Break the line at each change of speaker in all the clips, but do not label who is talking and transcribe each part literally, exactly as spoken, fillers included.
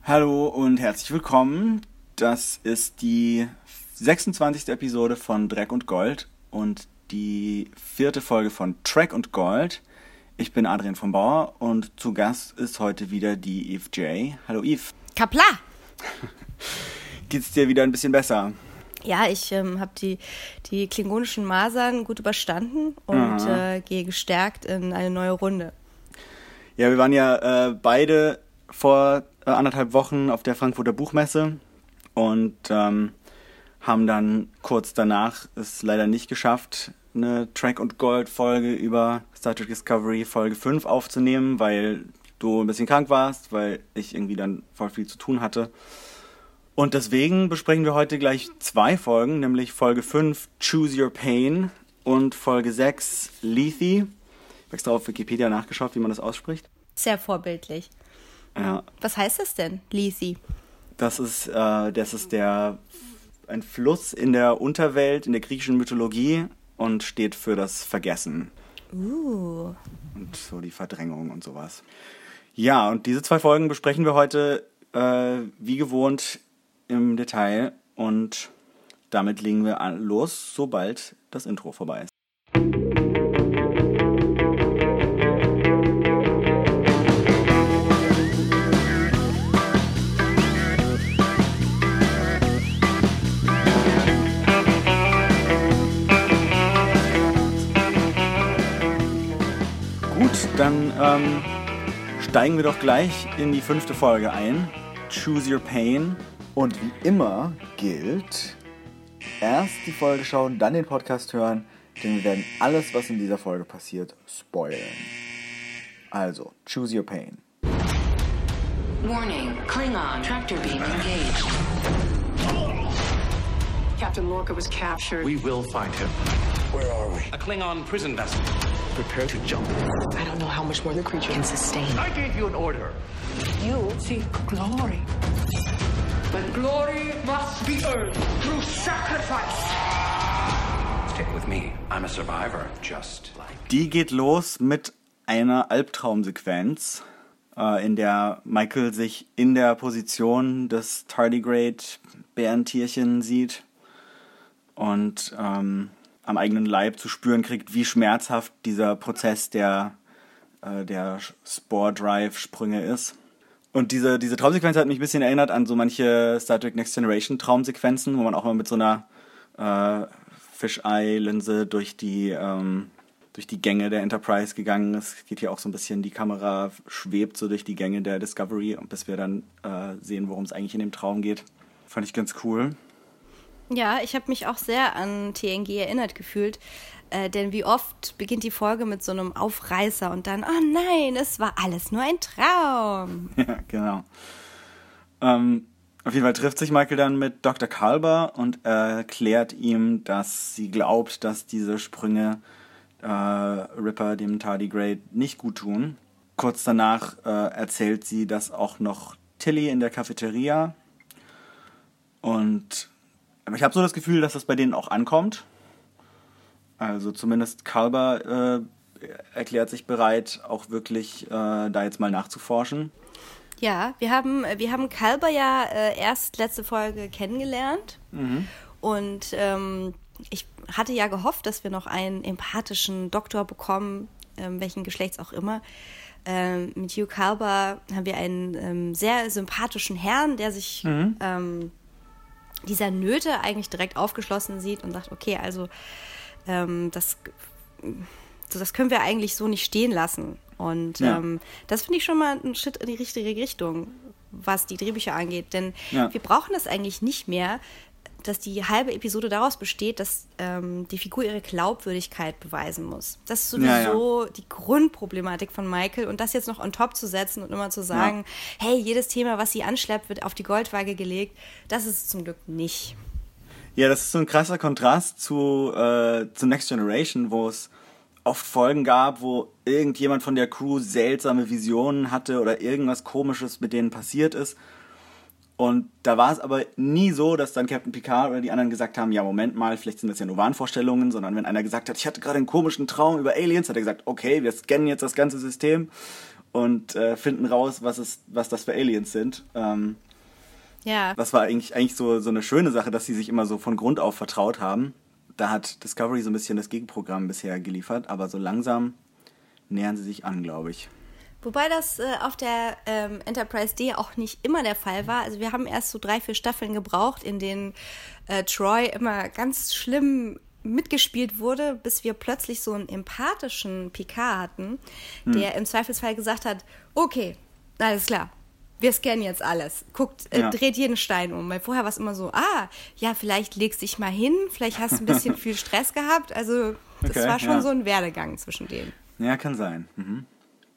Hallo und herzlich willkommen. Das ist die sechsundzwanzigste Episode von Dreck und Gold und die vierte Folge von Track und Gold. Ich bin Adrian von Bauer und zu Gast ist heute wieder die Eve J. Hallo Eve.
Kapla!
Geht's dir wieder ein bisschen besser?
Ja, ich ähm, habe die, die klingonischen Masern gut überstanden und äh, gehe gestärkt in eine neue Runde.
Ja, wir waren ja äh, beide vor äh, anderthalb Wochen auf der Frankfurter Buchmesse und ähm, haben dann kurz danach es leider nicht geschafft, eine Track und Gold Folge über Star Trek Discovery Folge fünf aufzunehmen, weil du ein bisschen krank warst, weil ich irgendwie dann voll viel zu tun hatte. Und deswegen besprechen wir heute gleich zwei Folgen, nämlich Folge fünf Choose Your Pain und Folge sechs Lethe. Ich habe extra auf Wikipedia nachgeschaut, wie man das ausspricht.
Sehr vorbildlich.
Ja.
Was heißt das denn, Lethe?
Das ist, äh, das ist der, ein Fluss in der Unterwelt, in der griechischen Mythologie und steht für das Vergessen.
Uh.
Und so die Verdrängung und sowas. Ja, und diese zwei Folgen besprechen wir heute äh, wie gewohnt im Detail und damit legen wir an, los, sobald das Intro vorbei ist. Dann ähm, steigen wir doch gleich in die fünfte Folge ein. Choose Your Pain. Und wie immer gilt, erst die Folge schauen, dann den Podcast hören, denn wir werden alles, was in dieser Folge passiert, spoilern. Also, Choose Your Pain.
Warning, Klingon tractor beam engaged.
Captain Lorca was captured.
We will find him.
Where are we?
A Klingon prison vessel.
Prepare to jump.
I don't know how much more the creature can sustain.
I gave you an order.
You seek glory. But glory must be earned through sacrifice.
Stick with me. I'm a survivor, just like...
Die geht los mit einer Albtraumsequenz, äh, in der Michael sich in der Position des Tardigrade-Bärentierchen sieht und ähm, am eigenen Leib zu spüren kriegt, wie schmerzhaft dieser Prozess der, äh, der Spore-Drive-Sprünge ist. Und diese, diese Traumsequenz hat mich ein bisschen erinnert an so manche Star Trek Next Generation Traumsequenzen, wo man auch mal mit so einer äh, Fisheye-Linse durch die, ähm, durch die Gänge der Enterprise gegangen ist. Es geht hier auch so ein bisschen, die Kamera schwebt so durch die Gänge der Discovery, bis wir dann äh, sehen, worum es eigentlich in dem Traum geht. Fand ich ganz cool.
Ja, ich habe mich auch sehr an T N G erinnert gefühlt, äh, denn wie oft beginnt die Folge mit so einem Aufreißer und dann, oh nein, es war alles nur ein Traum.
Ja, genau. Ähm, auf jeden Fall trifft sich Michael dann mit Doktor Culber und erklärt ihm, dass sie glaubt, dass diese Sprünge äh, Ripper, dem Tardigrade, nicht gut tun. Kurz danach äh, erzählt sie das auch noch Tilly in der Cafeteria und aber ich habe so das Gefühl, dass das bei denen auch ankommt. Also zumindest Culber äh, erklärt sich bereit, auch wirklich äh, da jetzt mal nachzuforschen.
Ja, wir haben, wir haben Culber ja äh, erst letzte Folge kennengelernt. Mhm. Und ähm, ich hatte ja gehofft, dass wir noch einen empathischen Doktor bekommen, ähm, welchen Geschlechts auch immer. Ähm, mit Hugh Culber haben wir einen ähm, sehr sympathischen Herrn, der sich... Mhm. Ähm, dieser Nöte eigentlich direkt aufgeschlossen sieht und sagt, okay, also ähm, das, das können wir eigentlich so nicht stehen lassen. Und ja. ähm, das finde ich schon mal ein Schritt in die richtige Richtung, was die Drehbücher angeht. Denn ja. wir brauchen das eigentlich nicht mehr, dass die halbe Episode daraus besteht, dass ähm, die Figur ihre Glaubwürdigkeit beweisen muss. Das ist sowieso ja, ja. die Grundproblematik von Michael. Und das jetzt noch on top zu setzen und immer zu sagen, ja. hey, jedes Thema, was sie anschleppt, wird auf die Goldwaage gelegt, das ist es zum Glück nicht.
Ja, das ist so ein krasser Kontrast zu, äh, zu Next Generation, wo es oft Folgen gab, wo irgendjemand von der Crew seltsame Visionen hatte oder irgendwas Komisches mit denen passiert ist. Und da war es aber nie so, dass dann Captain Picard oder die anderen gesagt haben, ja, Moment mal, vielleicht sind das ja nur Wahnvorstellungen, sondern wenn einer gesagt hat, ich hatte gerade einen komischen Traum über Aliens, hat er gesagt, okay, wir scannen jetzt das ganze System und äh, finden raus, was, es, was das für Aliens sind. Ähm,
ja.
Das war eigentlich, eigentlich so, so eine schöne Sache, dass sie sich immer so von Grund auf vertraut haben. Da hat Discovery so ein bisschen das Gegenprogramm bisher geliefert, aber so langsam nähern sie sich an, glaube ich.
Wobei das äh, auf der ähm, Enterprise D auch nicht immer der Fall war. Also wir haben erst so drei, vier Staffeln gebraucht, in denen äh, Troy immer ganz schlimm mitgespielt wurde, bis wir plötzlich so einen empathischen Picard hatten, hm. der im Zweifelsfall gesagt hat, okay, alles klar, wir scannen jetzt alles, guckt, äh, ja. dreht jeden Stein um. Weil vorher war es immer so, ah, ja, vielleicht legst dich mal hin, vielleicht hast du ein bisschen viel Stress gehabt. Also das okay, war schon ja. so ein Werdegang zwischen denen.
Ja, kann sein. Mhm.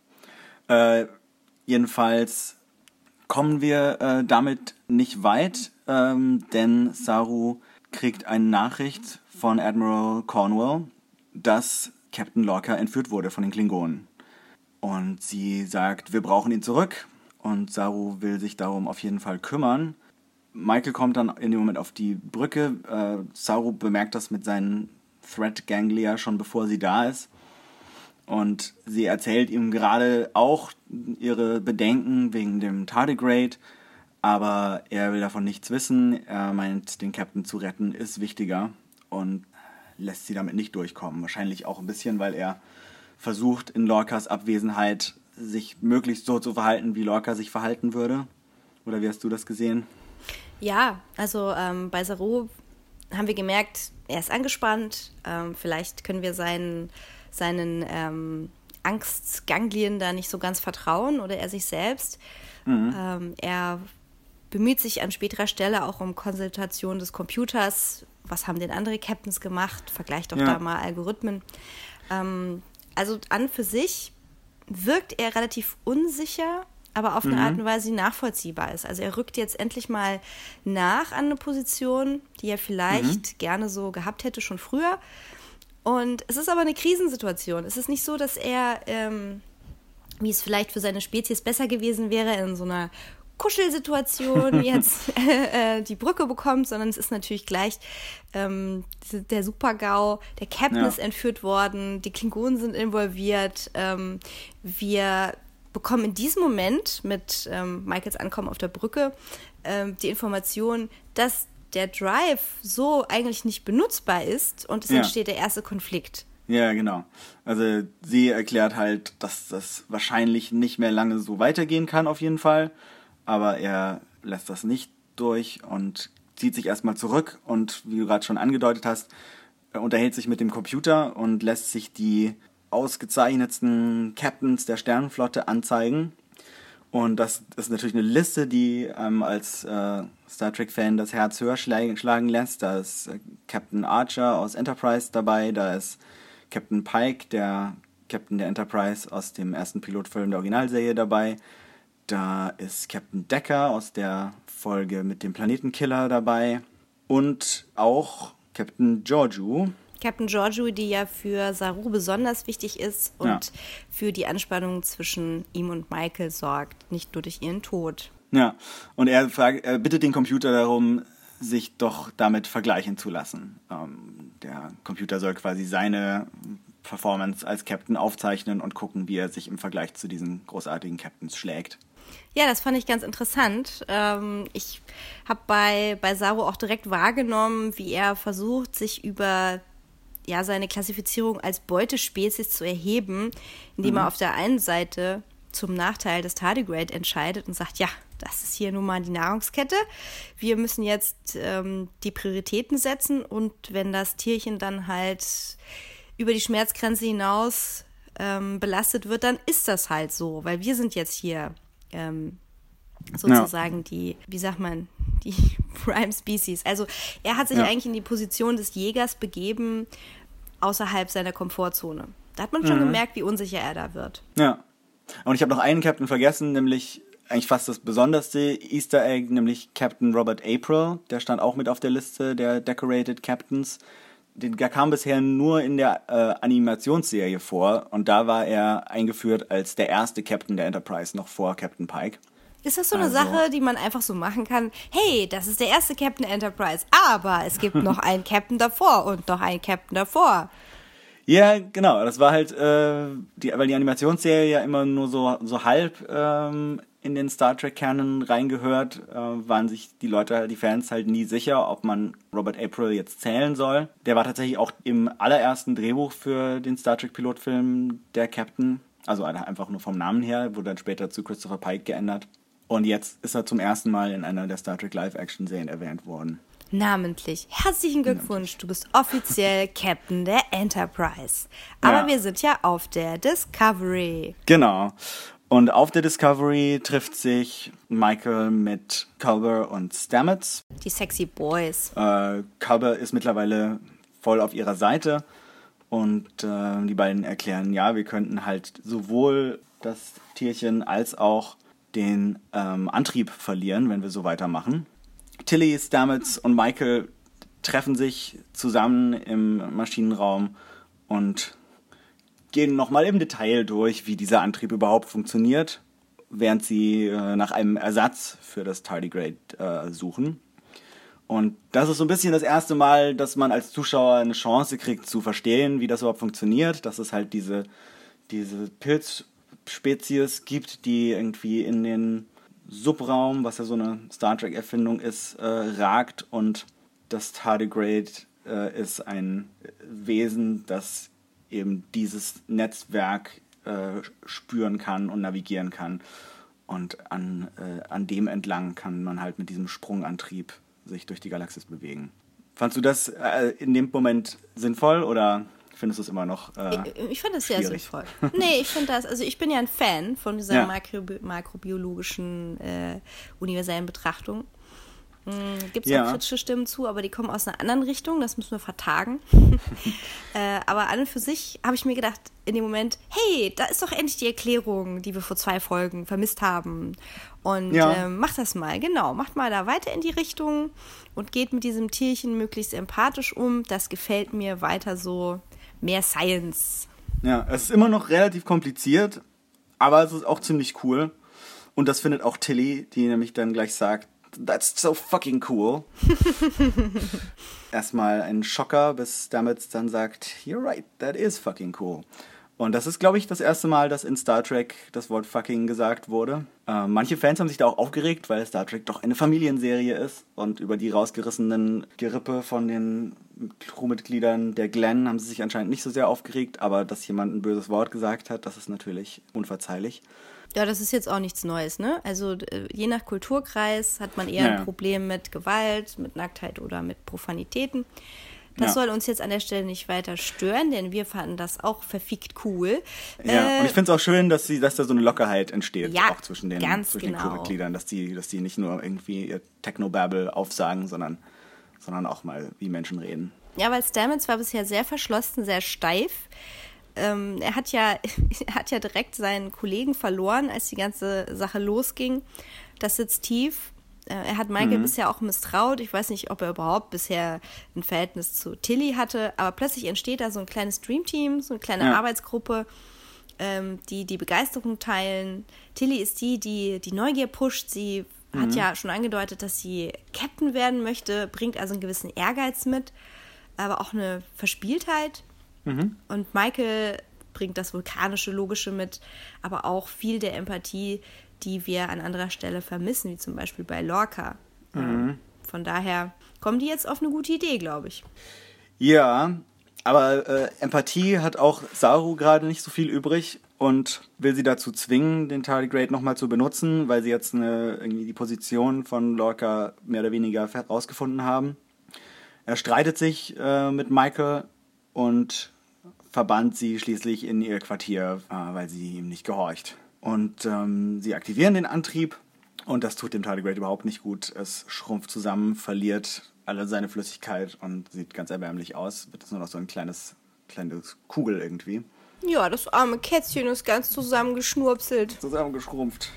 Äh, jedenfalls kommen wir äh, damit nicht weit, ähm, denn Saru kriegt eine Nachricht von Admiral Cornwell, dass Captain Lorca entführt wurde von den Klingonen. Und sie sagt, wir brauchen ihn zurück. Und Saru will sich darum auf jeden Fall kümmern. Michael kommt dann in dem Moment auf die Brücke. Äh, Saru bemerkt das mit seinen Threat Ganglia schon bevor sie da ist. Und sie erzählt ihm gerade auch ihre Bedenken wegen dem Tardigrade, aber er will davon nichts wissen. Er meint, den Captain zu retten ist wichtiger und lässt sie damit nicht durchkommen. Wahrscheinlich auch ein bisschen, weil er versucht, in Lorcas Abwesenheit sich möglichst so zu verhalten, wie Lorca sich verhalten würde. Oder wie hast du das gesehen?
Ja, also ähm, bei Saru haben wir gemerkt, er ist angespannt. Ähm, vielleicht können wir seinen... seinen ähm, Angstganglien da nicht so ganz vertrauen oder er sich selbst. Mhm. Ähm, er bemüht sich an späterer Stelle auch um Konsultation des Computers. Was haben denn andere Captains gemacht? Vergleicht doch ja. da mal Algorithmen. Ähm, also an für sich wirkt er relativ unsicher, aber auf eine mhm. Art und Weise, die nachvollziehbar ist. Also er rückt jetzt endlich mal nach an eine Position, die er vielleicht mhm. gerne so gehabt hätte, schon früher. Und es ist aber eine Krisensituation. Es ist nicht so, dass er, ähm, wie es vielleicht für seine Spezies besser gewesen wäre, in so einer Kuschelsituation jetzt äh, die Brücke bekommt, sondern es ist natürlich gleich ähm, der Super-GAU, der Captain ja. ist entführt worden, die Klingonen sind involviert. Ähm, wir bekommen in diesem Moment mit ähm, Michaels Ankommen auf der Brücke ähm, die Information, dass der Drive so eigentlich nicht benutzbar ist und es ja. entsteht der erste Konflikt.
Ja, genau. Also sie erklärt halt, dass das wahrscheinlich nicht mehr lange so weitergehen kann auf jeden Fall, aber er lässt das nicht durch und zieht sich erstmal zurück und, wie du gerade schon angedeutet hast, unterhält sich mit dem Computer und lässt sich die ausgezeichnetsten Captains der Sternenflotte anzeigen. Und das ist natürlich eine Liste, die ähm, als äh, Star Trek-Fan das Herz höher schlagen lässt. Da ist äh, Captain Archer aus Enterprise dabei, da ist Captain Pike, der Captain der Enterprise aus dem ersten Pilotfilm der Originalserie dabei. Da ist Captain Decker aus der Folge mit dem Planetenkiller dabei. Und auch Captain Georgiou.
Captain Georgiou, die ja für Saru besonders wichtig ist und ja. für die Anspannung zwischen ihm und Michael sorgt, nicht nur durch ihren Tod.
Ja, und er, fragt, er bittet den Computer darum, sich doch damit vergleichen zu lassen. Ähm, der Computer soll quasi seine Performance als Captain aufzeichnen und gucken, wie er sich im Vergleich zu diesen großartigen Captains schlägt.
Ja, das fand ich ganz interessant. Ähm, ich habe bei, bei Saru auch direkt wahrgenommen, wie er versucht, sich über ja, seine Klassifizierung als Beutespezies zu erheben, indem mhm. er auf der einen Seite zum Nachteil des Tardigrade entscheidet und sagt, ja, das ist hier nun mal die Nahrungskette. Wir müssen jetzt ähm, die Prioritäten setzen und wenn das Tierchen dann halt über die Schmerzgrenze hinaus ähm, belastet wird, dann ist das halt so, weil wir sind jetzt hier ähm, sozusagen ja. die, wie sagt man, die Prime Species. Also er hat sich ja. eigentlich in die Position des Jägers begeben, außerhalb seiner Komfortzone. Da hat man schon mhm. gemerkt, wie unsicher er da wird.
Ja. Und ich habe noch einen Captain vergessen, nämlich eigentlich fast das besonderste Easter Egg, nämlich Captain Robert April. Der stand auch mit auf der Liste der Decorated Captains. Der kam bisher nur in der äh, Animationsserie vor und da war er eingeführt als der erste Captain der Enterprise, noch vor Captain Pike.
Ist das so eine also. Sache, die man einfach so machen kann? Hey, das ist der erste Captain Enterprise, aber es gibt noch einen Captain davor und noch einen Captain davor.
Ja, genau. Das war halt, äh, die, weil die Animationsserie ja immer nur so, so halb ähm, in den Star Trek-Canon reingehört, äh, waren sich die Leute, die Fans halt nie sicher, ob man Robert April jetzt zählen soll. Der war tatsächlich auch im allerersten Drehbuch für den Star Trek-Pilotfilm der Captain. Also einfach nur vom Namen her, wurde dann später zu Christopher Pike geändert. Und jetzt ist er zum ersten Mal in einer der Star Trek Live-Action-Serien erwähnt worden.
Namentlich. Herzlichen Glückwunsch, du bist offiziell Captain der Enterprise. Aber
Ja.
wir sind ja auf der Discovery.
Genau. Und auf der Discovery trifft sich Michael mit Culber und Stamets.
Die Sexy Boys.
Äh, Culber ist mittlerweile voll auf ihrer Seite und äh, die beiden erklären, ja, wir könnten halt sowohl das Tierchen als auch den ähm, Antrieb verlieren, wenn wir so weitermachen. Tilly, Stamets und Michael treffen sich zusammen im Maschinenraum und gehen nochmal im Detail durch, wie dieser Antrieb überhaupt funktioniert, während sie äh, nach einem Ersatz für das Tardigrade äh, suchen. Und das ist so ein bisschen das erste Mal, dass man als Zuschauer eine Chance kriegt zu verstehen, wie das überhaupt funktioniert, dass es halt diese, diese Pilzspezies gibt, die irgendwie in den Subraum, was ja so eine Star Trek-Erfindung ist, äh, ragt, und das Tardigrade äh, ist ein Wesen, das eben dieses Netzwerk äh, spüren kann und navigieren kann. Und an, äh, an dem entlang kann man halt mit diesem Sprungantrieb sich durch die Galaxis bewegen. Fandst du das äh, in dem Moment sinnvoll oder findest du es immer noch äh,
Ich, ich fand das sehr
schwierig?
sinnvoll. Nee, ich finde das, also ich bin ja ein Fan von dieser
Ja.
Makrobi- makrobiologischen äh, universellen Betrachtung. Gibt es
Ja.
auch kritische Stimmen zu, aber die kommen aus einer anderen Richtung, das müssen wir vertagen. äh, aber an und für sich habe ich mir gedacht, in dem Moment, hey, da ist doch endlich die Erklärung, die wir vor zwei Folgen vermisst haben. Und
Ja.
äh, macht das mal, genau, macht mal da weiter in die Richtung und geht mit diesem Tierchen möglichst empathisch um. Das gefällt mir weiter so, mehr Science.
Ja, es ist immer noch relativ kompliziert, aber es ist auch ziemlich cool. Und das findet auch Tilly, die nämlich dann gleich sagt, that's so fucking cool. Erstmal ein Schocker, bis Stamets dann sagt, you're right, that is fucking cool. Und das ist, glaube ich, das erste Mal, dass in Star Trek das Wort fucking gesagt wurde. Äh, manche Fans haben sich da auch aufgeregt, weil Star Trek doch eine Familienserie ist. Und über die rausgerissenen Gerippe von den Crewmitgliedern der Glenn haben sie sich anscheinend nicht so sehr aufgeregt. Aber dass jemand ein böses Wort gesagt hat, das ist natürlich unverzeihlich.
Ja, das ist jetzt auch nichts Neues, ne? Also äh, je nach Kulturkreis hat man eher
Naja.
ein Problem mit Gewalt, mit Nacktheit oder mit Profanitäten. Das
Ja.
soll uns jetzt an der Stelle nicht weiter stören, denn wir fanden das auch verfickt cool.
Ja,
Äh,
und ich finde es auch schön, dass, sie, dass da so eine Lockerheit entsteht,
Ja,
auch zwischen den,
ganz
zwischen den
genau.
Crewmitgliedern, dass die, dass die nicht nur irgendwie ihr Technobabble aufsagen, sondern, sondern auch mal wie Menschen reden.
Ja, weil Stamets war bisher sehr verschlossen, sehr steif. Ähm, er hat ja, er hat ja direkt seinen Kollegen verloren, als die ganze Sache losging. Das sitzt tief. Äh, er hat Michael
Mhm.
bisher auch misstraut. Ich weiß nicht, ob er überhaupt bisher ein Verhältnis zu Tilly hatte, aber plötzlich entsteht da so ein kleines Dreamteam, so eine kleine
Ja.
Arbeitsgruppe, ähm, die die Begeisterung teilen. Tilly ist die, die die Neugier pusht. Sie hat ja schon angedeutet, dass sie Captain werden möchte, bringt also einen gewissen Ehrgeiz mit, aber auch eine Verspieltheit. Und Michael bringt das vulkanische, logische mit, aber auch viel der Empathie, die wir an anderer Stelle vermissen, wie zum Beispiel bei Lorca. Ähm, Von daher kommen die jetzt auf eine gute Idee, glaube ich.
Ja, aber äh, Empathie hat auch Saru gerade nicht so viel übrig und will sie dazu zwingen, den Tardigrade nochmal zu benutzen, weil sie jetzt eine, irgendwie die Position von Lorca mehr oder weniger herausgefunden haben. Er streitet sich äh, mit Michael und verbannt sie schließlich in ihr Quartier, äh, weil sie ihm nicht gehorcht. Und ähm, sie aktivieren den Antrieb und das tut dem Tardigrade überhaupt nicht gut. Es schrumpft zusammen, verliert alle seine Flüssigkeit und sieht ganz erbärmlich aus. Wird jetzt nur noch so ein kleines, kleines Kugel irgendwie.
Ja, das arme Kätzchen ist ganz zusammengeschnurpselt.
Zusammengeschrumpft.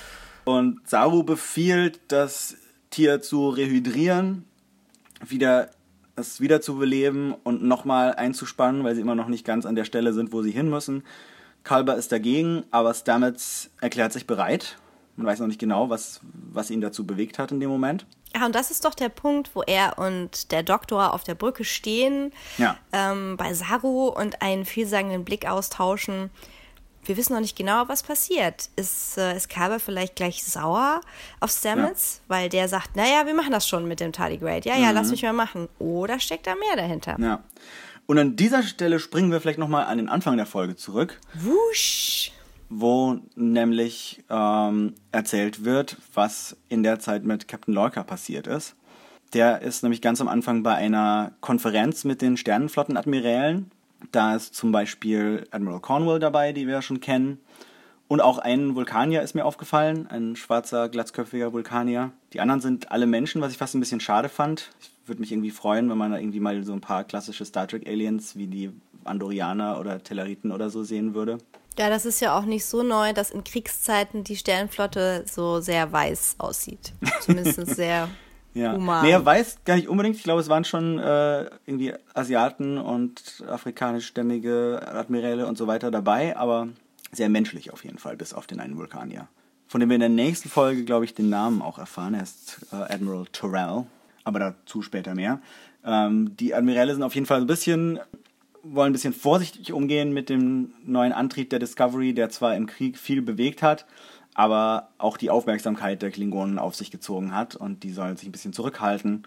Und Saru befiehlt, das Tier zu rehydrieren, wieder es wiederzubeleben und nochmal einzuspannen, weil sie immer noch nicht ganz an der Stelle sind, wo sie hin müssen. Culber ist dagegen, aber Stamets erklärt sich bereit, Man weiß noch nicht genau, was, was ihn dazu bewegt hat in dem Moment.
Ja, und das ist doch der Punkt, wo er und der Doktor auf der Brücke stehen,
ja.
ähm, bei Saru und einen vielsagenden Blick austauschen. Wir wissen noch nicht genau, was passiert. Ist, äh, ist Kalber vielleicht gleich sauer auf Stamets, ja. weil der sagt, naja, wir machen das schon mit dem Tardigrade. Ja, ja, mhm. lass mich mal machen. Oder steckt da mehr dahinter?
Ja. Und an dieser Stelle springen wir vielleicht nochmal an den Anfang der Folge zurück.
Wusch!
Wo nämlich ähm, erzählt wird, was in der Zeit mit Captain Lorca passiert ist. Der ist nämlich ganz am Anfang bei einer Konferenz mit den Sternenflottenadmirälen. Da ist zum Beispiel Admiral Cornwall dabei, die wir ja schon kennen. Und auch ein Vulkanier ist mir aufgefallen, ein schwarzer, glatzköpfiger Vulkanier. Die anderen sind alle Menschen, was ich fast ein bisschen schade fand. Ich würde mich irgendwie freuen, wenn man da irgendwie mal so ein paar klassische Star Trek-Aliens wie die Andorianer oder Tellariten oder so sehen würde.
Ja, das ist ja auch nicht so neu, dass in Kriegszeiten die Sternenflotte so sehr weiß aussieht. Zumindest sehr
ja.
human.
Nee, weiß gar nicht unbedingt. Ich glaube, es waren schon äh, irgendwie Asiaten und afrikanischstämmige Admiräle und so weiter dabei, aber sehr menschlich auf jeden Fall, bis auf den einen Vulkanier. Von dem wir in der nächsten Folge, glaube ich, den Namen auch erfahren. Er ist äh, Admiral Tyrell, aber dazu später mehr. Ähm, die Admiräle sind auf jeden Fall ein bisschen... wollen ein bisschen vorsichtig umgehen mit dem neuen Antrieb der Discovery, der zwar im Krieg viel bewegt hat, aber auch die Aufmerksamkeit der Klingonen auf sich gezogen hat und die sollen sich ein bisschen zurückhalten,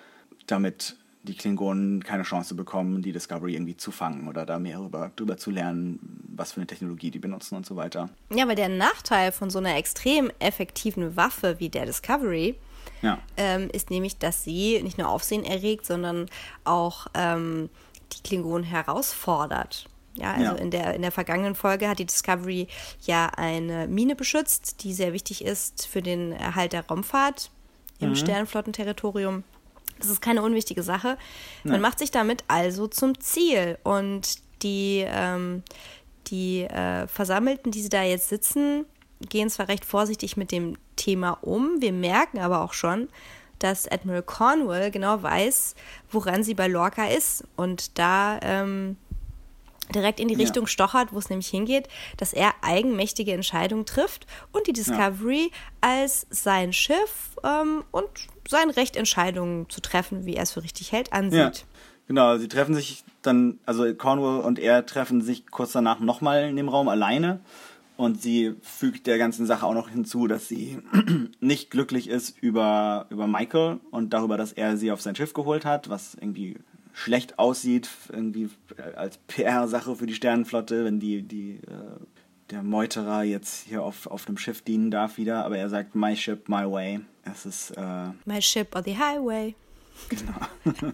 damit die Klingonen keine Chance bekommen, die Discovery irgendwie zu fangen oder da mehr darüber, darüber zu lernen, was für eine Technologie die benutzen und so weiter.
Ja, aber der Nachteil von so einer extrem effektiven Waffe wie der Discovery
ja.
ähm, ist nämlich, dass sie nicht nur Aufsehen erregt, sondern auch ähm, die Klingonen herausfordert. Ja, also
ja.
in der, in der vergangenen Folge hat die Discovery ja eine Mine beschützt, die sehr wichtig ist für den Erhalt der Raumfahrt im mhm. Sternenflottenterritorium. Das ist keine unwichtige Sache. Man ja. macht sich damit also zum Ziel. Und die, ähm, die äh, Versammelten, die sie da jetzt sitzen, gehen zwar recht vorsichtig mit dem Thema um, wir merken aber auch schon, dass Admiral Cornwall genau weiß, woran sie bei Lorca ist und da ähm, direkt in die Richtung ja. stochert, wo es nämlich hingeht, dass er eigenmächtige Entscheidungen trifft und die Discovery ja. als sein Schiff ähm, und sein Recht, Entscheidungen zu treffen, wie er es für richtig hält, ansieht.
Ja. Genau, sie treffen sich dann, also Cornwall und er treffen sich kurz danach nochmal in dem Raum alleine. Und sie fügt der ganzen Sache auch noch hinzu, dass sie nicht glücklich ist über, über Michael und darüber, dass er sie auf sein Schiff geholt hat, was irgendwie schlecht aussieht, irgendwie als P R-Sache für die Sternenflotte, wenn die, die, äh, der Meuterer jetzt hier auf, auf einem Schiff dienen darf wieder. Aber er sagt, my ship, my way. Es ist... Äh,
my ship or the highway.
Genau.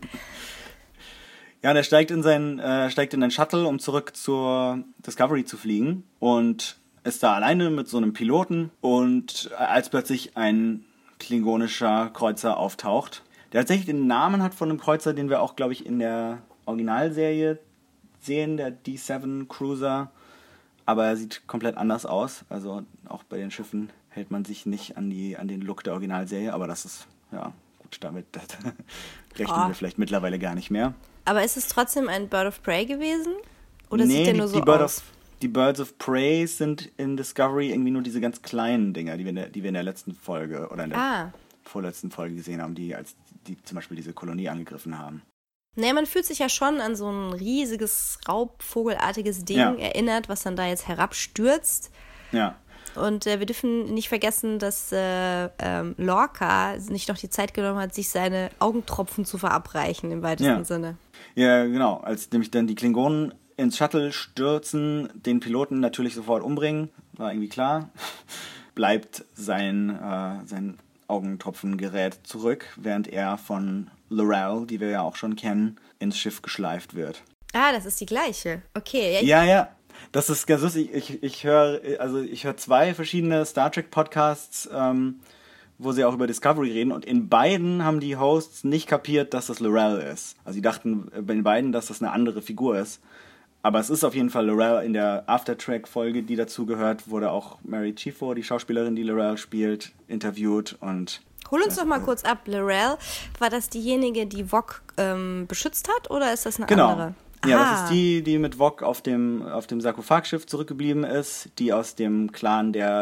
Ja, und er steigt in seinen, äh, steigt in den Shuttle, um zurück zur Discovery zu fliegen und ist da alleine mit so einem Piloten und als plötzlich ein klingonischer Kreuzer auftaucht, der tatsächlich den Namen hat von einem Kreuzer, den wir auch, glaube ich, in der Originalserie sehen, der D sieben Cruiser, aber er sieht komplett anders aus, also auch bei den Schiffen hält man sich nicht an, die, an den Look der Originalserie, aber das ist, ja, gut, damit rechnen oh. wir vielleicht mittlerweile gar nicht mehr.
Aber ist es trotzdem ein Bird of Prey gewesen? Oder
nee,
sieht der nur
die,
so
die Bird
aus?
Of, die Birds of Prey sind in Discovery irgendwie nur diese ganz kleinen Dinger, die wir in der, die wir in der letzten Folge oder in der
ah.
vorletzten Folge gesehen haben, die als die zum Beispiel diese Kolonie angegriffen haben.
Naja, man fühlt sich ja schon an so ein riesiges, raubvogelartiges Ding
ja.
erinnert, was dann da jetzt herabstürzt.
Ja.
Und äh, wir dürfen nicht vergessen, dass äh, ähm, Lorca nicht noch die Zeit genommen hat, sich seine Augentropfen zu verabreichen, im weitesten
ja.
Sinne.
Ja, genau. Als nämlich dann die Klingonen ins Shuttle stürzen, den Piloten natürlich sofort umbringen, war irgendwie klar, bleibt sein, äh, sein Augentropfengerät zurück, während er von L'Rell, die wir ja auch schon kennen, ins Schiff geschleift wird.
Ah, das ist die gleiche. Okay.
Ja, ja. Das ist ganz lustig. Ich, ich höre also ich höre zwei verschiedene Star Trek Podcasts, ähm, wo sie auch über Discovery reden, und in beiden haben die Hosts nicht kapiert, dass das L'Rell ist. Also sie dachten bei den beiden, dass das eine andere Figur ist. Aber es ist auf jeden Fall L'Rell. In der Aftertrack-Folge, die dazu gehört, wurde auch Mary Chieffo, die Schauspielerin, die L'Rell spielt, interviewt. Und
hol uns doch mal kurz ab. L'Rell, war das diejenige, die Voq ähm, beschützt hat, oder ist das eine
genau.
andere?
Ja,
Aha.
das ist die, die mit Voq auf dem, auf dem Sarkophagschiff zurückgeblieben ist, die aus dem Clan der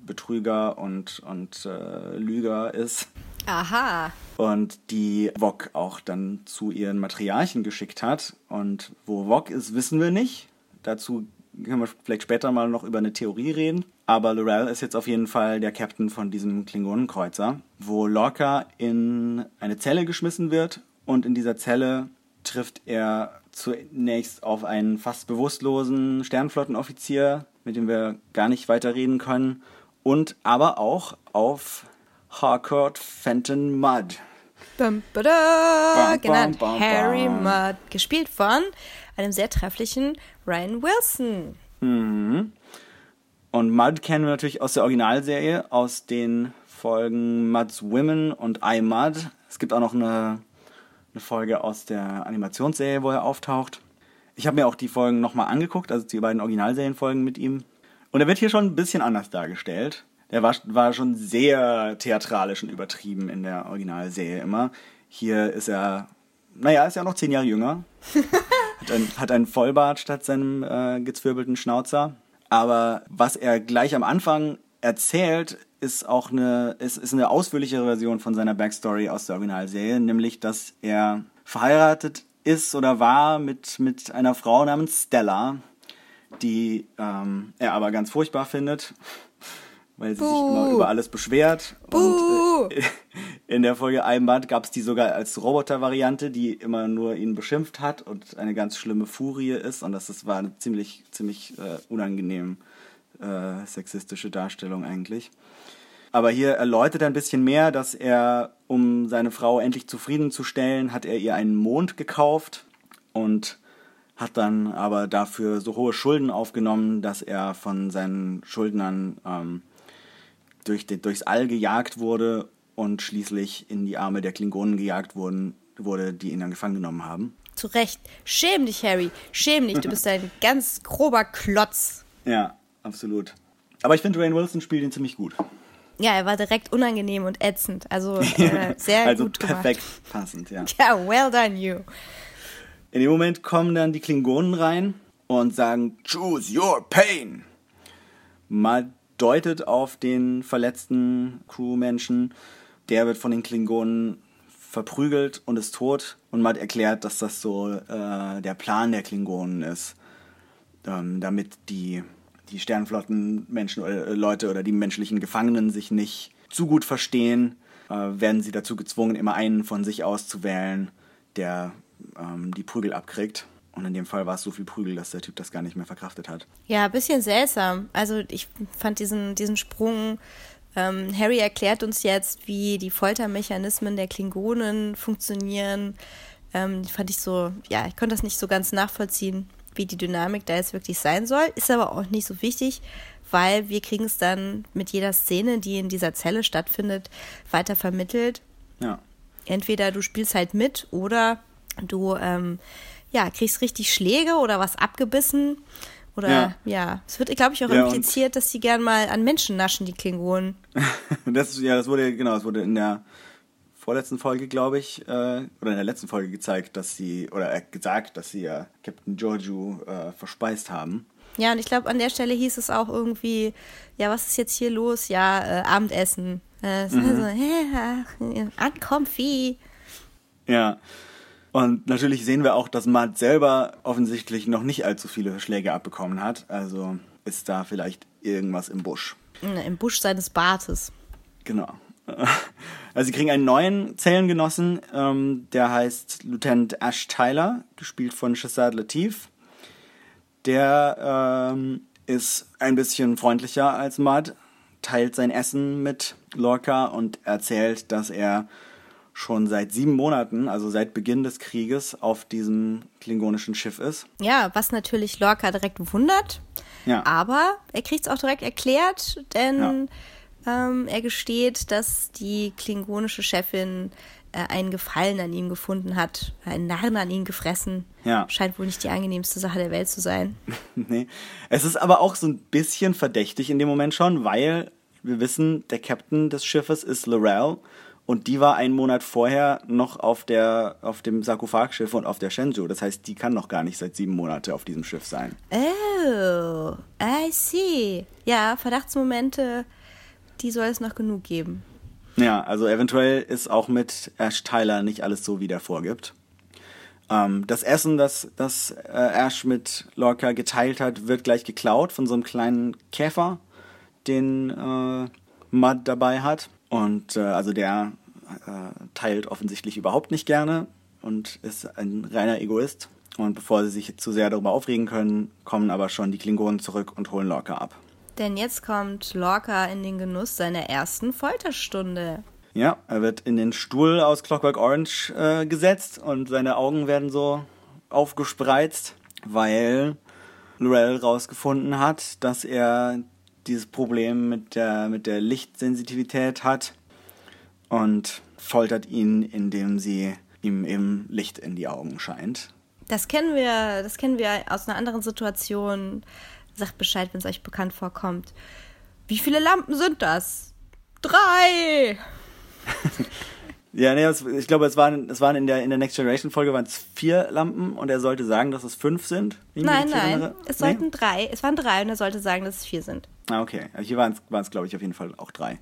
Betrüger und, und äh, Lüger ist.
Aha.
Und die Vogue auch dann zu ihren Matriarchen geschickt hat. Und wo Vogue ist, wissen wir nicht. Dazu können wir vielleicht später mal noch über eine Theorie reden. Aber L'Rell ist jetzt auf jeden Fall der Captain von diesem Klingonenkreuzer, wo Lorca in eine Zelle geschmissen wird. Und in dieser Zelle trifft er zunächst auf einen fast bewusstlosen Sternflottenoffizier, mit dem wir gar nicht weiter reden können. Und aber auch auf Harcourt Fenton Mudd.
Bum, bada,
Bam,
genannt
bam, bam,
Harry
bam.
Mudd, gespielt von einem sehr trefflichen Ryan Wilson.
Mhm. Und Mudd kennen wir natürlich aus der Originalserie, aus den Folgen Mudd's Women und I, Mudd. Es gibt auch noch eine, eine Folge aus der Animationsserie, wo er auftaucht. Ich habe mir auch die Folgen nochmal angeguckt, also die beiden Originalserienfolgen mit ihm. Und er wird hier schon ein bisschen anders dargestellt. Der war, war schon sehr theatralisch und übertrieben in der Originalserie immer. Hier ist er, naja, ist ja noch zehn Jahre jünger. hat, ein, hat einen Vollbart statt seinem äh, gezwirbelten Schnauzer. Aber was er gleich am Anfang erzählt, ist auch eine, ist, ist eine ausführlichere Version von seiner Backstory aus der Originalserie. Nämlich, dass er verheiratet ist oder war mit, mit einer Frau namens Stella, die ähm, er aber ganz furchtbar findet, weil sie
Buh.
sich immer über alles beschwert.
Buh.
Und äh, in der Folge I, Mudd gab es die sogar als Roboter-Variante, die immer nur ihn beschimpft hat und eine ganz schlimme Furie ist. Und das, das war eine ziemlich, ziemlich äh, unangenehm äh, sexistische Darstellung eigentlich. Aber hier erläutert er ein bisschen mehr, dass er, um seine Frau endlich zufriedenzustellen, hat er ihr einen Mond gekauft und hat dann aber dafür so hohe Schulden aufgenommen, dass er von seinen Schuldnern ähm, durch den, durchs All gejagt wurde und schließlich in die Arme der Klingonen gejagt wurden, wurde, die ihn dann gefangen genommen haben.
Zu Recht. Schäm dich, Harry. Schäm dich. Du bist ein ganz grober Klotz.
Ja, absolut. Aber ich finde, Rainn Wilson spielt ihn ziemlich gut.
Ja, er war direkt unangenehm und ätzend. Also äh, sehr
also
gut gemacht.
perfekt passend, ja.
Ja, well done, you.
In dem Moment kommen dann die Klingonen rein und sagen, choose your pain. Mudd deutet auf den verletzten Crewmenschen. Der wird von den Klingonen verprügelt und ist tot. Und Mudd erklärt, dass das so äh, der Plan der Klingonen ist, ähm, damit die, die Sternflottenmenschen oder äh, Leute oder die menschlichen Gefangenen sich nicht zu gut verstehen, äh, werden sie dazu gezwungen, immer einen von sich auszuwählen, der ähm, die Prügel abkriegt. Und in dem Fall war es so viel Prügel, dass der Typ das gar nicht mehr verkraftet hat.
Ja, ein bisschen seltsam. Also ich fand diesen, diesen Sprung, ähm, Harry erklärt uns jetzt, wie die Foltermechanismen der Klingonen funktionieren. Ähm, fand ich so, ja, ich konnte das nicht so ganz nachvollziehen, wie die Dynamik da jetzt wirklich sein soll. Ist aber auch nicht so wichtig, weil wir kriegen es dann mit jeder Szene, die in dieser Zelle stattfindet, weiter vermittelt.
Ja.
Entweder du spielst halt mit oder du ähm, ja, kriegst richtig Schläge oder was abgebissen. Oder ja, ja. Es wird, glaube ich, auch
ja,
impliziert, dass die gern mal an Menschen naschen, die Klingonen.
das, ja, das wurde, genau, das wurde in der vorletzten Folge, glaube ich, äh, oder in der letzten Folge gezeigt, dass sie, oder äh, gesagt, dass sie ja äh, Captain Georgiou äh, verspeist haben.
Ja, und ich glaube, an der Stelle hieß es auch irgendwie, ja, was ist jetzt hier los? Ja, äh, Abendessen. Äh, mhm. so, hä, uncomfy.
Ja. Und natürlich sehen wir auch, dass Mudd selber offensichtlich noch nicht allzu viele Schläge abbekommen hat. Also ist da vielleicht irgendwas im Busch.
Im Busch seines Bartes.
Genau. Also sie kriegen einen neuen Zellengenossen, ähm, der heißt Lieutenant Ash Tyler, gespielt von Shazad Latif. Der ähm, ist ein bisschen freundlicher als Mudd, teilt sein Essen mit Lorca und erzählt, dass er schon seit sieben Monaten, also seit Beginn des Krieges, auf diesem klingonischen Schiff ist.
Ja, was natürlich Lorca direkt wundert.
Ja.
Aber er kriegt es auch direkt erklärt, denn ja. ähm, er gesteht, dass die klingonische Chefin äh, einen Gefallen an ihm gefunden hat, einen Narren an ihn gefressen.
Ja.
Scheint wohl nicht die angenehmste Sache der Welt zu sein.
Nee. Es ist aber auch so ein bisschen verdächtig in dem Moment schon, weil wir wissen, der Captain des Schiffes ist L'Rell. Und die war einen Monat vorher noch auf der auf dem Sarkophagschiff und auf der Shenzhou. Das heißt, die kann noch gar nicht seit sieben Monate auf diesem Schiff sein.
Oh, I see. Ja, Verdachtsmomente die soll es noch genug geben.
Ja, also eventuell ist auch mit Ash Tyler nicht alles so, wie der vorgibt. Ähm, das Essen, das, das äh, Ash mit Lorca geteilt hat, wird gleich geklaut von so einem kleinen Käfer, den äh, Mudd dabei hat. Und äh, also der äh, teilt offensichtlich überhaupt nicht gerne und ist ein reiner Egoist. Und bevor sie sich zu sehr darüber aufregen können, kommen aber schon die Klingonen zurück und holen Lorca ab.
Denn jetzt kommt Lorca in den Genuss seiner ersten Folterstunde.
Ja, er wird in den Stuhl aus Clockwork Orange äh, gesetzt und seine Augen werden so aufgespreizt, weil L'Rell rausgefunden hat, dass er dieses Problem mit der, mit der Lichtsensitivität hat und foltert ihn, indem sie ihm eben Licht in die Augen scheint.
Das kennen wir, das kennen wir aus einer anderen Situation. Sagt Bescheid, wenn es euch bekannt vorkommt. Wie viele Lampen sind das? Drei!
Ja, nee, ich glaube, es waren, es waren in der, in der Next Generation Folge waren es vier Lampen und er sollte sagen, dass es fünf sind.
Nein, nein, es sollten nee? drei. Es waren drei und er sollte sagen, dass es vier sind.
Ah, okay. Hier waren es, glaube ich, auf jeden Fall auch drei.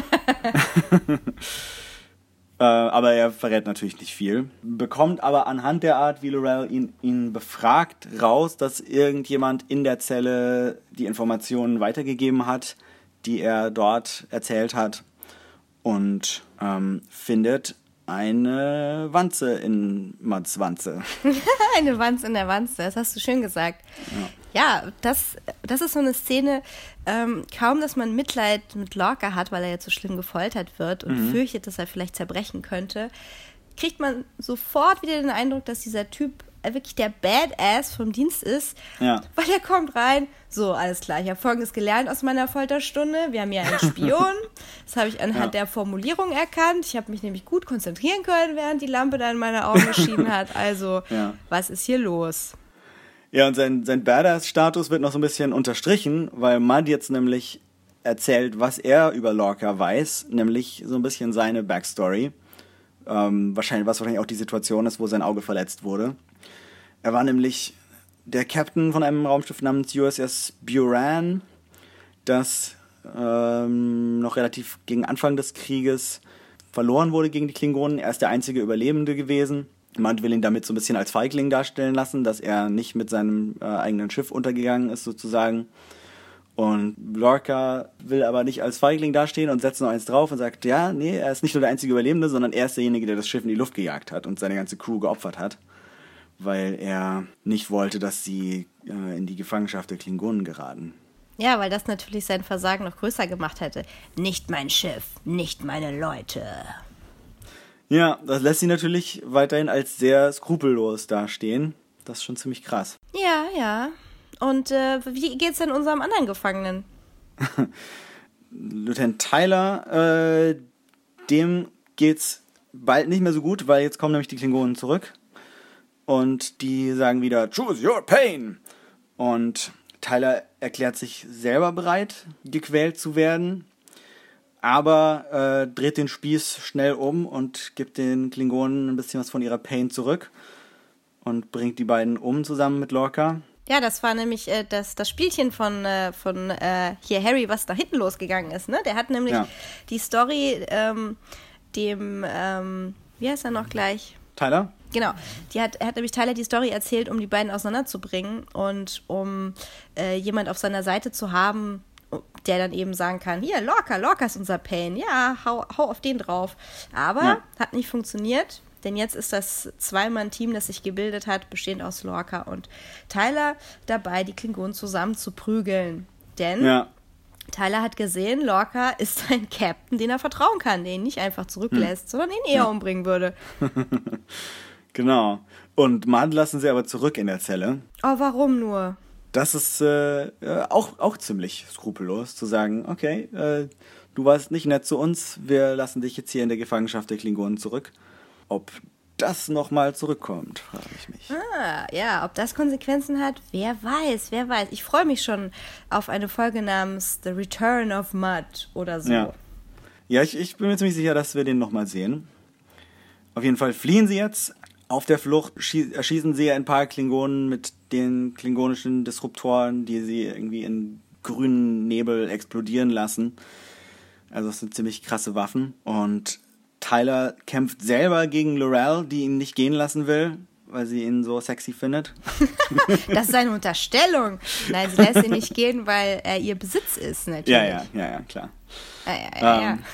äh, aber er verrät natürlich nicht viel. Bekommt aber anhand der Art, wie L'Rell ihn, ihn befragt, raus, dass irgendjemand in der Zelle die Informationen weitergegeben hat, die er dort erzählt hat. Und ähm, findet eine Wanze in Mudds Wanze.
Eine Wanze in der Wanze, das hast du schön gesagt. Ja, ja das, das ist so eine Szene, ähm, kaum, dass man Mitleid mit Lorca hat, weil er jetzt so schlimm gefoltert wird und mhm. fürchtet, dass er vielleicht zerbrechen könnte, kriegt man sofort wieder den Eindruck, dass dieser Typ wirklich der Badass vom Dienst ist,
ja.
weil er kommt rein, so, alles klar, ich habe Folgendes gelernt aus meiner Folterstunde, wir haben hier einen Spion, das habe ich anhand ja. der Formulierung erkannt, ich habe mich nämlich gut konzentrieren können, während die Lampe da in meine Augen geschienen hat, also, ja. was ist hier los?
Ja, und sein, sein Badass-Status wird noch so ein bisschen unterstrichen, weil Mudd jetzt nämlich erzählt, was er über Lorca weiß, nämlich so ein bisschen seine Backstory, ähm, wahrscheinlich, was wahrscheinlich auch die Situation ist, wo sein Auge verletzt wurde. Er war nämlich der Captain von einem Raumschiff namens U S S Buran, das ähm, noch relativ gegen Anfang des Krieges verloren wurde gegen die Klingonen. Er ist der einzige Überlebende gewesen. Man will ihn damit so ein bisschen als Feigling darstellen lassen, dass er nicht mit seinem äh, eigenen Schiff untergegangen ist sozusagen. Und Lorca will aber nicht als Feigling dastehen und setzt noch eins drauf und sagt, ja, nee, er ist nicht nur der einzige Überlebende, sondern er ist derjenige, der das Schiff in die Luft gejagt hat und seine ganze Crew geopfert hat, weil er nicht wollte, dass sie äh, in die Gefangenschaft der Klingonen geraten.
Ja, weil das natürlich sein Versagen noch größer gemacht hätte. Nicht mein Schiff, nicht meine Leute.
Ja, das lässt sie natürlich weiterhin als sehr skrupellos dastehen. Das ist schon ziemlich krass.
Ja, ja. Und äh, wie geht's denn unserem anderen Gefangenen?
Lieutenant Tyler, äh, dem geht's bald nicht mehr so gut, weil jetzt kommen nämlich die Klingonen zurück. Und die sagen wieder, choose your pain. Und Tyler erklärt sich selber bereit, gequält zu werden, aber äh, dreht den Spieß schnell um und gibt den Klingonen ein bisschen was von ihrer Pain zurück und bringt die beiden um zusammen mit Lorca.
Ja, das war nämlich äh, das, das Spielchen von, äh, von äh, hier Harry, was da hinten losgegangen ist. Ne? Der hat nämlich ja. die Story ähm, dem, ähm, wie heißt er noch gleich?
Tyler?
Genau, die hat, er hat nämlich Tyler die Story erzählt, um die beiden auseinanderzubringen und um äh, jemand auf seiner Seite zu haben, der dann eben sagen kann, hier, Lorca, Lorca ist unser Pain, ja, hau, hau auf den drauf. Aber ja. hat nicht funktioniert, denn jetzt ist das Zwei-Mann-Team, das sich gebildet hat, bestehend aus Lorca und Tyler, dabei, die Klingonen zusammen zu prügeln. Denn ja. Tyler hat gesehen, Lorca ist ein Captain, den er vertrauen kann, den ihn nicht einfach zurücklässt, hm. sondern ihn eher ja. umbringen würde.
Genau. Und Mudd lassen sie aber zurück in der Zelle.
Oh, warum nur?
Das ist äh, auch, auch ziemlich skrupellos, zu sagen, okay, äh, du warst nicht nett zu uns, wir lassen dich jetzt hier in der Gefangenschaft der Klingonen zurück. Ob das nochmal zurückkommt, frage ich mich.
Ah, ja, ob das Konsequenzen hat, wer weiß, wer weiß. Ich freue mich schon auf eine Folge namens The Return of Mudd oder so.
Ja, ja ich, ich bin mir ziemlich sicher, dass wir den nochmal sehen. Auf jeden Fall fliehen sie jetzt. Auf der Flucht schie- erschießen sie ein paar Klingonen mit den klingonischen Disruptoren, die sie irgendwie in grünen Nebel explodieren lassen. Also es sind ziemlich krasse Waffen. Und Tyler kämpft selber gegen L'Rell, die ihn nicht gehen lassen will, weil sie ihn so sexy findet.
Das ist eine Unterstellung. Nein, sie lässt ihn nicht gehen, weil er ihr Besitz ist, natürlich.
Ja, ja, ja, ja, klar.
Ja, ja, ja.
Ähm,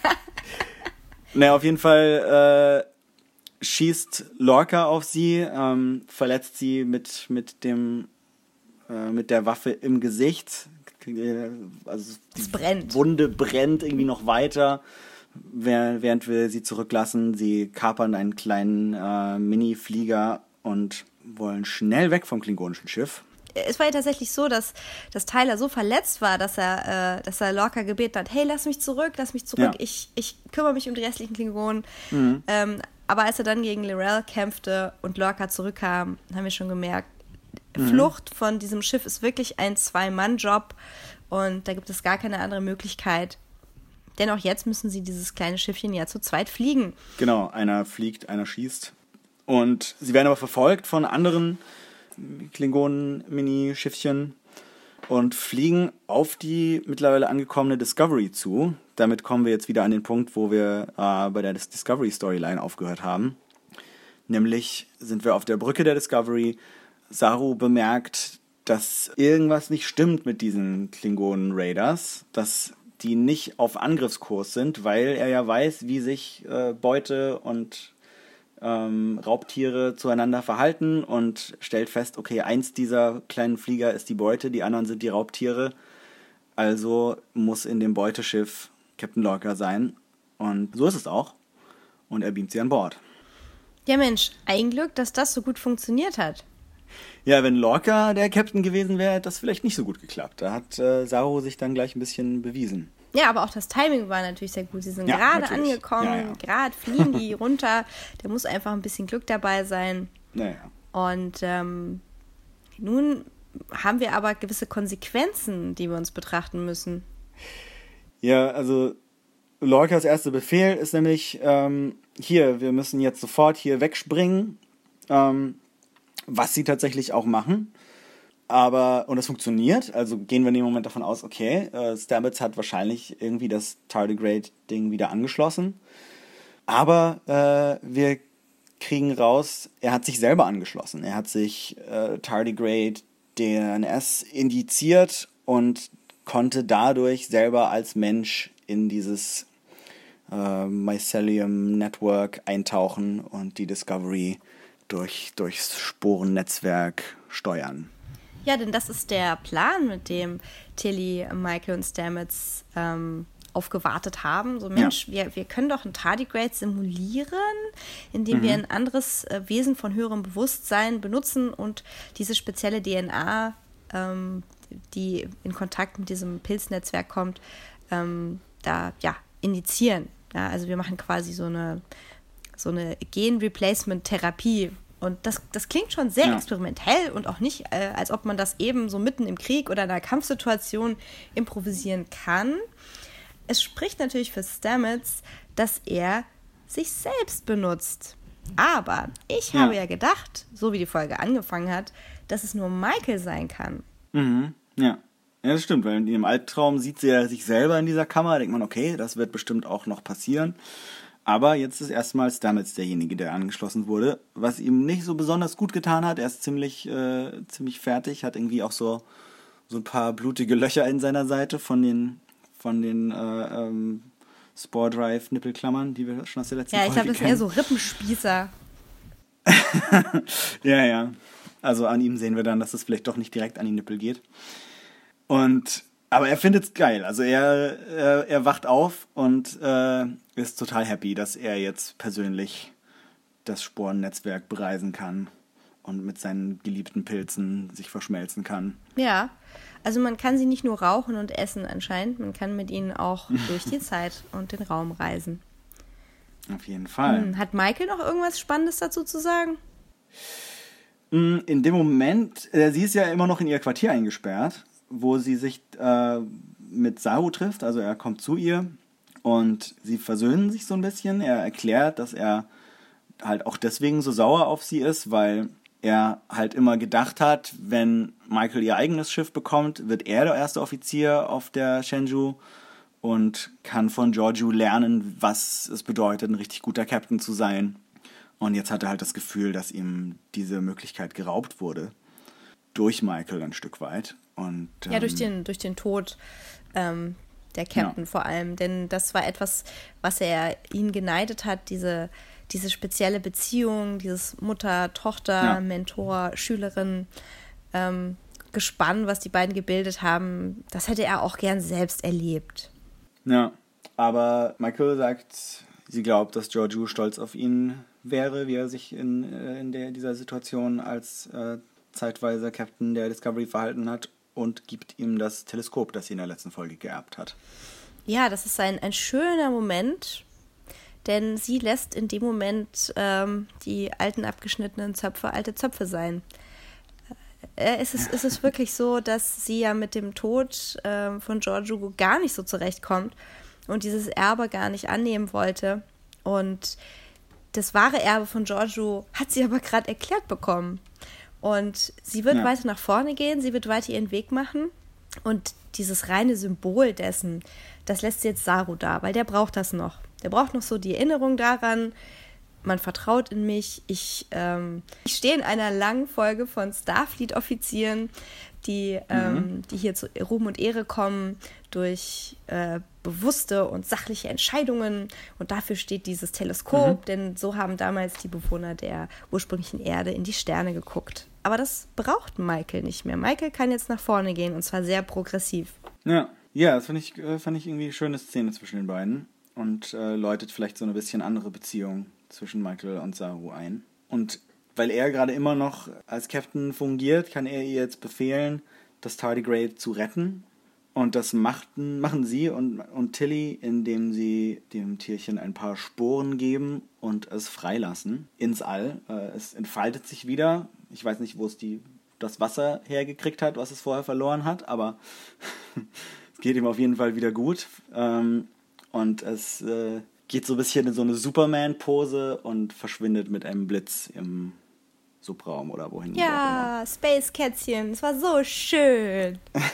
naja, auf jeden Fall äh, schießt Lorca auf sie, ähm, verletzt sie mit, mit, dem, äh, mit der Waffe im Gesicht. Also die
es brennt.
Wunde brennt irgendwie noch weiter, während wir sie zurücklassen. Sie kapern einen kleinen äh, Mini-Flieger und wollen schnell weg vom klingonischen Schiff.
Es war ja tatsächlich so, dass, dass Tyler so verletzt war, dass er, äh, dass er Lorca gebeten hat, hey, lass mich zurück, lass mich zurück,
Ja.
ich, ich kümmere mich um die restlichen Klingonen.
Mhm.
Ähm, aber als er dann gegen L'Rell kämpfte und Lorca zurückkam, haben wir schon gemerkt,
Mhm.
Flucht von diesem Schiff ist wirklich ein Zwei-Mann-Job und da gibt es gar keine andere Möglichkeit. Denn auch jetzt müssen sie dieses kleine Schiffchen ja zu zweit fliegen.
Genau, einer fliegt, einer schießt. Und sie werden aber verfolgt von anderen Klingonen-Mini-Schiffchen und fliegen auf die mittlerweile angekommene Discovery zu. Damit kommen wir jetzt wieder an den Punkt, wo wir äh, bei der Discovery-Storyline aufgehört haben. Nämlich sind wir auf der Brücke der Discovery. Saru bemerkt, dass irgendwas nicht stimmt mit diesen Klingonen-Raiders, dass die nicht auf Angriffskurs sind, weil er ja weiß, wie sich äh, Beute und ähm, Raubtiere zueinander verhalten und stellt fest, okay, eins dieser kleinen Flieger ist die Beute, die anderen sind die Raubtiere. Also muss in dem Beuteschiff Captain Lorca sein. Und so ist es auch. Und er beamt sie an Bord.
Ja Mensch, ein Glück, dass das so gut funktioniert hat.
Ja, wenn Lorca der Captain gewesen wäre, hätte das vielleicht nicht so gut geklappt. Da hat äh, Saru sich dann gleich ein bisschen bewiesen.
Ja, aber auch das Timing war natürlich sehr gut. Sie sind
Ja,
gerade
natürlich.
angekommen,
Ja, ja.
gerade fliegen die runter. Da muss einfach ein bisschen Glück dabei sein.
Naja.
Und ähm, nun haben wir aber gewisse Konsequenzen, die wir uns betrachten müssen.
Ja, also Lorcas erster Befehl ist nämlich, ähm, hier, wir müssen jetzt sofort hier wegspringen, ähm, was sie tatsächlich auch machen. Aber, und es funktioniert, also gehen wir in dem Moment davon aus, okay, äh, Stamets hat wahrscheinlich irgendwie das Tardigrade-Ding wieder angeschlossen. Aber äh, wir kriegen raus, er hat sich selber angeschlossen. Er hat sich äh, Tardigrade D N S indiziert und konnte dadurch selber als Mensch in dieses äh, Mycelium Network eintauchen und die Discovery durch, durchs Sporennetzwerk steuern.
Ja, denn das ist der Plan, mit dem Tilly, Michael und Stamets ähm, aufgewartet haben. So, Mensch, ja. wir, wir können doch ein Tardigrade simulieren, indem mhm. wir ein anderes äh, Wesen von höherem Bewusstsein benutzen und diese spezielle D N A, ähm, die in Kontakt mit diesem Pilznetzwerk kommt, ähm, da ja injizieren. Ja, also wir machen quasi so eine, so eine Gen-Replacement-Therapie. Und das, das klingt schon sehr ja. experimentell und auch nicht, äh, als ob man das eben so mitten im Krieg oder in einer Kampfsituation improvisieren kann. Es spricht natürlich für Stamets, dass er sich selbst benutzt. Aber ich
ja.
habe ja gedacht, so wie die Folge angefangen hat, dass es nur Michael sein kann.
Mhm. Ja. Ja, das stimmt, weil in ihrem Albtraum sieht sie ja sich selber in dieser Kammer, denkt man, okay, das wird bestimmt auch noch passieren. Aber jetzt ist erstmal Stamets derjenige, der angeschlossen wurde, was ihm nicht so besonders gut getan hat. Er ist ziemlich, äh, ziemlich fertig, hat irgendwie auch so, so ein paar blutige Löcher in seiner Seite von den, von den äh, ähm, Spore Drive Nippelklammern, die wir schon aus der letzten
ja,
Folge kennen.
Ja, ich glaube, das sind eher so Rippenspießer.
ja, ja. Also an ihm sehen wir dann, dass es vielleicht doch nicht direkt an die Nippel geht. Und aber er findet es geil. Also er, er, er wacht auf und äh, ist total happy, dass er jetzt persönlich das Sporennetzwerk bereisen kann und mit seinen geliebten Pilzen sich verschmelzen kann.
Ja, also man kann sie nicht nur rauchen und essen anscheinend, man kann mit ihnen auch durch die Zeit und den Raum reisen.
Auf jeden Fall.
Hm, hat Michael noch irgendwas Spannendes dazu zu sagen?
In dem Moment, äh, sie ist ja immer noch in ihr Quartier eingesperrt, wo sie sich äh, mit Saru trifft, also er kommt zu ihr und sie versöhnen sich so ein bisschen. Er erklärt, dass er halt auch deswegen so sauer auf sie ist, weil er halt immer gedacht hat, wenn Michael ihr eigenes Schiff bekommt, wird er der erste Offizier auf der Shenzhou und kann von Georgiou lernen, was es bedeutet, ein richtig guter Captain zu sein. Und jetzt hat er halt das Gefühl, dass ihm diese Möglichkeit geraubt wurde. Durch Michael ein Stück weit. Und, ähm,
ja, durch den, durch den Tod ähm, der Captain
ja.
vor allem. Denn das war etwas, was er ihn geneidet hat, diese, diese spezielle Beziehung, dieses Mutter, Tochter,
ja.
Mentor, Schülerin, ähm, Gespann, was die beiden gebildet haben. Das hätte er auch gern selbst erlebt.
Ja, aber Michael sagt, sie glaubt, dass Georgiou stolz auf ihn wäre, wie er sich in, in der, dieser Situation als äh, zeitweise Captain der Discovery verhalten hat und gibt ihm das Teleskop, das sie in der letzten Folge geerbt hat.
Ja, das ist ein, ein schöner Moment, denn sie lässt in dem Moment ähm, die alten abgeschnittenen Zöpfe alte Zöpfe sein. Äh, es, ist, es ist wirklich so, dass sie ja mit dem Tod äh, von Georgiou gar nicht so zurechtkommt und dieses Erbe gar nicht annehmen wollte. Und das wahre Erbe von Georgiou hat sie aber gerade erklärt bekommen. Und sie wird
ja.
weiter nach vorne gehen, sie wird weiter ihren Weg machen. Und dieses reine Symbol dessen, das lässt sie jetzt Saru da, weil der braucht das noch. Der braucht noch so die Erinnerung daran, man vertraut in mich. Ich, ähm, ich stehe in einer langen Folge von Starfleet-Offizieren, die, mhm. ähm, die hier zu Ruhm und Ehre kommen durch äh, bewusste und sachliche Entscheidungen. Und dafür steht dieses Teleskop, mhm. denn so haben damals die Bewohner der ursprünglichen Erde in die Sterne geguckt. Aber das braucht Michael nicht mehr. Michael kann jetzt nach vorne gehen und zwar sehr progressiv.
Ja, ja, das fand ich, fand ich irgendwie eine schöne Szene zwischen den beiden und äh, läutet vielleicht so eine bisschen andere Beziehung zwischen Michael und Saru ein. Und weil er gerade immer noch als Captain fungiert, kann er ihr jetzt befehlen, das Tardigrade zu retten. Und das machten, machen sie und, und Tilly, indem sie dem Tierchen ein paar Sporen geben und es freilassen ins All. Äh, es entfaltet sich wieder. Ich weiß nicht, wo es die, das Wasser hergekriegt hat, was es vorher verloren hat, aber es geht ihm auf jeden Fall wieder gut. Ähm, und es äh, geht so ein bisschen in so eine Superman-Pose und verschwindet mit einem Blitz im Subraum oder wohin.
Ja, Space Kätzchen, es war so schön.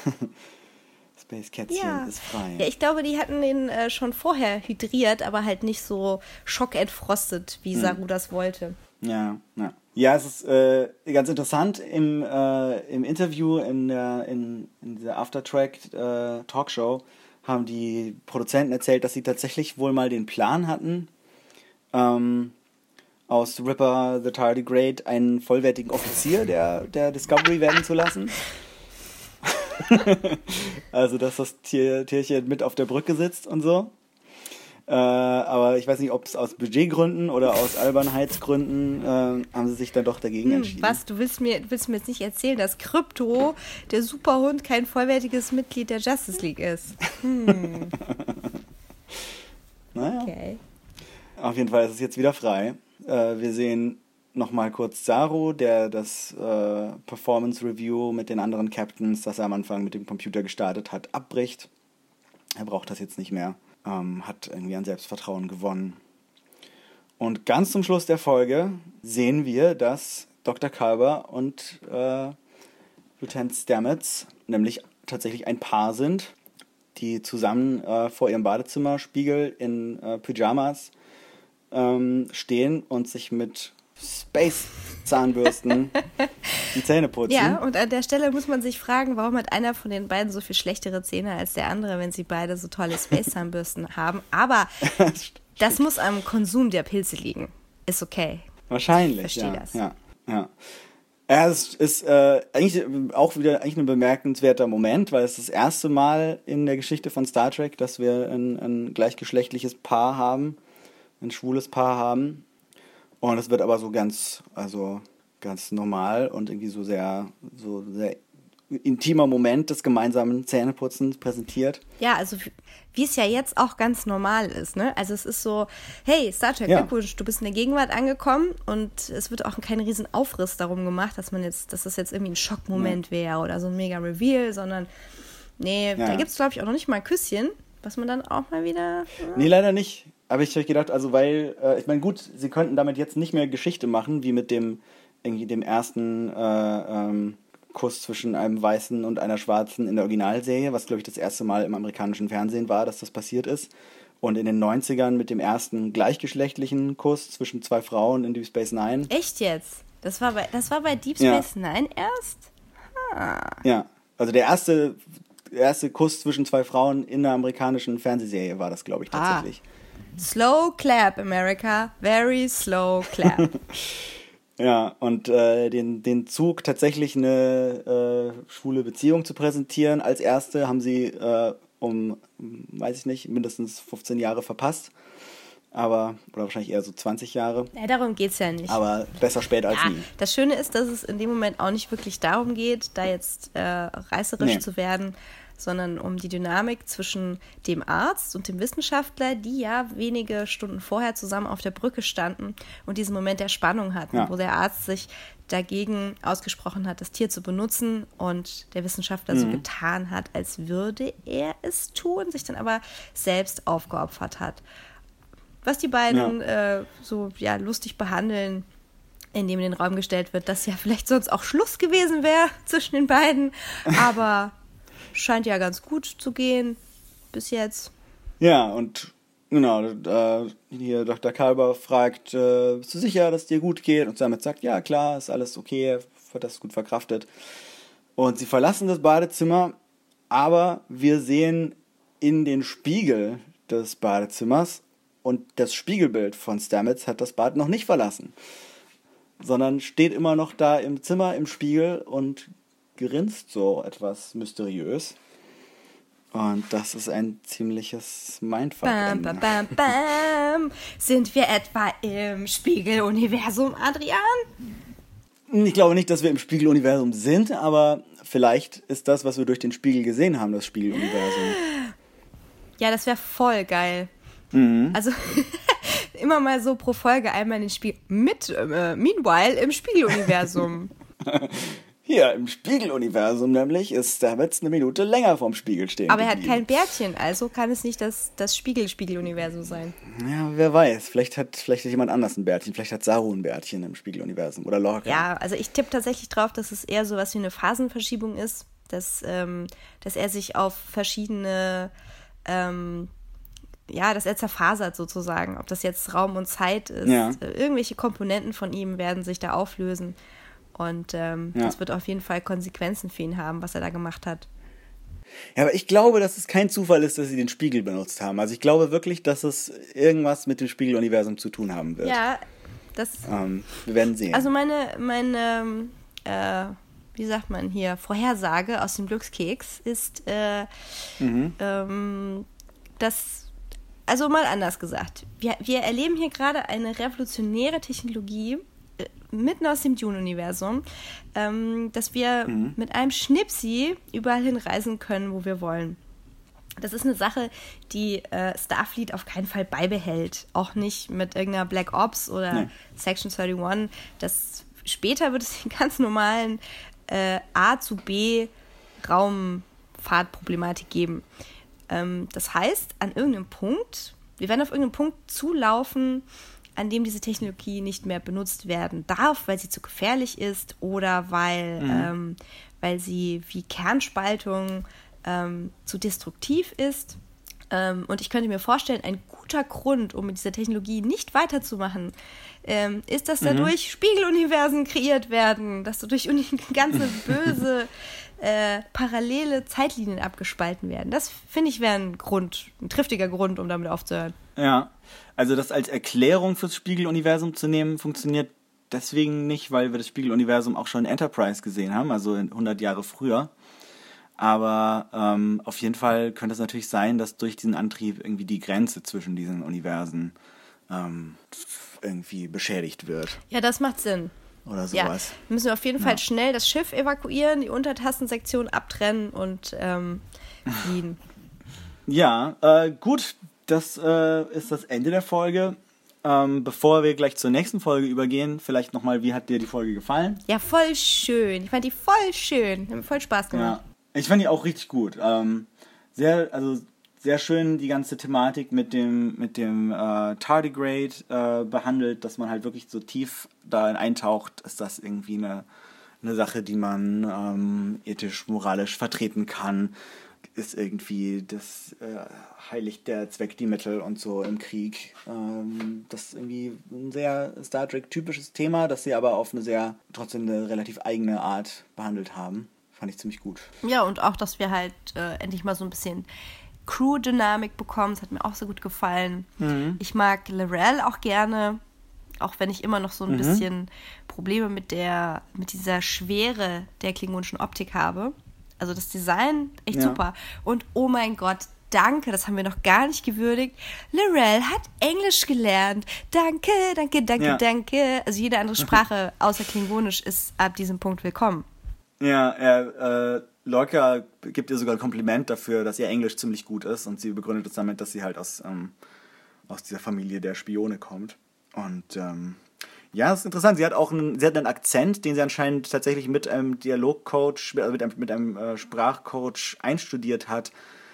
Space Kätzchen
ja.
ist frei.
Ja, ich glaube, die hatten den äh, schon vorher hydriert, aber halt nicht so schockentfrostet, wie hm. Saru das wollte.
Ja, ja. Ja, es ist äh, ganz interessant. Im, äh, im Interview in, der, in, in dieser Aftertrack-Talkshow äh, haben die Produzenten erzählt, dass sie tatsächlich wohl mal den Plan hatten, ähm, aus Ripper the Tardigrade einen vollwertigen Offizier der, der Discovery werden zu lassen. Also, dass das Tier, Tierchen mit auf der Brücke sitzt und so. Äh, aber ich weiß nicht, ob es aus Budgetgründen oder aus Albernheitsgründen äh, haben sie sich dann doch dagegen
hm,
entschieden.
Was, du willst mir, willst mir jetzt nicht erzählen, dass Krypto, der Superhund, kein vollwertiges Mitglied der Justice League ist? Hm.
Naja.
Okay.
Auf jeden Fall ist es jetzt wieder frei. Äh, wir sehen nochmal kurz Saru, der das äh, Performance Review mit den anderen Captains, das er am Anfang mit dem Computer gestartet hat, abbricht. Er braucht das jetzt nicht mehr. Ähm, hat irgendwie an Selbstvertrauen gewonnen. Und ganz zum Schluss der Folge sehen wir, dass Doktor Culber und äh, Lieutenant Stamets nämlich tatsächlich ein Paar sind, die zusammen äh, vor ihrem Badezimmerspiegel in äh, Pyjamas ähm, stehen und sich mit Space-Zahnbürsten die Zähne putzen.
Ja, und an der Stelle muss man sich fragen, warum hat einer von den beiden so viel schlechtere Zähne als der andere, wenn sie beide so tolle Space-Zahnbürsten haben. Aber das muss am Konsum der Pilze liegen. Ist okay.
Wahrscheinlich,
ich verstehe
ja,
das.
ja, ja. Ja, es ist äh, eigentlich auch wieder eigentlich ein bemerkenswerter Moment, weil es das erste Mal in der Geschichte von Star Trek, dass wir ein, ein gleichgeschlechtliches Paar haben, ein schwules Paar haben. Und es wird aber so ganz, also ganz normal und irgendwie so sehr, so sehr intimer Moment des gemeinsamen Zähneputzens präsentiert.
Ja, also wie es ja jetzt auch ganz normal ist, ne? Also es ist so, hey, Star Trek,
ja.
Glückwunsch, du bist in der Gegenwart angekommen und es wird auch kein riesen Aufriss darum gemacht, dass man jetzt, dass das jetzt irgendwie ein Schockmoment ja. wäre oder so ein mega Reveal, sondern nee, ja. da gibt es, glaube ich, auch noch nicht mal ein Küsschen, was man dann auch mal wieder... Ja.
Nee, leider nicht. Aber ich habe gedacht, also weil, äh, ich meine, gut, sie könnten damit jetzt nicht mehr Geschichte machen, wie mit dem irgendwie dem ersten äh, ähm, Kuss zwischen einem Weißen und einer Schwarzen in der Originalserie, was, glaube ich, das erste Mal im amerikanischen Fernsehen war, dass das passiert ist. Und in den neunzigern mit dem ersten gleichgeschlechtlichen Kuss zwischen zwei Frauen in Deep Space Nine.
Echt jetzt? Das war bei, das war bei Deep
Ja.
Space Nine erst? Ah.
Ja, also der erste, der erste Kuss zwischen zwei Frauen in der amerikanischen Fernsehserie war das, glaube ich, tatsächlich.
Ah. Slow clap, America. Very slow clap.
Ja, und äh, den, den Zug, tatsächlich eine äh, schwule Beziehung zu präsentieren, als erste haben sie äh, um, weiß ich nicht, mindestens fünfzehn Jahre verpasst. Aber, oder wahrscheinlich eher so zwanzig Jahre.
Ja, darum geht's ja nicht.
Aber besser spät als
Ja,
nie.
das Schöne ist, dass es in dem Moment auch nicht wirklich darum geht, da jetzt äh, reißerisch
Nee.
zu werden, sondern um die Dynamik zwischen dem Arzt und dem Wissenschaftler, die ja wenige Stunden vorher zusammen auf der Brücke standen und diesen Moment der Spannung hatten,
Ja.
wo der Arzt sich dagegen ausgesprochen hat, das Tier zu benutzen und der Wissenschaftler
Mhm.
so getan hat, als würde er es tun, sich dann aber selbst aufgeopfert hat. Was die beiden äh, so ja, lustig behandeln, indem in den Raum gestellt wird, dass ja vielleicht sonst auch Schluss gewesen wäre zwischen den beiden, aber scheint ja ganz gut zu gehen bis jetzt.
Ja, und genau, äh, hier Doktor Kalber fragt, äh, bist du sicher, dass es dir gut geht? Und Stamets sagt, ja klar, ist alles okay, wird das gut verkraftet. Und sie verlassen das Badezimmer, aber wir sehen in den Spiegel des Badezimmers und das Spiegelbild von Stamets hat das Bad noch nicht verlassen, sondern steht immer noch da im Zimmer im Spiegel und grinst so etwas mysteriös. Und das ist ein ziemliches Mindfuck.
Bam, bam, bam, bam. Sind wir etwa im Spiegeluniversum, Adrian?
Ich glaube nicht, dass wir im Spiegeluniversum sind, aber vielleicht ist das, was wir durch den Spiegel gesehen haben, das Spiegeluniversum.
Ja, das wäre voll geil.
Mhm.
Also immer mal so pro Folge einmal in den Spiegel. Mit, äh, meanwhile im Spiegeluniversum.
Hier im Spiegeluniversum nämlich ist Stamets eine Minute länger vorm Spiegel stehen.
Aber er hat
geblieben.
kein Bärtchen, also kann es nicht das, das Spiegel-Spiegeluniversum sein.
Ja, wer weiß. Vielleicht hat, vielleicht hat jemand anders ein Bärtchen. Vielleicht hat Saru ein Bärtchen im Spiegeluniversum. Oder Lorca.
Ja, also ich tippe tatsächlich drauf, dass es eher so was wie eine Phasenverschiebung ist, dass, ähm, dass er sich auf verschiedene, ähm, ja, dass er zerfasert sozusagen, ob das jetzt Raum und Zeit ist.
Ja.
Äh, Irgendwelche Komponenten von ihm werden sich da auflösen. Und ähm,
Ja.
das wird auf jeden Fall Konsequenzen für ihn haben, was er da gemacht hat.
Ja, aber ich glaube, dass es kein Zufall ist, dass sie den Spiegel benutzt haben. Also ich glaube wirklich, dass es irgendwas mit dem Spiegeluniversum zu tun haben wird.
Ja, das.
Ähm, wir werden sehen.
Also meine, meine, äh, wie sagt man hier, Vorhersage aus dem Glückskeks ist, äh,
Mhm.
ähm, dass, also mal anders gesagt, wir, wir erleben hier gerade eine revolutionäre Technologie, äh, mitten aus dem Dune-Universum, ähm, dass wir
Mhm.
mit einem Schnipsi überall hinreisen können, wo wir wollen. Das ist eine Sache, die äh, Starfleet auf keinen Fall beibehält. Auch nicht mit irgendeiner Black Ops oder
Nee.
Section einunddreißig. Das, später wird es den ganz normalen äh, A zu B Raumfahrtproblematik geben. Ähm, das heißt, an irgendeinem Punkt, wir werden auf irgendeinen Punkt zulaufen, an dem diese Technologie nicht mehr benutzt werden darf, weil sie zu gefährlich ist oder weil,
Mhm.
ähm, weil sie wie Kernspaltung ähm, zu destruktiv ist. Ähm, und ich könnte mir vorstellen, ein guter Grund, um mit dieser Technologie nicht weiterzumachen, ähm, ist, dass dadurch Spiegeluniversen kreiert werden, dass dadurch uni- ganze böse äh, parallele Zeitlinien abgespalten werden. Das, finde ich, wäre ein Grund, ein triftiger Grund, um damit aufzuhören.
Ja, also das als Erklärung fürs Spiegeluniversum zu nehmen, funktioniert deswegen nicht, weil wir das Spiegeluniversum auch schon in Enterprise gesehen haben, also in hundert Jahre früher. Aber ähm, auf jeden Fall könnte es natürlich sein, dass durch diesen Antrieb irgendwie die Grenze zwischen diesen Universen ähm, irgendwie beschädigt wird
Ja, das macht Sinn.
oder
Ja,
sowas.
müssen wir auf jeden Fall schnell das Schiff evakuieren, die Untertassensektion abtrennen und ähm, fliehen.
Ja, äh, gut, das äh, ist das Ende der Folge. Ähm, bevor wir gleich zur nächsten Folge übergehen, vielleicht nochmal, wie hat dir die Folge gefallen?
Ja, voll schön. Ich fand die voll schön. Hat mir voll Spaß gemacht.
Ja, ich fand die auch richtig gut. Ähm, sehr, also sehr schön die ganze Thematik mit dem, mit dem äh, Tardigrade äh, behandelt, dass man halt wirklich so tief da eintaucht, ist das irgendwie eine, eine Sache, die man ähm, ethisch, moralisch vertreten kann. Ist irgendwie das äh, heiligt der Zweck die Mittel und so im Krieg. Ähm, das ist irgendwie ein sehr Star Trek-typisches Thema, das sie aber auf eine sehr, trotzdem eine relativ eigene Art behandelt haben. Fand ich ziemlich gut.
Ja, und auch, dass wir halt äh, endlich mal so ein bisschen Crew-Dynamik bekommen. Das hat mir auch so gut gefallen. Mhm. Ich mag L'Rell auch gerne, auch wenn ich immer noch so ein mhm. bisschen Probleme mit der, mit dieser Schwere der klingonischen Optik habe. Also das Design, echt ja. super. Und oh mein Gott, danke, das haben wir noch gar nicht gewürdigt. L'Rell hat Englisch gelernt. Danke, danke, danke, ja. danke. Also jede andere Sprache außer Klingonisch ist ab diesem Punkt willkommen.
Ja, er, äh, Lorca gibt ihr sogar ein Kompliment dafür, dass ihr Englisch ziemlich gut ist. Und sie begründet es damit, dass sie halt aus, ähm, aus dieser Familie der Spione kommt. Und ähm, ja, das ist interessant. Sie hat auch einen, sie hat einen Akzent, den sie anscheinend tatsächlich mit einem Dialogcoach, also mit einem, mit einem äh, Sprachcoach einstudiert hat,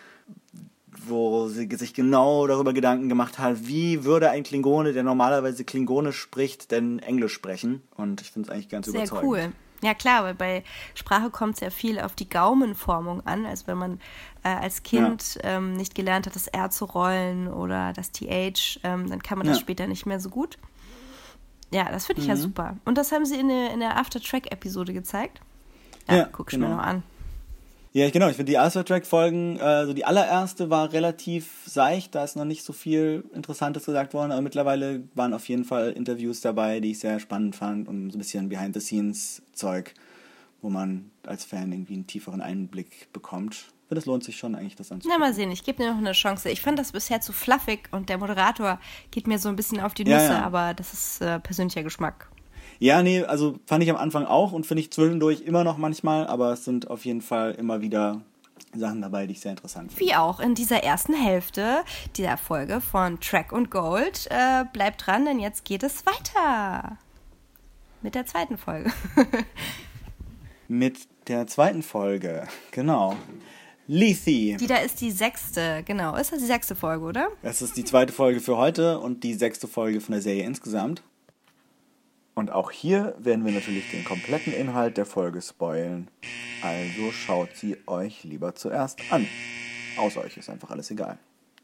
wo sie sich genau darüber Gedanken gemacht hat, wie würde ein Klingone, der normalerweise Klingonisch spricht, denn Englisch sprechen. Und ich finde es eigentlich ganz
Sehr
überzeugend.
Sehr cool. Ja klar, weil bei Sprache kommt es ja viel auf die Gaumenformung an. Also wenn man äh, als Kind ja. ähm, nicht gelernt hat, das R zu rollen oder das T H, ähm, dann kann man das ja. später nicht mehr so gut. Ja, das finde ich mhm. ja super. Und das haben sie in der, in der After-Track-Episode gezeigt. Ja, ja guck ich genau. mir noch an.
Ja, genau. Ich finde die After-Track-Folgen, also die allererste war relativ seicht, da ist noch nicht so viel Interessantes gesagt worden, aber mittlerweile waren auf jeden Fall Interviews dabei, die ich sehr spannend fand und so ein bisschen Behind-the-Scenes-Zeug, wo man als Fan irgendwie einen tieferen Einblick bekommt. Ich finde, es lohnt sich schon eigentlich, das anzugucken.
Na, mal sehen, ich gebe dir noch eine Chance. Ich fand das bisher zu fluffig und der Moderator geht mir so ein bisschen auf die Nüsse, ja, ja. aber das ist äh, persönlicher Geschmack.
Ja, nee, also fand ich am Anfang auch und finde ich zwischendurch immer noch manchmal, aber es sind auf jeden Fall immer wieder Sachen dabei, die ich sehr interessant finde.
Wie auch in dieser ersten Hälfte dieser Folge von Track und Gold. Äh, bleibt dran, denn jetzt geht es weiter. Mit der zweiten Folge.
Mit der zweiten Folge, genau. Lethe.
Die da ist die sechste, genau. Ist das die sechste Folge, oder?
Das ist die zweite Folge für heute und die sechste Folge von der Serie insgesamt. Und auch hier werden wir natürlich den kompletten Inhalt der Folge spoilen. Also schaut sie euch lieber zuerst an. Außer euch ist einfach alles egal.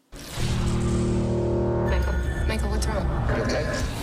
Michael, Michael, what's wrong?
You okay?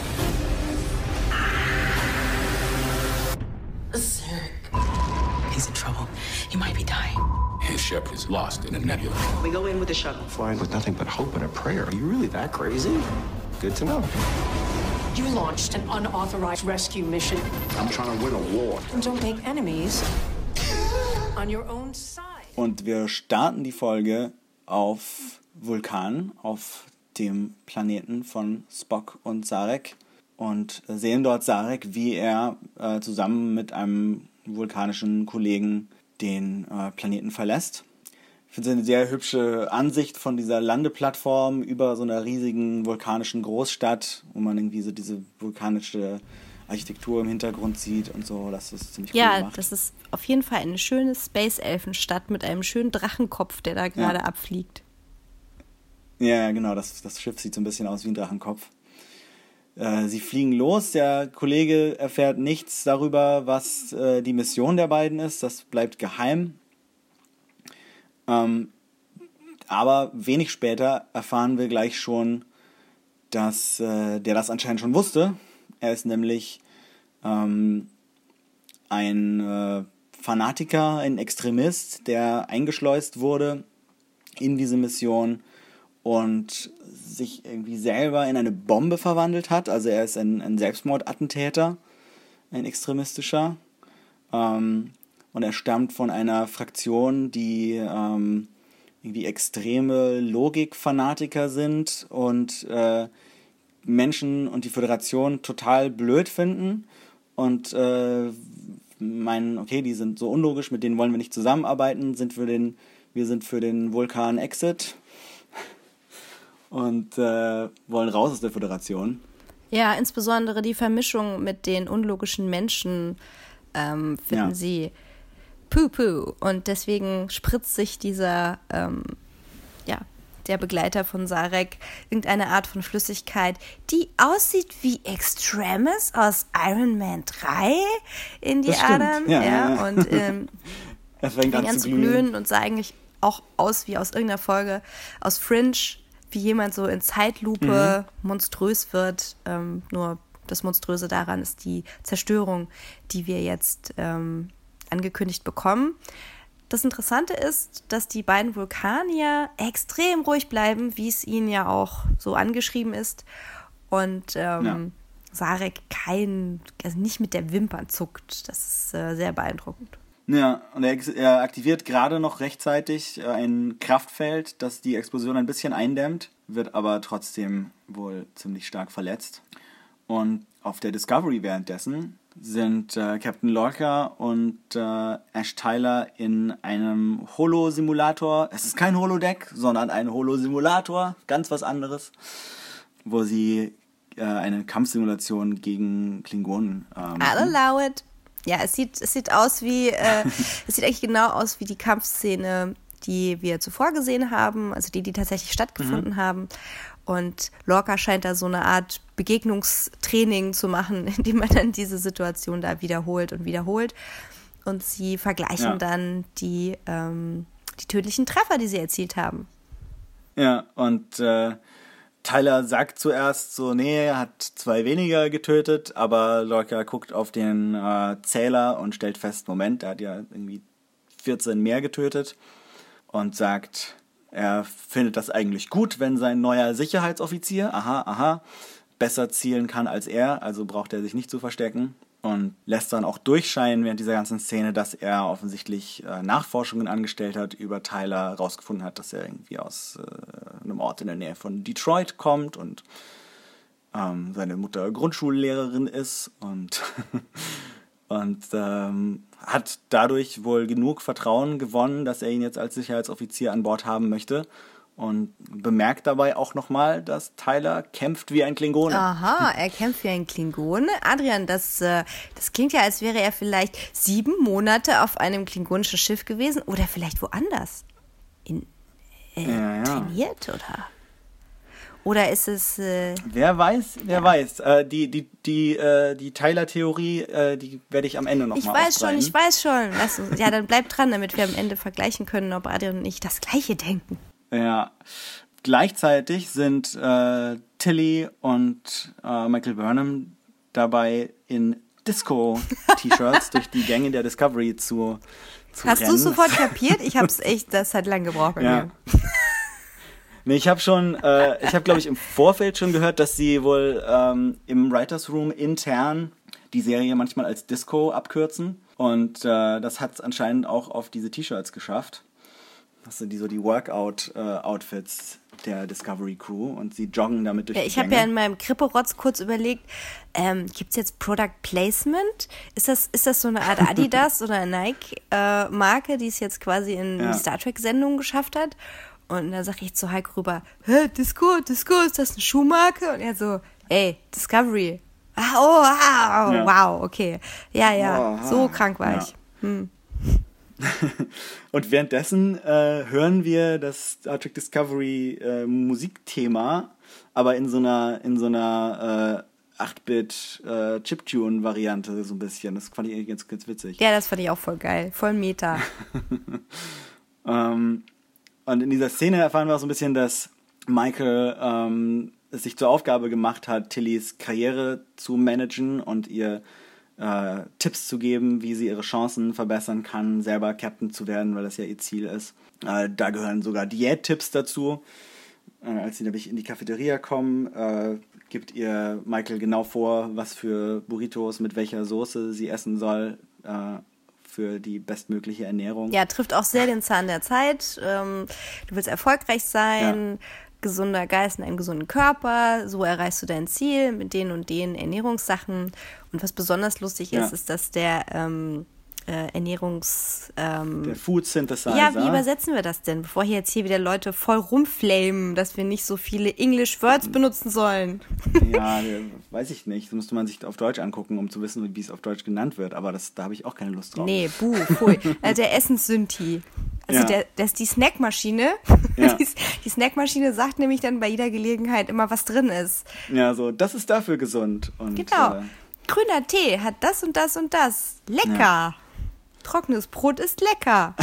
Zarek. He's in trouble. He might be dying.
His ship is lost in a nebula.
We go in with the shuttle.
Flying with nothing but hope and a prayer. Are you really that crazy? Good to know.
You launched an unauthorized rescue mission.
I'm trying to win a war.
And don't make enemies on your own side.
Und wir starten die Folge auf Vulkan, auf dem Planeten von Spock und Sarek. Und sehen dort Sarek, wie er äh, zusammen mit einem vulkanischen Kollegen den äh, Planeten verlässt. Ich finde es eine sehr hübsche Ansicht von dieser Landeplattform über so einer riesigen vulkanischen Großstadt, wo man irgendwie so diese vulkanische Architektur im Hintergrund sieht und so. Das ist ziemlich cool
ja,
gemacht.
Das ist auf jeden Fall eine schöne Space-Elfenstadt mit einem schönen Drachenkopf, der da gerade
ja.
abfliegt.
Ja, genau. Das, das Schiff sieht so ein bisschen aus wie ein Drachenkopf. Äh, sie fliegen los. Der Kollege erfährt nichts darüber, was äh, die Mission der beiden ist. Das bleibt geheim. Ähm, aber wenig später erfahren wir gleich schon, dass äh, der das anscheinend schon wusste. Er ist nämlich ähm, ein äh, Fanatiker, ein Extremist, der eingeschleust wurde in diese Mission und sich irgendwie selber in eine Bombe verwandelt hat. Also er ist ein, ein Selbstmordattentäter, ein extremistischer. Ähm, Und er stammt von einer Fraktion, die ähm, irgendwie extreme Logikfanatiker sind und äh, Menschen und die Föderation total blöd finden und äh, meinen, okay, die sind so unlogisch, mit denen wollen wir nicht zusammenarbeiten, sind für den, wir sind für den Vulkan-Exit und äh, wollen raus aus der Föderation.
Ja, insbesondere die Vermischung mit den unlogischen Menschen ähm, finden
ja.
sie Puh-Puh. Und deswegen spritzt sich dieser ähm, ja, der Begleiter von Sarek, irgendeine Art von Flüssigkeit, die aussieht wie Extremis aus Iron Man drei in die
Das stimmt.
Adern.
Ja,
Ja,
ja, ja.
Und ähm,
Es fängt
fing
an zu glühen.
und sah eigentlich auch aus wie aus irgendeiner Folge aus Fringe, wie jemand so in Zeitlupe mhm. monströs wird. Ähm, nur das Monströse daran ist die Zerstörung, die wir jetzt ähm, angekündigt bekommen. Das Interessante ist, dass die beiden Vulkanier extrem ruhig bleiben, wie es ihnen ja auch so angeschrieben ist. Und ähm,
Ja.
Sarek kein, also nicht mit der Wimpern zuckt. Das ist äh, sehr beeindruckend.
Ja, und er, ex- er aktiviert gerade noch rechtzeitig äh, ein Kraftfeld, das die Explosion ein bisschen eindämmt, wird aber trotzdem wohl ziemlich stark verletzt. Und auf der Discovery währenddessen sind äh, Captain Lorca und äh, Ash Tyler in einem Holo-Simulator. Es ist kein Holodeck, sondern ein Holo-Simulator, ganz was anderes, wo sie äh, eine Kampfsimulation gegen Klingonen äh,
I'll
machen.
allow it. Ja, es sieht, es sieht aus wie, äh, es sieht eigentlich genau aus wie die Kampfszene, die wir zuvor gesehen haben, also die, die tatsächlich stattgefunden mhm. haben. Und Lorca scheint da so eine Art Begegnungstraining zu machen, indem man dann diese Situation da wiederholt und wiederholt. Und sie vergleichen
Ja.
dann die, ähm, die tödlichen Treffer, die sie erzielt haben.
Ja, und äh, Tyler sagt zuerst so, nee, er hat zwei weniger getötet, aber Lorca guckt auf den äh, Zähler und stellt fest, Moment, er hat ja irgendwie vierzehn mehr getötet und sagt, er findet das eigentlich gut, wenn sein neuer Sicherheitsoffizier, aha, aha, besser zielen kann als er, also braucht er sich nicht zu verstecken. Und lässt dann auch durchscheinen während dieser ganzen Szene, dass er offensichtlich äh, Nachforschungen angestellt hat, über Tyler rausgefunden hat, dass er irgendwie aus äh, einem Ort in der Nähe von Detroit kommt und ähm, seine Mutter Grundschullehrerin ist und, und ähm, hat dadurch wohl genug Vertrauen gewonnen, dass er ihn jetzt als Sicherheitsoffizier an Bord haben möchte. Und bemerkt dabei auch nochmal, dass Tyler kämpft wie ein Klingone.
Aha, er kämpft wie ein Klingone. Adrian, das, äh, das klingt ja, als wäre er vielleicht sieben Monate auf einem klingonischen Schiff gewesen oder vielleicht woanders. In, äh,
Ja, ja.
Trainiert, oder? Oder ist es... Äh,
Wer weiß, wer
Ja.
weiß. Äh, die die, die, äh, die Tyler-Theorie, äh, die werde ich am Ende nochmal
ich weiß schon, ich weiß schon. Lass uns, ja, dann bleib dran, damit wir am Ende vergleichen können, ob Adrian und ich das Gleiche denken.
Ja. Gleichzeitig sind äh, Tilly und äh, Michael Burnham dabei, in Disco-T-Shirts durch die Gänge der Discovery zu, zu
Hast
rennen.
du sofort kapiert? Ich hab's echt, das hat lang gebraucht bei
Ja.
mir.
Nee, ich habe schon, äh, ich habe glaube ich im Vorfeld schon gehört, dass sie wohl ähm, im Writers Room intern die Serie manchmal als Disco abkürzen. Und äh, das hat es anscheinend auch auf diese T-Shirts geschafft. Das sind die so die Workout-Outfits der Discovery Crew und sie joggen damit durch
Ja,
die
ich habe
Gänge.
ja in meinem Krippe-Rotz kurz überlegt, ähm, gibt es jetzt Product Placement? Ist das, ist das so eine Art Adidas oder Nike-Marke, äh, die es jetzt quasi in
Ja.
die Star Trek-Sendung geschafft hat? Und dann sage ich zu Heiko rüber, hä, Disco, Disco, ist das eine Schuhmarke? Und er so, ey, Discovery. Ah, oh, wow,
Ja.
wow, okay. Ja, ja,
Oh,
so krank war
ja.
ich. Hm.
Und währenddessen äh, hören wir das Star Trek Discovery äh, Musikthema, aber in so einer in so einer äh, acht-Bit äh, Chiptune-Variante so ein bisschen. Das fand ich eigentlich ganz, ganz witzig.
Ja, das fand ich auch voll geil, voll Meta.
ähm, und in dieser Szene erfahren wir auch so ein bisschen, dass Michael ähm, es sich zur Aufgabe gemacht hat, Tillys Karriere zu managen und ihr äh, Tipps zu geben, wie sie ihre Chancen verbessern kann, selber Captain zu werden, weil das ja ihr Ziel ist. Äh, da gehören sogar Diät-Tipps dazu. Äh, als sie nämlich in die Cafeteria kommen, äh, gibt ihr Michael genau vor, was für Burritos mit welcher Soße sie essen soll, äh, für die bestmögliche Ernährung.
Ja, trifft auch sehr den Zahn der Zeit. Ähm, du willst erfolgreich sein, ja. Gesunder Geist in einem gesunden Körper, so erreichst du dein Ziel mit den und den Ernährungssachen. Und was besonders lustig ist, ja. ist, dass der ähm, äh, Ernährungs... Ähm,
der Food Synthesizer.
Ja, wie übersetzen wir das denn? Bevor hier jetzt hier wieder Leute voll rumflamen, dass wir nicht so viele English Words benutzen sollen.
Ja, weiß ich nicht. Das müsste man sich auf Deutsch angucken, um zu wissen, wie es auf Deutsch genannt wird. Aber das, da habe ich auch keine Lust drauf.
Nee, buh, pfui. Also der Essenssynthi. Also
Ja.
der, der ist die Snackmaschine.
Ja.
die, die Snackmaschine sagt nämlich dann bei jeder Gelegenheit immer, was drin ist.
Ja, so, das ist dafür gesund. Und,
Genau.
Äh,
Grüner Tee hat das und das und das. Lecker.
Ja.
Trockenes Brot ist lecker.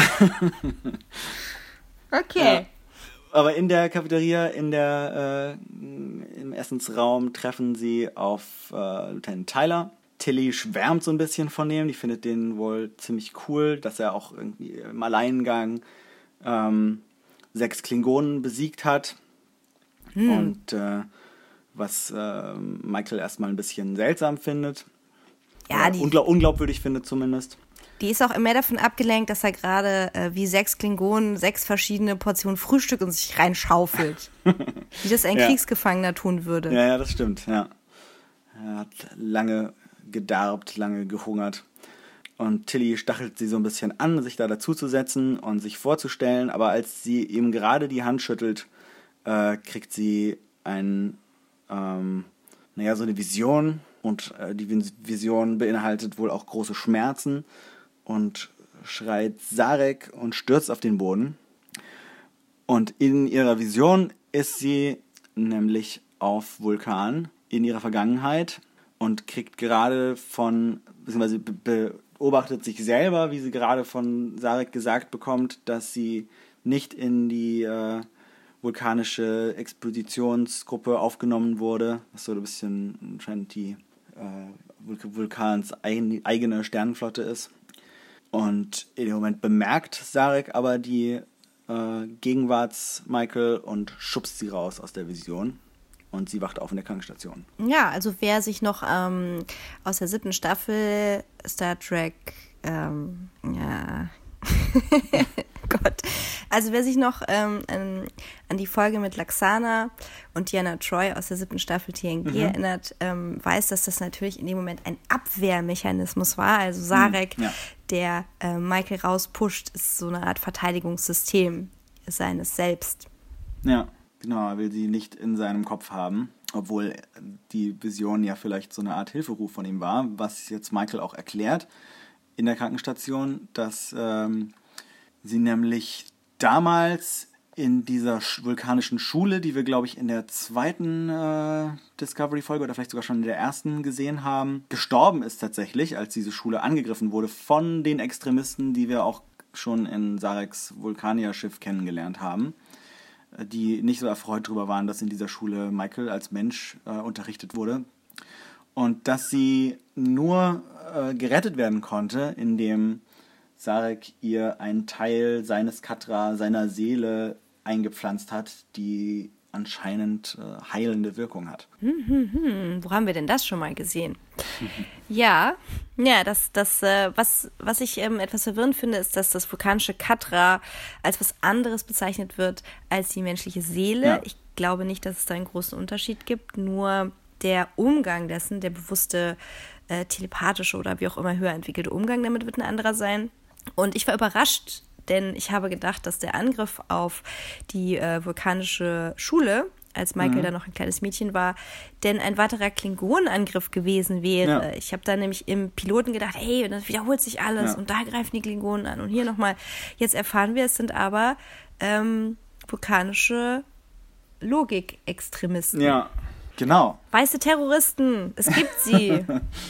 Okay.
Ja. Aber in der Cafeteria, in der, äh, im Essensraum treffen sie auf äh, Lieutenant Tyler. Tilly schwärmt so ein bisschen von dem. Die findet den wohl ziemlich cool, dass er auch irgendwie im Alleingang ähm, sechs Klingonen besiegt hat. Hm. Und äh, was äh, Michael erstmal ein bisschen seltsam findet.
Ja, die,
Unglaub- unglaubwürdig findet zumindest.
Die ist auch immer davon abgelenkt, dass er gerade äh, wie sechs Klingonen sechs verschiedene Portionen Frühstück in sich reinschaufelt. Wie das ein
Ja.
Kriegsgefangener tun würde.
Ja, ja, das stimmt, ja. Er hat lange gedarbt, lange gehungert. Und Tilly stachelt sie so ein bisschen an, sich da dazuzusetzen und sich vorzustellen. Aber als sie ihm gerade die Hand schüttelt, äh, kriegt sie ein, ähm, naja, so eine Vision. Und äh, die Vision beinhaltet wohl auch große Schmerzen. Und schreit Sarek und stürzt auf den Boden. Und in ihrer Vision ist sie nämlich auf Vulkan in ihrer Vergangenheit und kriegt gerade von, beziehungsweise be- beobachtet sich selber, wie sie gerade von Sarek gesagt bekommt, dass sie nicht in die äh, vulkanische Expeditionsgruppe aufgenommen wurde. Was so ein bisschen anscheinend die äh, Vul- Vulkans ein, eigene Sternenflotte ist. Und in dem Moment bemerkt Sarek aber die äh, Gegenwarts-Michael und schubst sie raus aus der Vision. Und sie wacht auf in der Krankenstation.
Ja, also wer sich noch ähm, aus der siebten Staffel Star Trek, ähm, ja, Gott, also wer sich noch ähm, an, an die Folge mit Laxana und Deanna Troi aus der siebten Staffel T N G mhm. erinnert, ähm, weiß, dass das natürlich in dem Moment ein Abwehrmechanismus war. Also Sarek,
mhm, ja.
der äh, Michael rauspusht, ist so eine Art Verteidigungssystem seines Selbst.
Ja, genau, er will sie nicht in seinem Kopf haben, obwohl die Vision ja vielleicht so eine Art Hilferuf von ihm war, was jetzt Michael auch erklärt in der Krankenstation, dass ähm, sie nämlich damals in dieser sch- vulkanischen Schule, die wir, glaube ich, in der zweiten äh, Discovery-Folge oder vielleicht sogar schon in der ersten gesehen haben, gestorben ist tatsächlich, als diese Schule angegriffen wurde von den Extremisten, die wir auch schon in Sareks Vulkanier-Schiff kennengelernt haben, die nicht so erfreut darüber waren, dass in dieser Schule Michael als Mensch äh, unterrichtet wurde. Und dass sie nur äh, gerettet werden konnte, indem Sarek ihr einen Teil seines Katra, seiner Seele eingepflanzt hat, die anscheinend äh, heilende Wirkung hat.
Hm, hm, hm. Wo haben wir denn das schon mal gesehen? ja, ja, das, das, äh, was, was ich ähm, etwas verwirrend finde, ist, dass das vulkanische Katra als was anderes bezeichnet wird als die menschliche Seele.
Ja.
Ich glaube nicht, dass es da einen großen Unterschied gibt, nur der Umgang dessen, der bewusste äh, telepathische oder wie auch immer höher entwickelte Umgang damit wird ein anderer sein. Und ich war überrascht, denn ich habe gedacht, dass der Angriff auf die äh, vulkanische Schule, als Michael mhm. da noch ein kleines Mädchen war, denn ein weiterer Klingonenangriff gewesen wäre. Ja. Ich habe da nämlich im Piloten gedacht, hey, das wiederholt sich alles ja. und da greifen die Klingonen an und hier nochmal. Jetzt erfahren wir, es sind aber ähm, vulkanische Logikextremisten.
Ja, genau.
Weiße Terroristen, es gibt sie.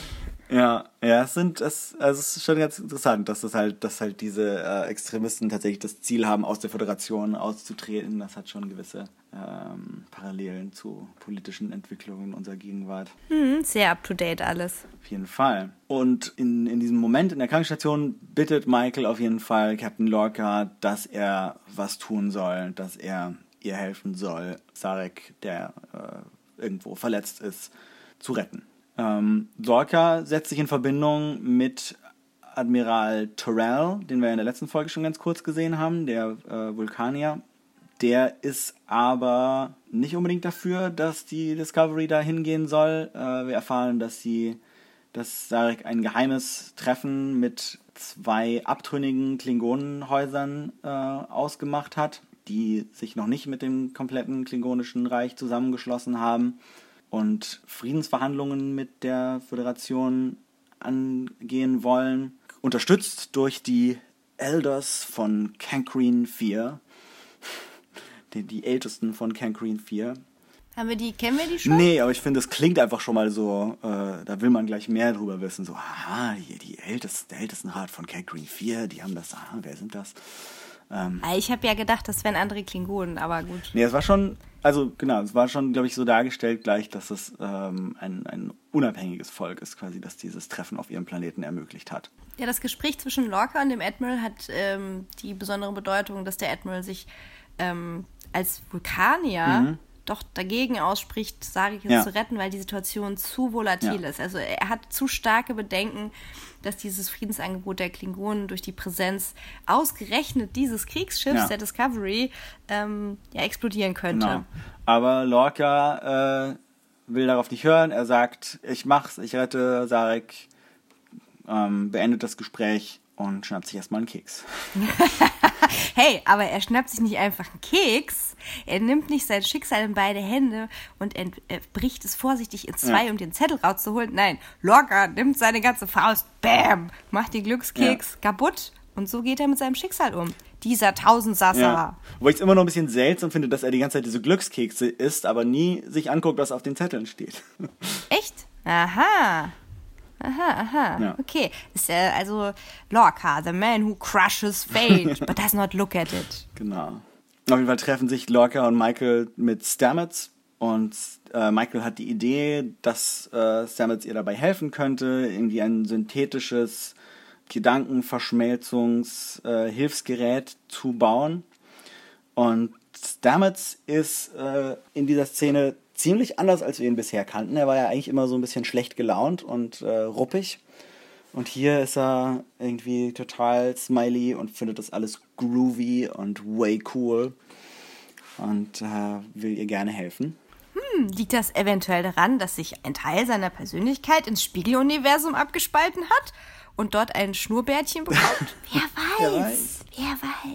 Ja, ja, es sind, es, also es ist schon ganz interessant, dass das halt, dass halt diese äh, Extremisten tatsächlich das Ziel haben, aus der Föderation auszutreten. Das hat schon gewisse ähm, Parallelen zu politischen Entwicklungen unserer Gegenwart.
Hm, sehr up to date alles.
Auf jeden Fall. Und in, in diesem Moment in der Krankenstation bittet Michael auf jeden Fall Captain Lorca, dass er was tun soll, dass er ihr helfen soll, Sarek, der äh, irgendwo verletzt ist, zu retten. Ähm, Lorca setzt sich in Verbindung mit Admiral Terrell, den wir in der letzten Folge schon ganz kurz gesehen haben, der äh, Vulkanier. Der ist aber nicht unbedingt dafür, dass die Discovery da hingehen soll. Äh, wir erfahren, dass sie, dass Sarek ein geheimes Treffen mit zwei abtrünnigen Klingonenhäusern äh, ausgemacht hat, die sich noch nicht mit dem kompletten Klingonischen Reich zusammengeschlossen haben und Friedensverhandlungen mit der Föderation angehen wollen, unterstützt durch die Elders von Cancrene vier. Die, die Ältesten von Cancrene vier.
Haben wir die, kennen wir die schon?
Nee, aber ich finde, es klingt einfach schon mal so, äh, da will man gleich mehr drüber wissen. So, aha, die, die Ältesten, der Ältestenrat von Cancrene vier, die haben das, aha, wer sind das? Ähm,
Ich habe ja gedacht, das wären andere Klingonen, aber gut.
nee, es war schon, also genau, es war schon, glaube ich, so dargestellt gleich, dass es ähm, ein, ein unabhängiges Volk ist quasi, das dieses Treffen auf ihrem Planeten ermöglicht hat.
Ja, das Gespräch zwischen Lorca und dem Admiral hat ähm, die besondere Bedeutung, dass der Admiral sich ähm, als Vulkanier mhm. doch dagegen ausspricht, Sarek
ja.
zu retten, weil die Situation zu volatil ja. ist. Also er hat zu starke Bedenken, dass dieses Friedensangebot der Klingonen durch die Präsenz ausgerechnet dieses Kriegsschiffs,
ja.
der Discovery, ähm, ja, explodieren könnte.
Genau. Aber Lorca äh, will darauf nicht hören. Er sagt, ich mach's, ich rette Sarek, ähm, beendet das Gespräch und schnappt sich erstmal einen Keks.
Hey, aber er schnappt sich nicht einfach einen Keks. Er nimmt nicht sein Schicksal in beide Hände und ent- er bricht es vorsichtig in zwei, ja. um den Zettel rauszuholen. Nein, Lorca nimmt seine ganze Faust, bam, macht den Glückskeks ja. kaputt und so geht er mit seinem Schicksal um. Dieser Tausendsasser.
Ja. Wobei ich es immer noch ein bisschen seltsam finde, dass er die ganze Zeit diese Glückskekse isst, aber nie sich anguckt, was auf den Zetteln steht.
Echt? Aha. Aha, aha,
ja.
okay. Ist äh, also Lorca, the man who crushes fate, but does not look at it.
Genau. Auf jeden Fall treffen sich Lorca und Michael mit Stamets und äh, Michael hat die Idee, dass äh, Stamets ihr dabei helfen könnte, irgendwie ein synthetisches Gedankenverschmelzungs-Hilfsgerät äh, zu bauen. Und Stamets ist äh, in dieser Szene ziemlich anders, als wir ihn bisher kannten. Er war ja eigentlich immer so ein bisschen schlecht gelaunt und äh, ruppig. Und hier ist er irgendwie total smiley und findet das alles groovy und way cool. Und äh, will ihr gerne helfen.
Hm, liegt das eventuell daran, dass sich ein Teil seiner Persönlichkeit ins Spiegeluniversum abgespalten hat und dort ein Schnurrbärtchen bekommt? Wer weiß, wer weiß. Wer weiß.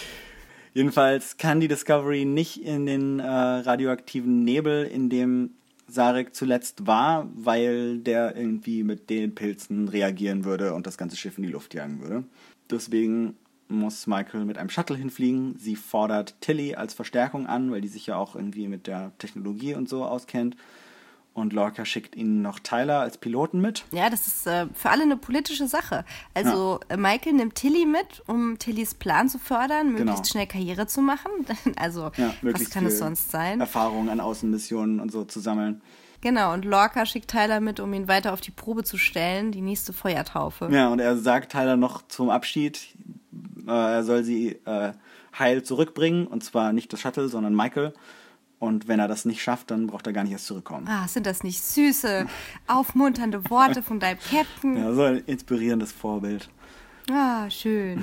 Jedenfalls kann die Discovery nicht in den äh, radioaktiven Nebel, in dem Sarek zuletzt war, weil der irgendwie mit den Pilzen reagieren würde und das ganze Schiff in die Luft jagen würde. Deswegen muss Michael mit einem Shuttle hinfliegen. Sie fordert Tilly als Verstärkung an, weil die sich ja auch irgendwie mit der Technologie und so auskennt. Und Lorca schickt ihnen noch Tyler als Piloten mit.
Ja, das ist äh, für alle eine politische Sache. Also ja. Michael nimmt Tilly mit, um Tillys Plan zu fördern, möglichst genau. schnell Karriere zu machen. Also ja, was kann es sonst sein?
Erfahrungen an Außenmissionen und so zu sammeln.
Genau, und Lorca schickt Tyler mit, um ihn weiter auf die Probe zu stellen, die nächste Feuertaufe.
Ja, und er sagt Tyler noch zum Abschied, äh, er soll sie äh, heil zurückbringen. Und zwar nicht das Shuttle, sondern Michael. Und wenn er das nicht schafft, dann braucht er gar nicht erst zurückkommen.
Ah, sind das nicht süße, aufmunternde Worte von deinem Captain?
Ja, so ein inspirierendes Vorbild.
Ah, schön.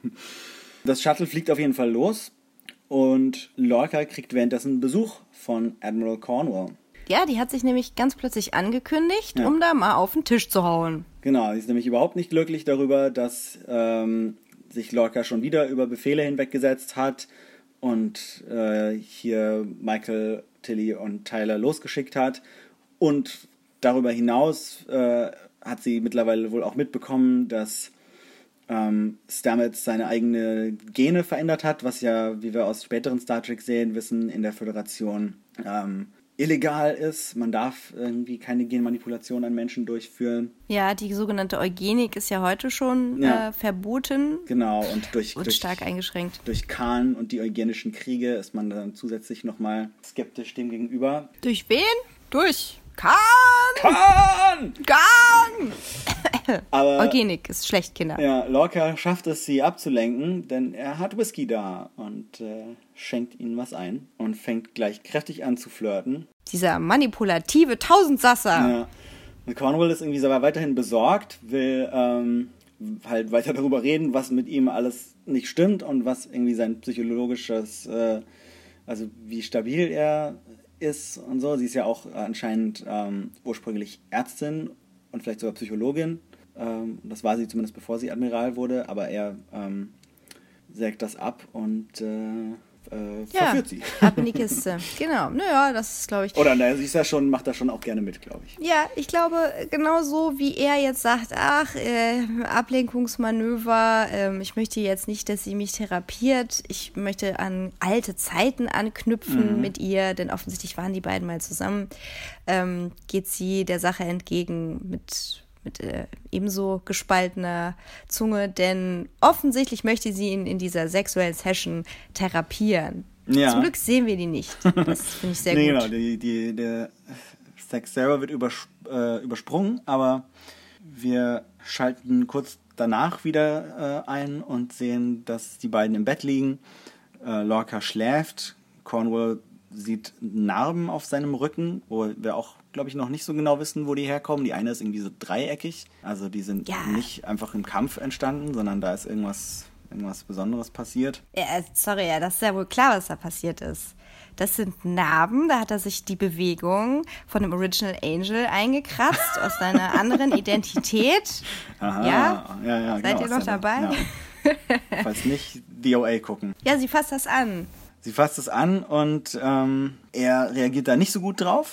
Das Shuttle fliegt auf jeden Fall los und Lorca kriegt währenddessen Besuch von Admiral Cornwell.
Ja, die hat sich nämlich ganz plötzlich angekündigt,
ja.
um da mal auf den Tisch zu hauen.
Genau, sie ist nämlich überhaupt nicht glücklich darüber, dass ähm, sich Lorca schon wieder über Befehle hinweggesetzt hat und äh, hier Michael, Tilly und Tyler losgeschickt hat. Und darüber hinaus äh, hat sie mittlerweile wohl auch mitbekommen, dass ähm, Stamets seine eigene Gene verändert hat, was ja, wie wir aus späteren Star Trek sehen, wissen, in der Föderation ähm, illegal ist. Man darf irgendwie keine Genmanipulation an Menschen durchführen.
Ja, die sogenannte Eugenik ist ja heute schon ja. äh, verboten.
Genau, und durch,
und
durch
stark eingeschränkt.
Durch Khan und die eugenischen Kriege ist man dann zusätzlich nochmal skeptisch dem gegenüber.
Durch wen? Durch Khan!
Khan!
Khan!
Aber
Eugenik ist schlecht, Kinder.
Ja, Lorca schafft es, sie abzulenken, denn er hat Whisky da und äh, schenkt ihnen was ein und fängt gleich kräftig an zu flirten.
Dieser manipulative Tausendsasser.
Ja. Und Cornwell ist irgendwie aber weiterhin besorgt, will ähm, halt weiter darüber reden, was mit ihm alles nicht stimmt und was irgendwie sein psychologisches, äh, also wie stabil er ist und so. Sie ist ja auch anscheinend ähm, ursprünglich Ärztin und vielleicht sogar Psychologin. Ähm, das war sie zumindest, bevor sie Admiral wurde, aber er ähm, sägt das ab und äh, äh,
Ja,
verführt sie.
ab in die Kiste. Genau. Naja, das ist, glaube ich...
Oder ne, sie ist ja schon, macht das schon auch gerne mit, glaube ich.
Ja, ich glaube, genauso wie er jetzt sagt, ach, äh, Ablenkungsmanöver, ähm, ich möchte jetzt nicht, dass sie mich therapiert, ich möchte an alte Zeiten anknüpfen mhm. mit ihr, denn offensichtlich waren die beiden mal zusammen, ähm, geht sie der Sache entgegen mit... mit äh, ebenso gespaltener Zunge, denn offensichtlich möchte sie ihn in dieser sexuellen Session therapieren. Ja. Zum Glück sehen wir die nicht. Das finde ich sehr
nee,
gut.
Genau, die, die, der Sex selber wird übers- äh, übersprungen, aber wir schalten kurz danach wieder äh, ein und sehen, dass die beiden im Bett liegen. Äh, Lorca schläft, Cornwall sieht Narben auf seinem Rücken, wo wir auch, glaube ich, noch nicht so genau wissen, wo die herkommen. Die eine ist irgendwie so dreieckig, also die sind ja. nicht einfach im Kampf entstanden, sondern da ist irgendwas, irgendwas Besonderes passiert.
Ja, sorry, ja, das ist ja wohl klar, was da passiert ist. Das sind Narben, da hat er sich die Bewegung von dem Original Angel eingekratzt aus seiner anderen Identität.
Aha,
ja,
ja, ja,
seid
genau,
ihr noch dabei?
Ja. Falls nicht, D O A gucken.
Ja, sie fasst das an.
Sie fasst es an und ähm, er reagiert da nicht so gut drauf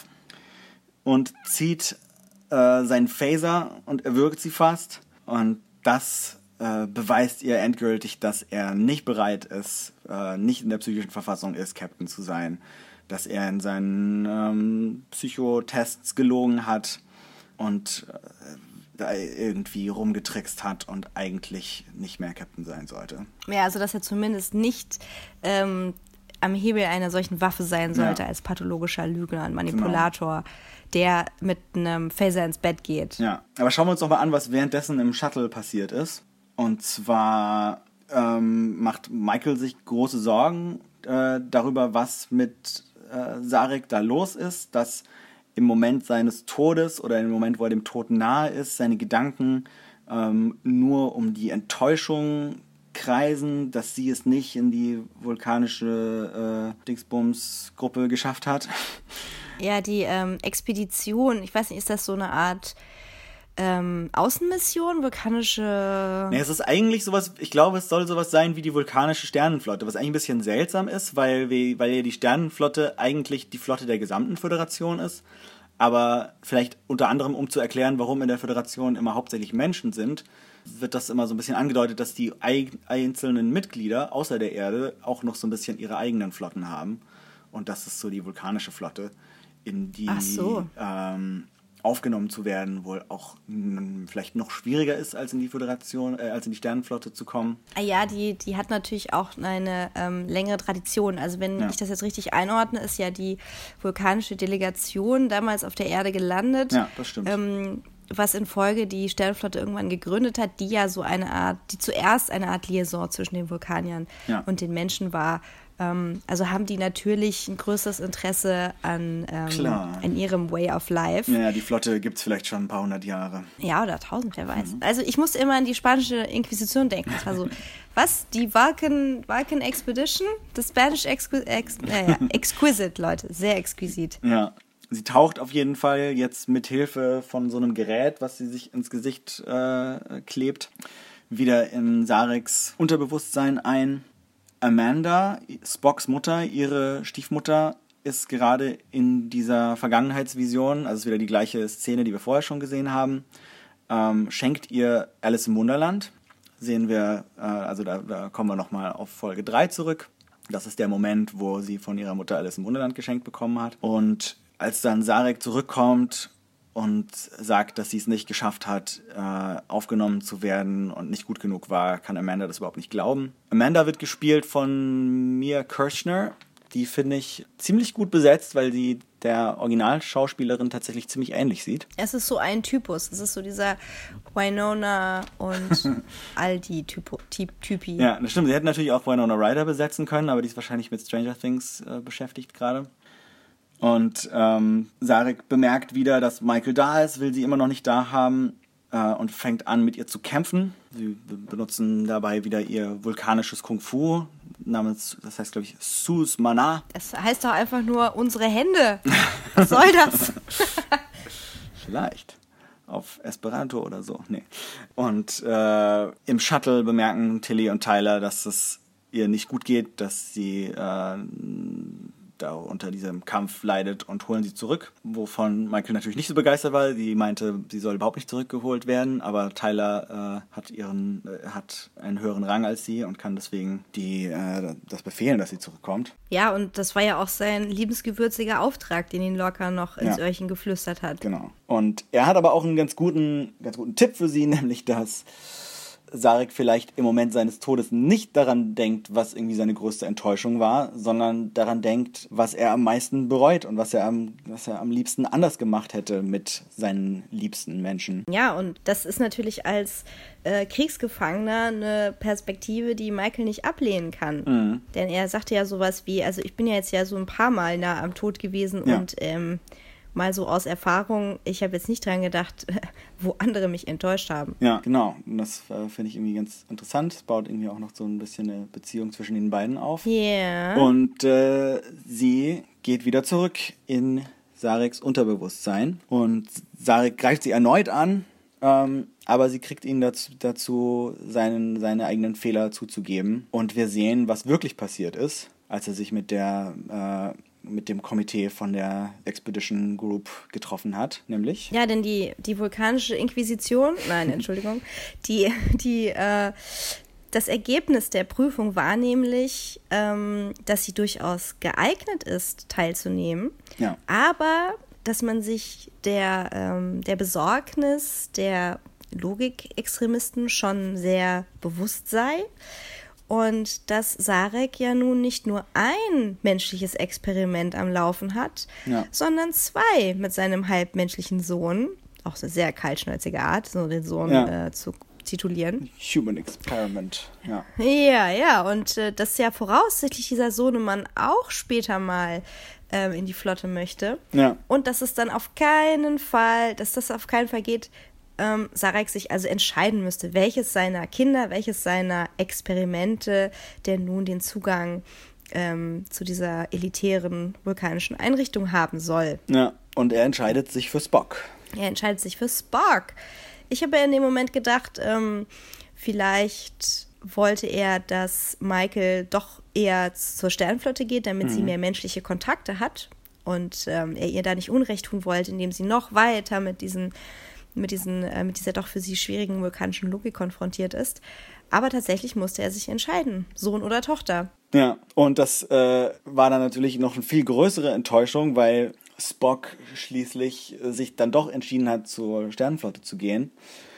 und zieht äh, seinen Phaser und erwürgt sie fast. Und das äh, beweist ihr endgültig, dass er nicht bereit ist, äh, nicht in der psychischen Verfassung ist, Captain zu sein. Dass er in seinen ähm, Psychotests gelogen hat und äh, da irgendwie rumgetrickst hat und eigentlich nicht mehr Captain sein sollte.
Ja, also dass er zumindest nicht... Ähm am Hebel einer solchen Waffe sein sollte, ja. als pathologischer Lügner und Manipulator, genau. der mit einem Phaser ins Bett geht.
Ja, aber schauen wir uns doch mal an, was währenddessen im Shuttle passiert ist. Und zwar ähm, macht Michael sich große Sorgen äh, darüber, was mit äh, Sarek da los ist, dass im Moment seines Todes oder im Moment, wo er dem Tod nahe ist, seine Gedanken ähm, nur um die Enttäuschung kreisen, dass sie es nicht in die vulkanische äh, Dingsbums-Gruppe geschafft hat.
Ja, die ähm, Expedition, ich weiß nicht, ist das so eine Art ähm, Außenmission, vulkanische...
Nee, es ist eigentlich sowas, ich glaube, es soll sowas sein wie die vulkanische Sternenflotte, was eigentlich ein bisschen seltsam ist, weil, wir, weil ja die Sternenflotte eigentlich die Flotte der gesamten Föderation ist, aber vielleicht unter anderem, um zu erklären, warum in der Föderation immer hauptsächlich Menschen sind, wird das immer so ein bisschen angedeutet, dass die einzelnen Mitglieder außer der Erde auch noch so ein bisschen ihre eigenen Flotten haben. Und das ist so die vulkanische Flotte, in die
Ach so.
ähm, aufgenommen zu werden, wohl auch m, vielleicht noch schwieriger ist, als in die Föderation, äh, als in die Sternenflotte zu kommen.
Ah ja, die, die hat natürlich auch eine ähm, längere Tradition. Also wenn
Ja.
ich das jetzt richtig einordne, ist ja die vulkanische Delegation damals auf der Erde gelandet.
Ja, das stimmt.
Ähm, was in Folge die Sternenflotte irgendwann gegründet hat, die ja so eine Art, die zuerst eine Art Liaison zwischen den Vulkaniern
Ja.
und den Menschen war. Ähm, also haben die natürlich ein größeres Interesse an, ähm,
Klar.
an ihrem Way of Life.
Ja, die Flotte gibt es vielleicht schon ein paar hundert Jahre.
Ja, oder tausend, wer weiß. Also ich musste immer an die spanische Inquisition denken. Das war so, was? Die Vulcan, Vulcan Expedition? The Spanish Exqu- Ex, äh, ja, Exquisite, Leute. Sehr exquisit.
Ja, sie taucht auf jeden Fall jetzt mit Hilfe von so einem Gerät, was sie sich ins Gesicht äh, klebt, wieder in Sareks Unterbewusstsein ein. Amanda, Spocks Mutter, ihre Stiefmutter, ist gerade in dieser Vergangenheitsvision, also es ist wieder die gleiche Szene, die wir vorher schon gesehen haben, ähm, schenkt ihr Alice im Wunderland. Sehen wir, äh, also da, da kommen wir nochmal auf Folge drei zurück. Das ist der Moment, wo sie von ihrer Mutter Alice im Wunderland geschenkt bekommen hat. Und als dann Sarek zurückkommt und sagt, dass sie es nicht geschafft hat, äh, aufgenommen zu werden und nicht gut genug war, kann Amanda das überhaupt nicht glauben. Amanda wird gespielt von Mia Kirshner. Die finde ich ziemlich gut besetzt, weil sie der Originalschauspielerin tatsächlich ziemlich ähnlich sieht.
Es ist so ein Typus. Es ist so dieser Winona und Aldi-Typi.
Ja, das stimmt. Sie hätten natürlich auch Winona Ryder besetzen können, aber die ist wahrscheinlich mit Stranger Things äh, beschäftigt gerade. Und ähm, Sarek bemerkt wieder, dass Michael da ist, will sie immer noch nicht da haben äh, und fängt an, mit ihr zu kämpfen. Sie benutzen dabei wieder ihr vulkanisches Kung-Fu, namens, das heißt, glaube ich, Sus Mana.
Das heißt doch einfach nur unsere Hände. Was soll das?
Vielleicht. Auf Esperanto oder so. Nee. Und äh, im Shuttle bemerken Tilly und Tyler, dass es ihr nicht gut geht, dass sie äh, da unter diesem Kampf leidet und holen sie zurück, wovon Michael natürlich nicht so begeistert war. Sie meinte, sie soll überhaupt nicht zurückgeholt werden, aber Tyler äh, hat ihren äh, hat einen höheren Rang als sie und kann deswegen die äh, das befehlen, dass sie zurückkommt.
Ja, und das war ja auch sein liebensgewürziger Auftrag, den ihn Lorca noch ins ja. Öhrchen geflüstert hat.
Genau. Und er hat aber auch einen ganz guten, ganz guten Tipp für sie, nämlich dass Sarek vielleicht im Moment seines Todes nicht daran denkt, was irgendwie seine größte Enttäuschung war, sondern daran denkt, was er am meisten bereut und was er am, was er am liebsten anders gemacht hätte mit seinen liebsten Menschen.
Ja, und das ist natürlich als äh, Kriegsgefangener eine Perspektive, die Michael nicht ablehnen kann. Mhm. Denn er sagte ja sowas wie, also ich bin ja jetzt ja so ein paar Mal nah am Tod gewesen ja. und ähm, mal so aus Erfahrung, ich habe jetzt nicht dran gedacht, wo andere mich enttäuscht haben.
Ja, genau. Und das äh, finde ich irgendwie ganz interessant. Es baut irgendwie auch noch so ein bisschen eine Beziehung zwischen den beiden auf.
Ja. Yeah.
Und äh, sie geht wieder zurück in Sareks Unterbewusstsein. Und Sarek greift sie erneut an, ähm, aber sie kriegt ihn dazu, dazu seinen, seine eigenen Fehler zuzugeben. Und wir sehen, was wirklich passiert ist, als er sich mit der äh, mit dem Komitee von der Expedition Group getroffen hat, nämlich...
Ja, denn die, die vulkanische Inquisition, nein, Entschuldigung, die, die, äh, das Ergebnis der Prüfung war nämlich, ähm, dass sie durchaus geeignet ist, teilzunehmen,
ja.
aber dass man sich der, ähm, der Besorgnis der Logikextremisten schon sehr bewusst sei. Und dass Sarek ja nun nicht nur ein menschliches Experiment am Laufen hat,
ja.
sondern zwei mit seinem halbmenschlichen Sohn. Auch eine sehr kaltschnäuzige Art, so den Sohn
ja.
äh, zu titulieren.
Human Experiment, ja.
Ja, ja, und äh, dass ja voraussichtlich dieser Sohnemann auch später mal ähm, in die Flotte möchte.
Ja.
Und dass es dann auf keinen Fall, dass das auf keinen Fall geht, Ähm, Sarek sich also entscheiden müsste, welches seiner Kinder, welches seiner Experimente denn nun den Zugang ähm, zu dieser elitären vulkanischen Einrichtung haben soll.
Ja, und er entscheidet sich für Spock.
Er entscheidet sich für Spock. Ich habe ja in dem Moment gedacht, ähm, vielleicht wollte er, dass Michael doch eher zur Sternenflotte geht, damit mhm. sie mehr menschliche Kontakte hat und ähm, er ihr da nicht Unrecht tun wollte, indem sie noch weiter mit diesen mit diesen, äh, mit dieser doch für sie schwierigen vulkanischen Logik konfrontiert ist. Aber tatsächlich musste er sich entscheiden, Sohn oder Tochter.
Ja, und das äh, war dann natürlich noch eine viel größere Enttäuschung, weil Spock schließlich äh, sich dann doch entschieden hat, zur Sternenflotte zu gehen.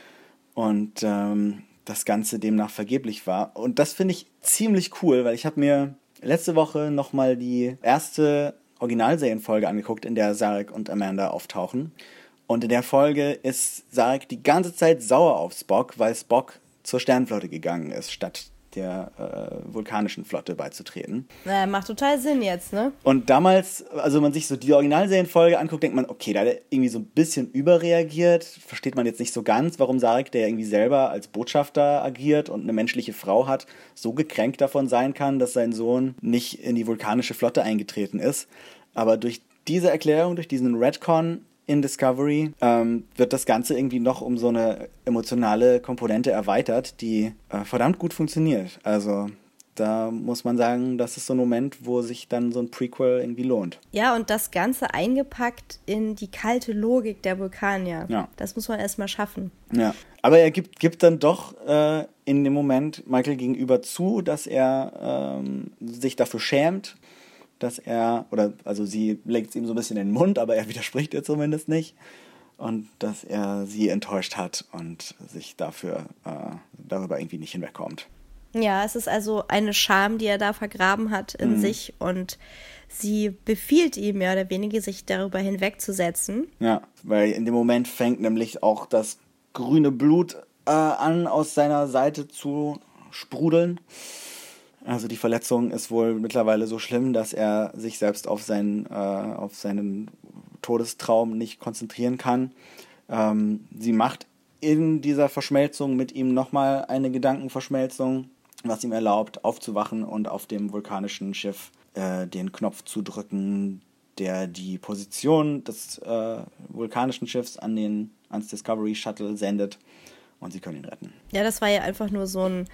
Und ähm, das Ganze demnach vergeblich war. Und das finde ich ziemlich cool, weil ich habe mir letzte Woche nochmal die erste Originalserienfolge angeguckt, in der Sarek und Amanda auftauchen. Und in der Folge ist Sarek die ganze Zeit sauer auf Spock, weil Spock zur Sternenflotte gegangen ist, statt der äh, vulkanischen Flotte beizutreten.
Naja, macht total Sinn jetzt, ne?
Und damals, also wenn man sich so die Originalserienfolge anguckt, denkt man, okay, da hat er irgendwie so ein bisschen überreagiert. Versteht man jetzt nicht so ganz, warum Sarek, der irgendwie selber als Botschafter agiert und eine menschliche Frau hat, so gekränkt davon sein kann, dass sein Sohn nicht in die vulkanische Flotte eingetreten ist. Aber durch diese Erklärung, durch diesen Retcon in Discovery ähm, wird das Ganze irgendwie noch um so eine emotionale Komponente erweitert, die äh, verdammt gut funktioniert. Also da muss man sagen, das ist so ein Moment, wo sich dann so ein Prequel irgendwie lohnt.
Ja, und das Ganze eingepackt in die kalte Logik der Vulkanier.
Ja.
Das muss man erstmal schaffen.
Ja, aber er gibt, gibt dann doch äh, in dem Moment Michael gegenüber zu, dass er ähm, sich dafür schämt, dass er, oder also sie legt es ihm so ein bisschen in den Mund, aber er widerspricht ihr zumindest nicht. Und dass er sie enttäuscht hat und sich dafür äh, darüber irgendwie nicht hinwegkommt.
Ja, es ist also eine Scham, die er da vergraben hat in mhm. sich und sie befiehlt ihm mehr oder weniger, sich darüber hinwegzusetzen.
Ja, weil in dem Moment fängt nämlich auch das grüne Blut äh, an, aus seiner Seite zu sprudeln. Also die Verletzung ist wohl mittlerweile so schlimm, dass er sich selbst auf seinen, äh, auf seinen Todestraum nicht konzentrieren kann. Ähm, sie macht in dieser Verschmelzung mit ihm nochmal eine Gedankenverschmelzung, was ihm erlaubt, aufzuwachen und auf dem vulkanischen Schiff äh, den Knopf zu drücken, der die Position des äh, vulkanischen Schiffs an den, ans Discovery Shuttle sendet und sie können ihn retten.
Ja, das war ja einfach nur so ein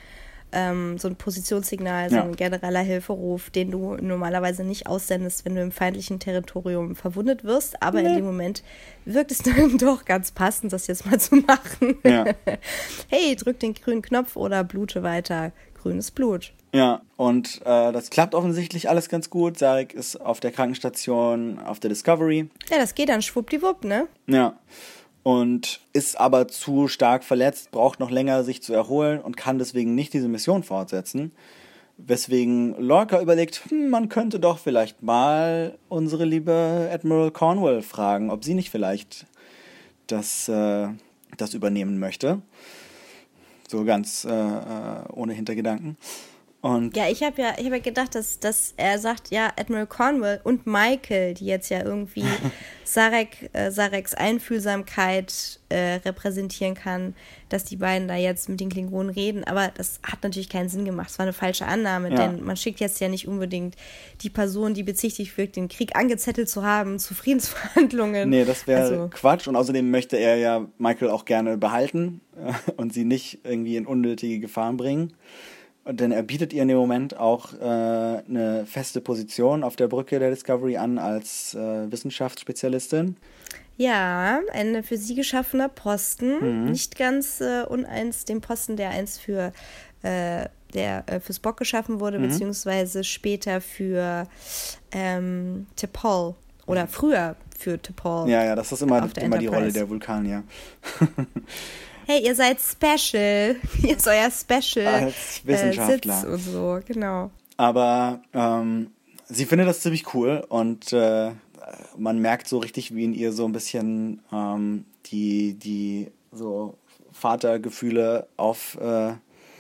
ähm, so ein Positionssignal, so
Ja.
ein genereller Hilferuf, den du normalerweise nicht aussendest, wenn du im feindlichen Territorium verwundet wirst. Aber
Nee.
in dem Moment wirkt es dann doch ganz passend, das jetzt mal zu machen.
Ja.
Hey, drück den grünen Knopf oder blute weiter. Grünes Blut.
Ja, und äh, das klappt offensichtlich alles ganz gut. Sarek ist auf der Krankenstation auf der Discovery.
Ja, das geht dann schwuppdiwupp, ne?
Ja. Und ist aber zu stark verletzt, braucht noch länger sich zu erholen und kann deswegen nicht diese Mission fortsetzen. Weswegen Lorca überlegt, hm, man könnte doch vielleicht mal unsere liebe Admiral Cornwell fragen, ob sie nicht vielleicht das, äh, das übernehmen möchte. So ganz äh, äh, ohne Hintergedanken. Und
Ja, ich habe ja, ich hab ja gedacht, dass, dass er sagt, ja, Admiral Cornwell und Michael, die jetzt ja irgendwie Sarek, äh, Sareks Einfühlsamkeit äh, repräsentieren kann, dass die beiden da jetzt mit den Klingonen reden. Aber das hat natürlich keinen Sinn gemacht. Es war eine falsche Annahme,
Ja.
denn man schickt jetzt ja nicht unbedingt die Person, die bezichtigt wird, den Krieg angezettelt zu haben, zu Friedensverhandlungen.
nee, das wäre
Also,
Quatsch. Und außerdem möchte er ja Michael auch gerne behalten äh, und sie nicht irgendwie in unnötige Gefahren bringen. Und denn er bietet ihr in dem Moment auch äh, eine feste Position auf der Brücke der Discovery an als äh, Wissenschaftsspezialistin.
ja, ein für sie geschaffener Posten.
Mhm.
Nicht ganz äh, uneins dem Posten, der einst für, äh, der, äh, für Spock geschaffen wurde,
Mhm.
beziehungsweise später für ähm, T'Pol. Oder früher für T'Pol.
Ja, ja, das ist immer,
Auf der
immer die Rolle
Enterprise.
der Vulkanier.
Hey, ihr seid special. Ihr ist euer Special
Als Wissenschaftler.
Äh, Sitz und so, genau.
Aber ähm, sie findet das ziemlich cool und äh, man merkt so richtig, wie in ihr so ein bisschen ähm, die, die so Vatergefühle aufflammen.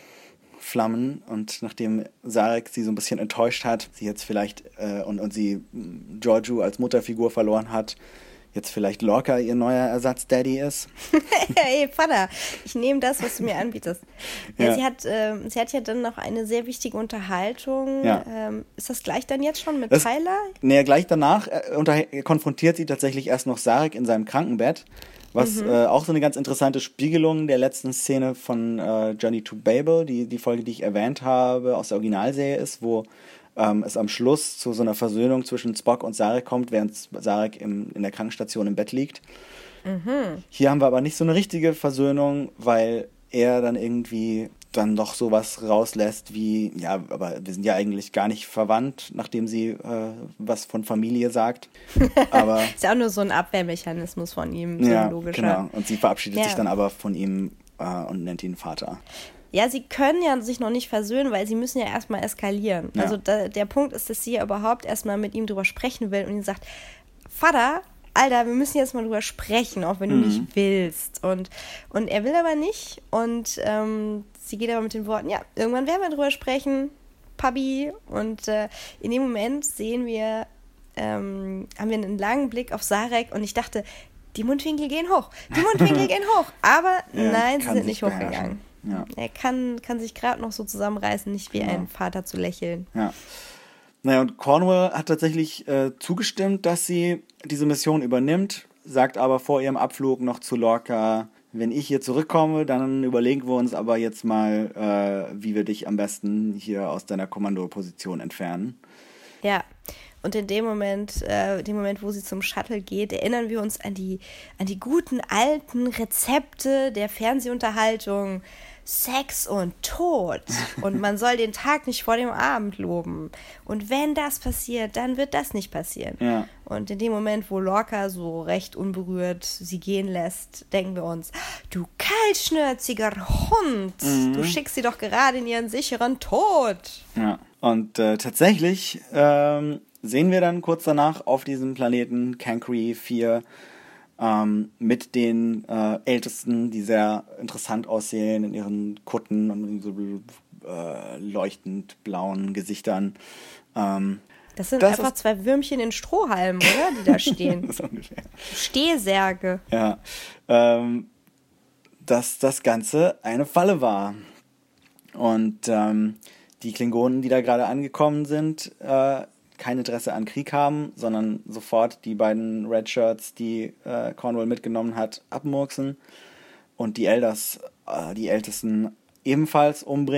Äh, flammen. Und nachdem Sarek sie so ein bisschen enttäuscht hat, sie jetzt vielleicht äh, und, und sie mh, Georgiou als Mutterfigur verloren hat, jetzt vielleicht Lorca ihr neuer Ersatz-Daddy ist.
Hey, Vater, ich nehme das, was du mir anbietest. Ja,
Ja.
Sie, hat, ähm, sie hat ja dann noch eine sehr wichtige Unterhaltung.
Ja.
Ähm, ist das gleich dann jetzt schon mit
Das-
Tyler?
Naja, gleich danach äh, unter, konfrontiert sie tatsächlich erst noch Sarek in seinem Krankenbett, was
Mhm.
äh, auch so eine ganz interessante Spiegelung der letzten Szene von äh, Journey to Babel, die, die Folge, die ich erwähnt habe, aus der Originalserie ist, wo ähm, es am Schluss zu so einer Versöhnung zwischen Spock und Sarek kommt, während Sarek im, in der Krankenstation im Bett liegt.
Mhm.
Hier haben wir aber nicht so eine richtige Versöhnung, weil er dann irgendwie dann noch sowas rauslässt wie, ja, aber wir sind ja eigentlich gar nicht verwandt, nachdem sie äh, was von Familie sagt. Aber
Ist ja auch nur so ein Abwehrmechanismus von ihm, so
ja,
ein logischer.
genau. Und sie verabschiedet
Ja.
sich dann aber von ihm äh, und nennt ihn Vater.
Ja, sie können ja sich noch nicht versöhnen, weil sie müssen ja erstmal eskalieren.
Ja.
Also da, der Punkt ist, dass sie ja überhaupt erstmal mit ihm drüber sprechen will und ihm sagt, Vater, Alter, wir müssen jetzt mal drüber sprechen, auch wenn du
Mhm.
nicht willst. Und, und er will aber nicht. Und ähm, sie geht aber mit den Worten, ja, irgendwann werden wir drüber sprechen, Papi. Und äh, in dem Moment sehen wir, ähm, haben wir einen langen Blick auf Sarek und ich dachte, die Mundwinkel gehen hoch, die Mundwinkel gehen hoch. Aber
Er
nein, sie
kann
sind
sich
nicht hochgegangen.
beherrschen. Ja.
Er kann, kann sich gerade noch so zusammenreißen, nicht wie
Genau.
ein Vater zu lächeln.
Ja. Naja, und Cornwell hat tatsächlich äh, zugestimmt, dass sie diese Mission übernimmt, sagt aber vor ihrem Abflug noch zu Lorca, wenn ich hier zurückkomme, dann überlegen wir uns aber jetzt mal, äh, wie wir dich am besten hier aus deiner Kommandoposition entfernen.
Ja, und in dem Moment, äh, dem Moment, wo sie zum Shuttle geht, erinnern wir uns an die, an die guten alten Rezepte der Fernsehunterhaltung. Sex und Tod. Und man soll den Tag nicht vor dem Abend loben. Und wenn das passiert, dann wird das nicht passieren.
Ja.
Und in dem Moment, wo Lorca so recht unberührt sie gehen lässt, denken wir uns, du kaltschnürziger Hund, du schickst sie doch gerade in ihren sicheren Tod.
Ja. Und äh, tatsächlich ähm, sehen wir dann kurz danach auf diesem Planeten Cancri vier ähm, mit den äh, Ältesten, die sehr interessant aussehen in ihren Kutten und so äh, leuchtend blauen Gesichtern. Ähm,
Das sind
Das
einfach
ist-
zwei Würmchen in Strohhalmen, oder? Die da stehen.
so ungefähr.
Stehsärge.
Ja. Ähm, dass das Ganze eine Falle war. Und ähm, die Klingonen, die da gerade angekommen sind, äh, kein Interesse an Krieg haben, sondern sofort die beiden Redshirts, die äh, Cornwell mitgenommen hat, abmurksen und die Elders, äh, die Ältesten, ebenfalls umbringen.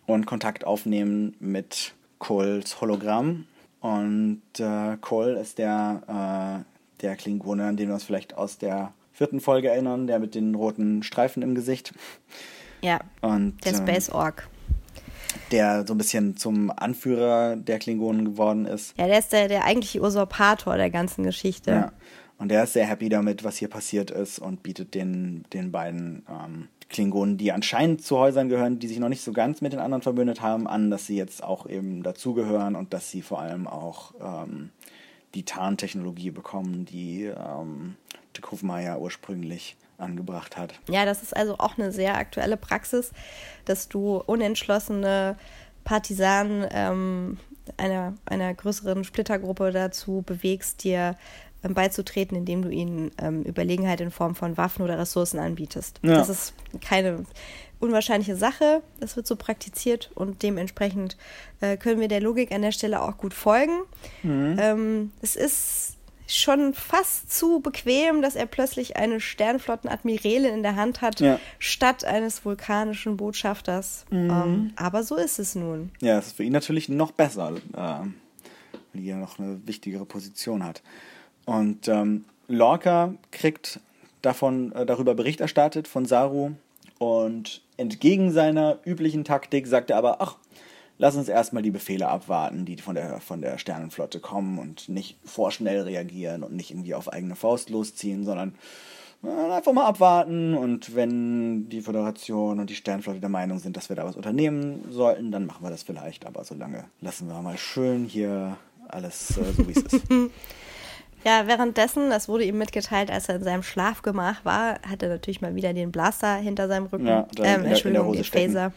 und Kontakt aufnehmen mit Coles Hologramm. Und äh, Cole ist der, äh, der Klingone, an den wir uns vielleicht aus der vierten Folge erinnern, der mit den roten Streifen im Gesicht.
Ja,
und,
der Space Orc.
Der so ein bisschen zum Anführer der Klingonen geworden ist.
Ja, der ist der, der eigentliche Usurpator der ganzen Geschichte.
Ja. Und der ist sehr happy damit, was hier passiert ist und bietet den, den beiden ähm, Klingonen, die anscheinend zu Häusern gehören, die sich noch nicht so ganz mit den anderen verbündet haben, an, dass sie jetzt auch eben dazugehören und dass sie vor allem auch ähm, die Tarntechnologie bekommen, die ähm, T'Kuvma Maya ursprünglich angebracht hat.
Ja, das ist also auch eine sehr aktuelle Praxis, dass du unentschlossene Partisanen ähm, einer, einer größeren Splittergruppe dazu bewegst, dir ähm, beizutreten, indem du ihnen ähm, Überlegenheit in Form von Waffen oder Ressourcen anbietest. Ja. Das ist keine unwahrscheinliche Sache, das wird so praktiziert und dementsprechend äh, können wir der Logik an der Stelle auch gut folgen. Mhm. Ähm, es ist schon fast zu bequem, dass er plötzlich eine Sternflottenadmiralin in der Hand hat, ja. statt eines vulkanischen Botschafters. Mhm. Ähm, aber so ist es nun.
Ja, es ist für ihn natürlich noch besser, äh, weil er noch eine wichtigere Position hat. Und ähm, Lorca kriegt davon äh, darüber Bericht erstattet von Saru und entgegen seiner üblichen Taktik sagt er aber, ach, lass uns erstmal die Befehle abwarten, die von der, von der Sternenflotte kommen und nicht vorschnell reagieren und nicht irgendwie auf eigene Faust losziehen, sondern äh, einfach mal abwarten und wenn die Föderation und die Sternenflotte der Meinung sind, dass wir da was unternehmen sollten, dann machen wir das vielleicht, aber solange lassen wir mal schön hier alles äh, so, wie es ist.
Ja, währenddessen, das wurde ihm mitgeteilt, als er in seinem Schlafgemach war, hat er natürlich mal wieder den Blaster hinter seinem Rücken.
Ja, ähm, in,
Entschuldigung,
in der Hose
den Phaser.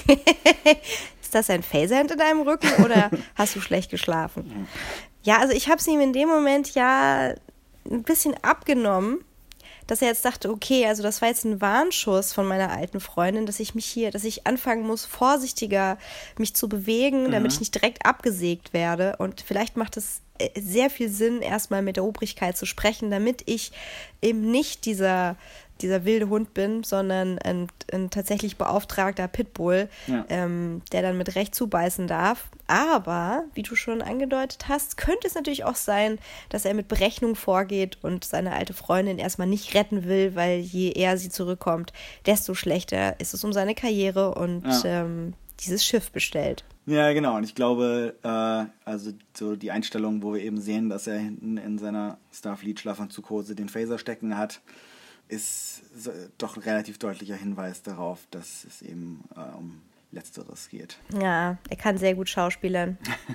Ist das ein Phaser hinter deinem Rücken oder hast du schlecht geschlafen? Ja, also ich habe es ihm in dem Moment ja ein bisschen abgenommen, dass er jetzt dachte, okay, also das war jetzt ein Warnschuss von meiner alten Freundin, dass ich mich hier, dass ich anfangen muss, vorsichtiger mich zu bewegen, mhm. damit ich nicht direkt abgesägt werde. Und vielleicht macht es sehr viel Sinn, erstmal mit der Obrigkeit zu sprechen, damit ich eben nicht dieser, dieser wilde Hund bin, sondern ein, ein tatsächlich beauftragter Pitbull, ja. ähm, der dann mit Recht zubeißen darf. Aber, wie du schon angedeutet hast, könnte es natürlich auch sein, dass er mit Berechnung vorgeht und seine alte Freundin erstmal nicht retten will, weil je eher sie zurückkommt, desto schlechter ist es um seine Karriere und ja. ähm, dieses Schiff bestellt.
Ja, genau. Und ich glaube, äh, also so die Einstellung, wo wir eben sehen, dass er hinten in seiner Starfleet-Schlafanzughose den Phaser stecken hat, ist so, doch ein relativ deutlicher Hinweis darauf, dass es eben äh, um Letzteres geht.
Ja, er kann sehr gut schauspielern.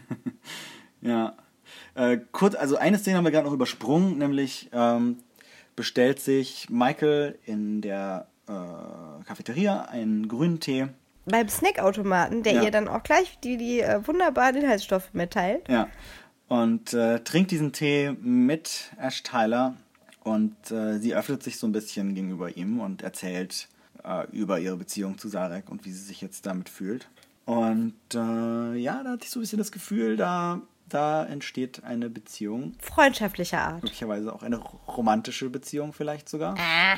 Ja. Äh, kurz, also eine Szene haben wir gerade noch übersprungen, nämlich ähm, bestellt sich Michael in der äh, Cafeteria einen grünen Tee.
Beim Snackautomaten, der ja. ihr dann auch gleich die, die äh, wunderbaren Inhaltsstoffe mitteilt.
Ja, und äh, trinkt diesen Tee mit Ash Tyler und äh, sie öffnet sich so ein bisschen gegenüber ihm und erzählt äh, über ihre Beziehung zu Sarek und wie sie sich jetzt damit fühlt. Und äh, ja, da hatte ich so ein bisschen das Gefühl, da, da entsteht eine Beziehung.
Freundschaftlicher Art.
Möglicherweise auch eine romantische Beziehung vielleicht sogar.
Ah.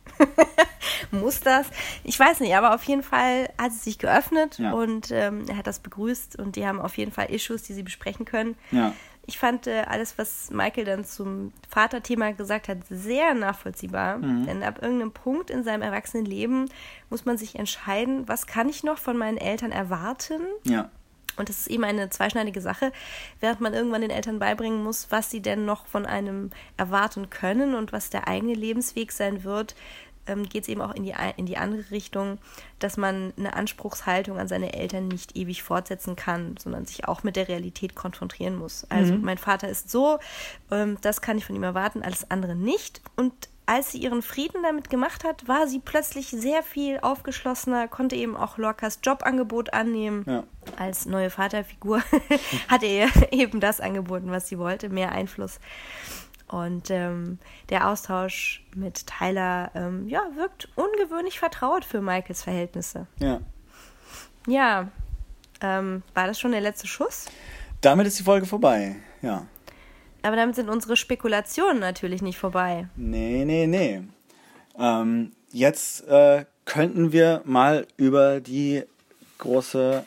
Muss das? Ich weiß nicht, aber auf jeden Fall hat sie sich geöffnet ja. und ähm, er hat das begrüßt und die haben auf jeden Fall Issues, die sie besprechen können.
Ja.
Ich fand äh, alles, was Michael dann zum Vaterthema gesagt hat, sehr nachvollziehbar. Mhm. Denn ab irgendeinem Punkt in seinem Erwachsenenleben muss man sich entscheiden, was kann ich noch von meinen Eltern erwarten?
Ja.
Und das ist eben eine zweischneidige Sache, während man irgendwann den Eltern beibringen muss, was sie denn noch von einem erwarten können und was der eigene Lebensweg sein wird, ähm, geht es eben auch in die, in die andere Richtung, dass man eine Anspruchshaltung an seine Eltern nicht ewig fortsetzen kann, sondern sich auch mit der Realität konfrontieren muss. Also mhm. mein Vater ist so, ähm, das kann ich von ihm erwarten, alles andere nicht. Und als sie ihren Frieden damit gemacht hat, war sie plötzlich sehr viel aufgeschlossener, konnte eben auch Lorcas Jobangebot annehmen. Ja. Als neue Vaterfigur hat er ihr eben das angeboten, was sie wollte, mehr Einfluss. Und ähm, der Austausch mit Tyler ähm, ja, wirkt ungewöhnlich vertraut für Michaels Verhältnisse.
Ja.
Ja, ähm, war das schon der letzte Schuss?
Damit ist die Folge vorbei, ja.
Aber damit sind unsere Spekulationen natürlich nicht vorbei.
Nee, nee, nee. Ähm, jetzt äh, könnten wir mal über die große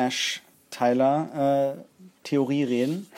Ash-Tyler-Theorie äh, reden.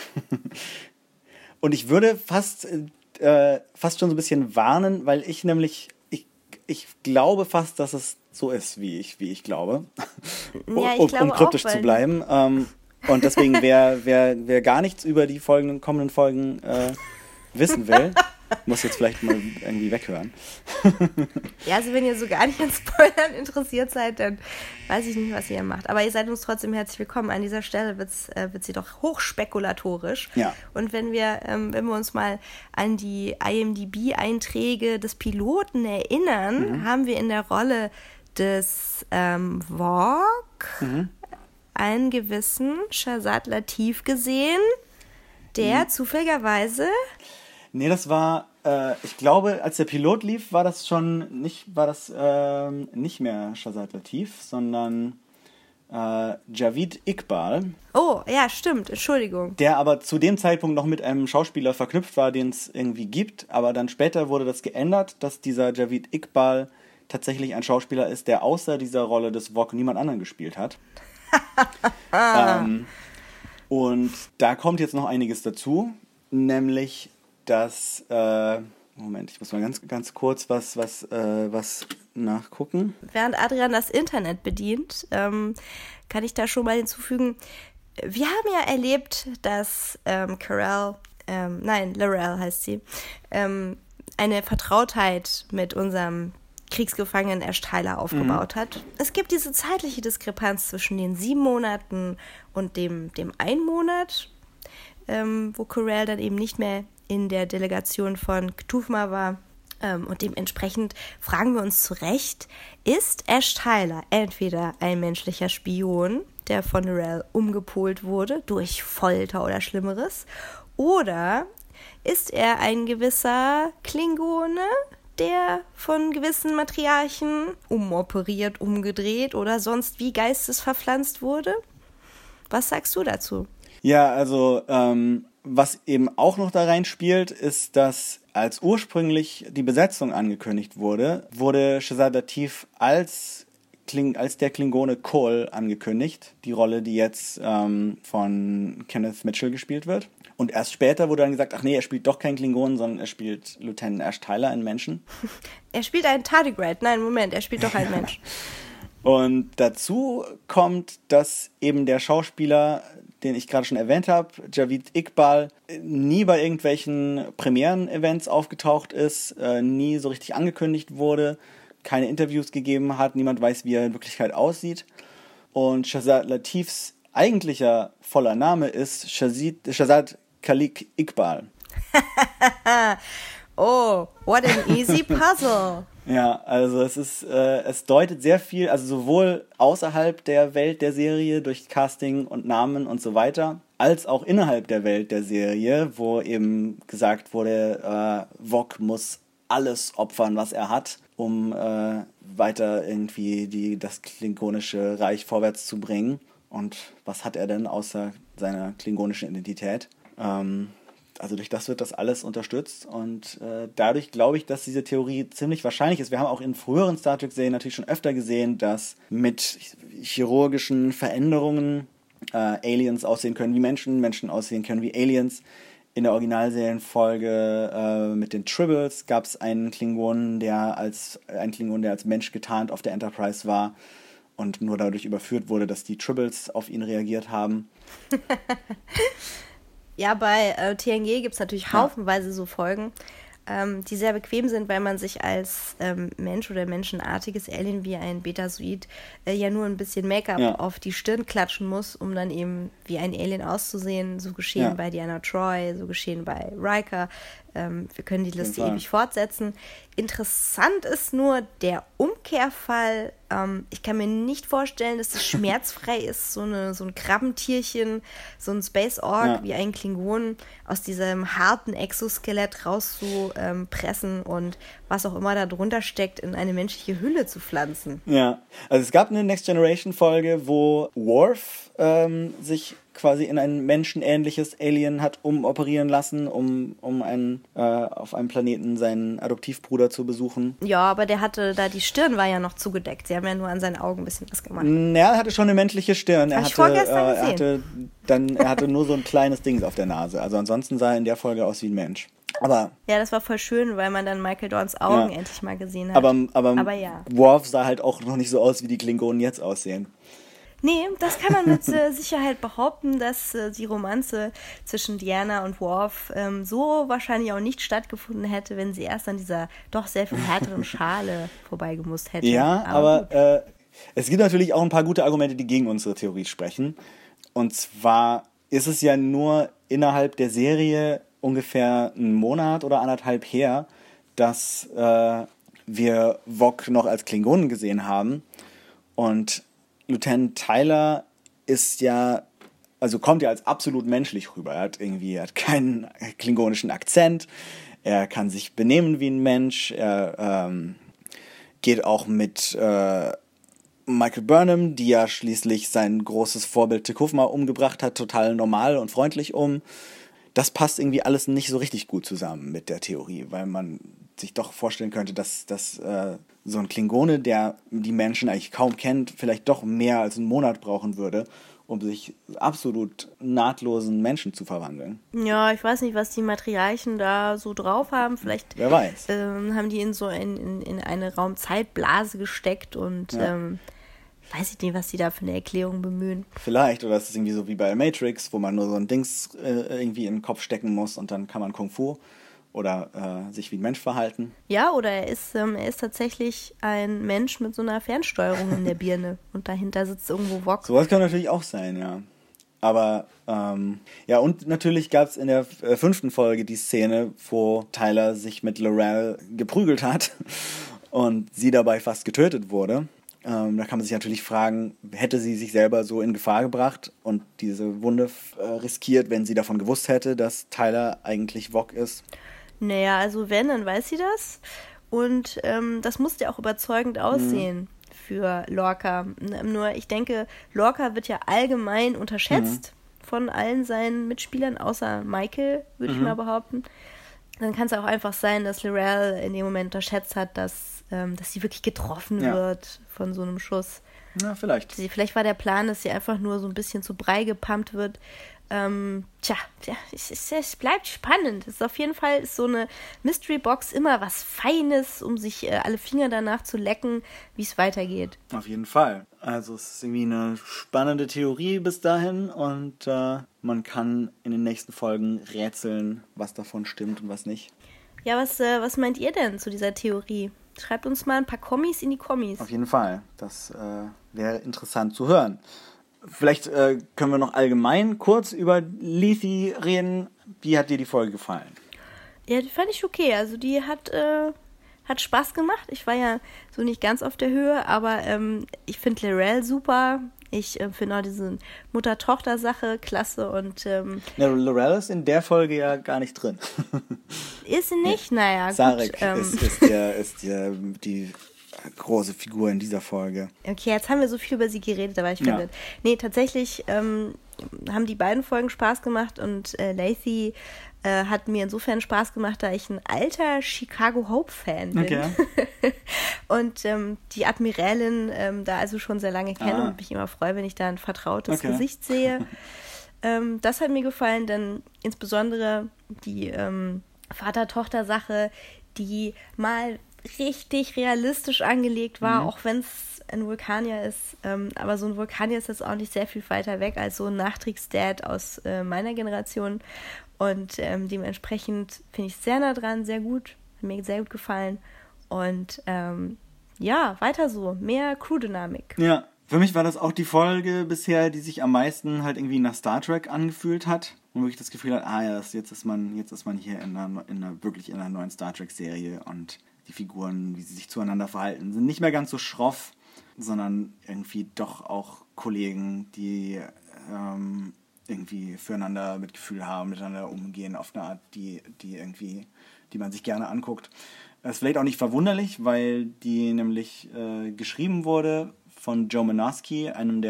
Und ich würde fast, äh, fast schon so ein bisschen warnen, weil ich nämlich, ich, ich glaube fast, dass es so ist, wie ich, wie ich glaube.
Ja, ich
um,
glaube
um kryptisch
auch,
zu bleiben. Ähm, und deswegen, wer, wer, wer gar nichts über die folgenden, kommenden Folgen äh, wissen will, muss jetzt vielleicht mal irgendwie weghören.
Ja, also wenn ihr so gar nicht an Spoilern interessiert seid, dann weiß ich nicht, was ihr macht. Aber ihr seid uns trotzdem herzlich willkommen. An dieser Stelle wird's, äh, wird sie doch hochspekulatorisch.
Ja.
Und wenn wir, ähm, wenn wir uns mal an die I M D B-Einträge des Piloten erinnern, mhm. haben wir in der Rolle des ähm, Vogue mhm. einen gewissen Shazad Latif gesehen, der mhm. zufälligerweise...
Nee, das war, äh, ich glaube, als der Pilot lief, war das schon nicht, war das äh, nicht mehr Shazad Latif, sondern äh, Javid Iqbal.
Oh, ja, stimmt, Entschuldigung.
Der aber zu dem Zeitpunkt noch mit einem Schauspieler verknüpft war, den es irgendwie gibt, aber dann später wurde das geändert, dass dieser Javid Iqbal tatsächlich ein Schauspieler ist, der außer dieser Rolle des Vogue niemand anderen gespielt hat. ähm, und da kommt jetzt noch einiges dazu, nämlich dass, äh, Moment, ich muss mal ganz, ganz kurz was, was, äh, was nachgucken.
Während Adrian das Internet bedient, ähm, kann ich da schon mal hinzufügen, wir haben ja erlebt, dass ähm, Carell, ähm, nein, Laurel heißt sie, ähm, eine Vertrautheit mit unserem Kriegsgefangenen Ash Tyler aufgebaut mhm. hat. Es gibt diese zeitliche Diskrepanz zwischen den sieben Monaten und dem, dem einen Monat, ähm, wo Carell dann eben nicht mehr in der Delegation von Ktufma war. Ähm, und dementsprechend fragen wir uns zu Recht, ist Ash Tyler entweder ein menschlicher Spion, der von Laurel umgepolt wurde durch Folter oder Schlimmeres, oder ist er ein gewisser Klingone, der von gewissen Matriarchen umoperiert, umgedreht oder sonst wie geistesverpflanzt wurde? Was sagst du dazu?
Ja, also ähm, was eben auch noch da reinspielt, ist, dass als ursprünglich die Besetzung angekündigt wurde, wurde Shazad Latif als, Kling, als der Klingone Cole angekündigt, die Rolle, die jetzt ähm, von Kenneth Mitchell gespielt wird. Und erst später wurde dann gesagt, ach nee, er spielt doch keinen Klingonen, sondern er spielt Lieutenant Ash Tyler, einen Menschen.
Er spielt einen Tardigrade. Nein, Moment, er spielt doch einen Mensch.
Und dazu kommt, dass eben der Schauspieler, den ich gerade schon erwähnt habe, Javid Iqbal, nie bei irgendwelchen Premieren-Events aufgetaucht ist, äh, nie so richtig angekündigt wurde, keine Interviews gegeben hat, niemand weiß, wie er in Wirklichkeit aussieht. Und Shazad Latifs eigentlicher voller Name ist Shazid, Shazad Khalik Iqbal.
Oh, what an easy puzzle.
Ja, also es ist, äh, es deutet sehr viel, also sowohl außerhalb der Welt der Serie durch Casting und Namen und so weiter, als auch innerhalb der Welt der Serie, wo eben gesagt wurde, äh, Vogue muss alles opfern, was er hat, um äh, weiter irgendwie die, das klingonische Reich vorwärts zu bringen. Und was hat er denn außer seiner klingonischen Identität? Ähm, Also durch das wird das alles unterstützt und äh, dadurch glaube ich, dass diese Theorie ziemlich wahrscheinlich ist. Wir haben auch in früheren Star Trek-Serien natürlich schon öfter gesehen, dass mit chirurgischen Veränderungen äh, Aliens aussehen können wie Menschen, Menschen aussehen können wie Aliens. In der Originalserienfolge äh, mit den Tribbles gab es einen Klingonen, der als ein Klingon, der als Mensch getarnt auf der Enterprise war und nur dadurch überführt wurde, dass die Tribbles auf ihn reagiert haben.
Ja, bei äh, T N G gibt es natürlich haufenweise so Folgen, ähm, die sehr bequem sind, weil man sich als ähm, Mensch oder menschenartiges Alien wie ein Betazoid äh, ja nur ein bisschen Make-up ja. auf die Stirn klatschen muss, um dann eben wie ein Alien auszusehen. So geschehen ja. bei Deanna Troi, so geschehen bei Riker. Ähm, wir können die Liste ewig fortsetzen. Interessant ist nur der Umkehrfall. Ähm, ich kann mir nicht vorstellen, dass es schmerzfrei ist, so, eine, so ein Krabbentierchen, so ein Space Orc ja. wie ein Klingon aus diesem harten Exoskelett rauszupressen ähm, und was auch immer da drunter steckt, in eine menschliche Hülle zu pflanzen.
Ja, also es gab eine Next Generation Folge, wo Worf ähm, sich quasi in ein menschenähnliches Alien hat umoperieren lassen, um, um einen, äh, auf einem Planeten seinen Adoptivbruder zu besuchen.
Ja, aber der hatte da, die Stirn war ja noch zugedeckt. Sie haben ja nur an seinen Augen ein bisschen was gemacht.
Ja, er hatte schon eine menschliche Stirn. Er
Hab ich
hatte,
vorgestern
äh, er
gesehen.
hatte dann, er hatte nur so ein kleines Ding auf der Nase. Also ansonsten sah er in der Folge aus wie ein Mensch. Aber
Ja, das war voll schön, weil man dann Michael Dorns Augen
Ja.
endlich mal gesehen hat.
Aber, aber,
Aber ja.
Worf sah halt auch noch nicht so aus, wie die Klingonen jetzt aussehen.
Nee, das kann man mit äh, Sicherheit behaupten, dass äh, die Romanze zwischen Diana und Worf ähm, so wahrscheinlich auch nicht stattgefunden hätte, wenn sie erst an dieser doch sehr viel härteren Schale vorbeigemusst hätte.
Ja, aber äh, es gibt natürlich auch ein paar gute Argumente, die gegen unsere Theorie sprechen. Und zwar ist es ja nur innerhalb der Serie ungefähr einen Monat oder anderthalb her, dass äh, wir Vok noch als Klingonen gesehen haben. Und Lieutenant Tyler ist ja, also kommt ja als absolut menschlich rüber. Er hat irgendwie, er hat keinen klingonischen Akzent, er kann sich benehmen wie ein Mensch, er ähm, geht auch mit äh, Michael Burnham, die ja schließlich sein großes Vorbild T'Kuvma umgebracht hat, total normal und freundlich um. Das passt irgendwie alles nicht so richtig gut zusammen mit der Theorie, weil man sich doch vorstellen könnte, dass, dass äh, so ein Klingone, der die Menschen eigentlich kaum kennt, vielleicht doch mehr als einen Monat brauchen würde, um sich absolut nahtlosen Menschen zu verwandeln.
Ja, ich weiß nicht, was die Materialien da so drauf haben. Vielleicht
Wer weiß.
ähm, haben die in so in, in, in eine Raumzeitblase gesteckt und
Ja.
ähm, weiß ich nicht, was die da für eine Erklärung bemühen.
Vielleicht, oder es ist irgendwie so wie bei Matrix, wo man nur so ein Dings äh, irgendwie in den Kopf stecken muss und dann kann man Kung Fu oder äh, sich wie ein Mensch verhalten.
Ja, oder er ist, ähm, er ist tatsächlich ein Mensch mit so einer Fernsteuerung in der Birne und dahinter sitzt irgendwo Vok.
Sowas kann natürlich auch sein, ja. Aber, ähm, ja, und natürlich gab es in der äh, fünften Folge die Szene, wo Tyler sich mit L'Rell geprügelt hat und sie dabei fast getötet wurde. Ähm, da kann man sich natürlich fragen, hätte sie sich selber so in Gefahr gebracht und diese Wunde äh, riskiert, wenn sie davon gewusst hätte, dass Tyler eigentlich Vok ist?
Naja, also wenn, dann weiß sie das. Und ähm, das muss ja auch überzeugend aussehen mhm. für Lorca. Nur ich denke, Lorca wird ja allgemein unterschätzt mhm. von allen seinen Mitspielern, außer Michael, würde mhm. ich mal behaupten. Dann kann es auch einfach sein, dass L'Rell in dem Moment unterschätzt hat, dass, ähm, dass sie wirklich getroffen
ja.
wird von so einem Schuss.
Ja, vielleicht.
Sie, vielleicht war der Plan, dass sie einfach nur so ein bisschen zu Brei gepumpt wird. Ähm, tja, tja es, es, es bleibt spannend. Es ist auf jeden Fall ist so eine Mystery-Box immer was Feines, um sich äh, alle Finger danach zu lecken, wie es weitergeht.
Auf jeden Fall. Also es ist irgendwie eine spannende Theorie bis dahin und äh, man kann in den nächsten Folgen rätseln, was davon stimmt und was nicht.
Ja, was, äh, was meint ihr denn zu dieser Theorie? Schreibt uns mal ein paar Kommis in die Kommis.
Auf jeden Fall. Das äh, wäre interessant zu hören. Vielleicht äh, können wir noch allgemein kurz über Lethe reden. Wie hat dir die Folge gefallen?
Ja, die fand ich okay. Also die hat, äh, hat Spaß gemacht. Ich war ja so nicht ganz auf der Höhe, aber ähm, ich finde L'Rell super. Ich äh, finde auch diese Mutter-Tochter-Sache klasse. Und ähm,
ja, L'Rell ist in der Folge ja gar nicht drin.
Ist sie nicht? Naja,
Sarek
gut. Ähm,
ist, ist, der, ist der, die große Figur in dieser Folge.
Okay, jetzt haben wir so viel über sie geredet, da war ich verwirrt. Ja. Nee, tatsächlich ähm, haben die beiden Folgen Spaß gemacht und äh, Lethe äh, hat mir insofern Spaß gemacht, da ich ein alter Chicago Hope-Fan bin.
Okay.
Und ähm, die Admiralin ähm, da also schon sehr lange kenne ah. und mich immer freue, wenn ich da ein vertrautes
okay.
Gesicht sehe. ähm, das hat mir gefallen, denn insbesondere die ähm, Vater-Tochter-Sache, die mal richtig realistisch angelegt war, mhm. auch wenn es ein Vulkanier ist. Ähm, aber so ein Vulkanier ist jetzt auch nicht sehr viel weiter weg als so ein Nachkriegsdad aus äh, meiner Generation. Und ähm, dementsprechend finde ich es sehr nah dran, sehr gut. Hat mir sehr gut gefallen. Und ähm, ja, weiter so. Mehr Crew-Dynamik.
Ja, für mich war das auch die Folge bisher, die sich am meisten halt irgendwie nach Star Trek angefühlt hat. Und wirklich das Gefühl hat, ah ja, das, jetzt ist man, jetzt ist man hier in einer, in einer, wirklich in einer neuen Star Trek-Serie und die Figuren, wie sie sich zueinander verhalten, sind nicht mehr ganz so schroff, sondern irgendwie doch auch Kollegen, die ähm, irgendwie füreinander Mitgefühl haben, miteinander umgehen auf eine Art, die, die irgendwie, die man sich gerne anguckt. Das ist vielleicht auch nicht verwunderlich, weil die nämlich äh, geschrieben wurde von Joe Menosky, einem der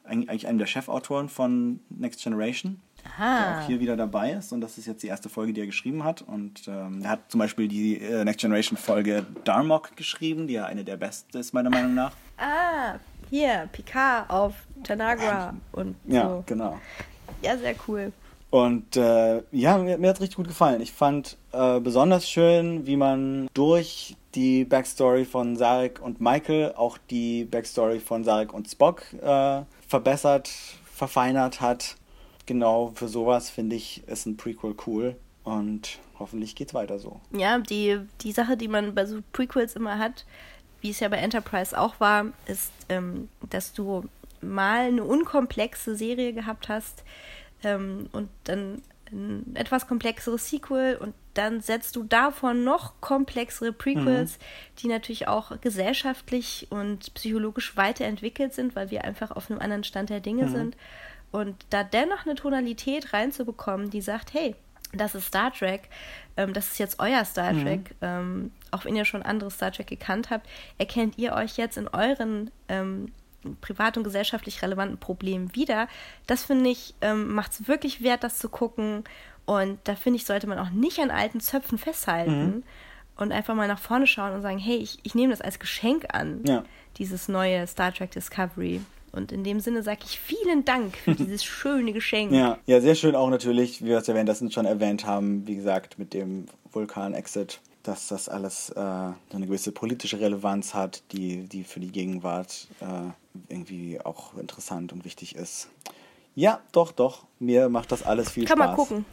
eigentlich einem der Chefautoren von Next Generation,
Aha.
der auch hier wieder dabei ist. Und das ist jetzt die erste Folge, die er geschrieben hat. Und ähm, er hat zum Beispiel die äh, Next Generation Folge Darmok geschrieben, die ja eine der besten ist, meiner Meinung nach.
Ah, hier, Picard auf Tanagra und so.
Ja, genau.
Ja, sehr cool.
Und äh, ja, mir, mir hat es richtig gut gefallen. Ich fand äh, besonders schön, wie man durch die Backstory von Sarek und Michael auch die Backstory von Sarek und Spock äh, verbessert, verfeinert hat. Genau, für sowas finde ich, ist ein Prequel cool und hoffentlich geht's weiter so.
Ja, die, die Sache, die man bei so Prequels immer hat, wie es ja bei Enterprise auch war, ist, ähm, dass du mal eine unkomplexe Serie gehabt hast, ähm, und dann ein etwas komplexeres Sequel und dann setzt du davon noch komplexere Prequels, mhm. die natürlich auch gesellschaftlich und psychologisch weiterentwickelt sind, weil wir einfach auf einem anderen Stand der Dinge mhm. sind. Und da dennoch eine Tonalität reinzubekommen, die sagt, hey, das ist Star Trek, ähm, das ist jetzt euer Star Trek, mhm. ähm, auch wenn ihr schon andere Star Trek gekannt habt, erkennt ihr euch jetzt in euren ähm, privat und gesellschaftlich relevanten Problemen wieder. Das, finde ich, ähm, macht es wirklich wert, das zu gucken. Und da, finde ich, sollte man auch nicht an alten Zöpfen festhalten mhm. und einfach mal nach vorne schauen und sagen, hey, ich, ich nehme das als Geschenk an,
ja.
dieses neue Star Trek Discovery. Und in dem Sinne sage ich vielen Dank für dieses schöne Geschenk.
Ja, ja, sehr schön auch natürlich, wie wir es erwähnt, das schon erwähnt haben, wie gesagt, mit dem Vulkan-Exit, dass das alles äh, so eine gewisse politische Relevanz hat, die, die für die Gegenwart äh, irgendwie auch interessant und wichtig ist. Ja, doch, doch, mir macht das alles viel
Kann
Spaß.
Kann man gucken.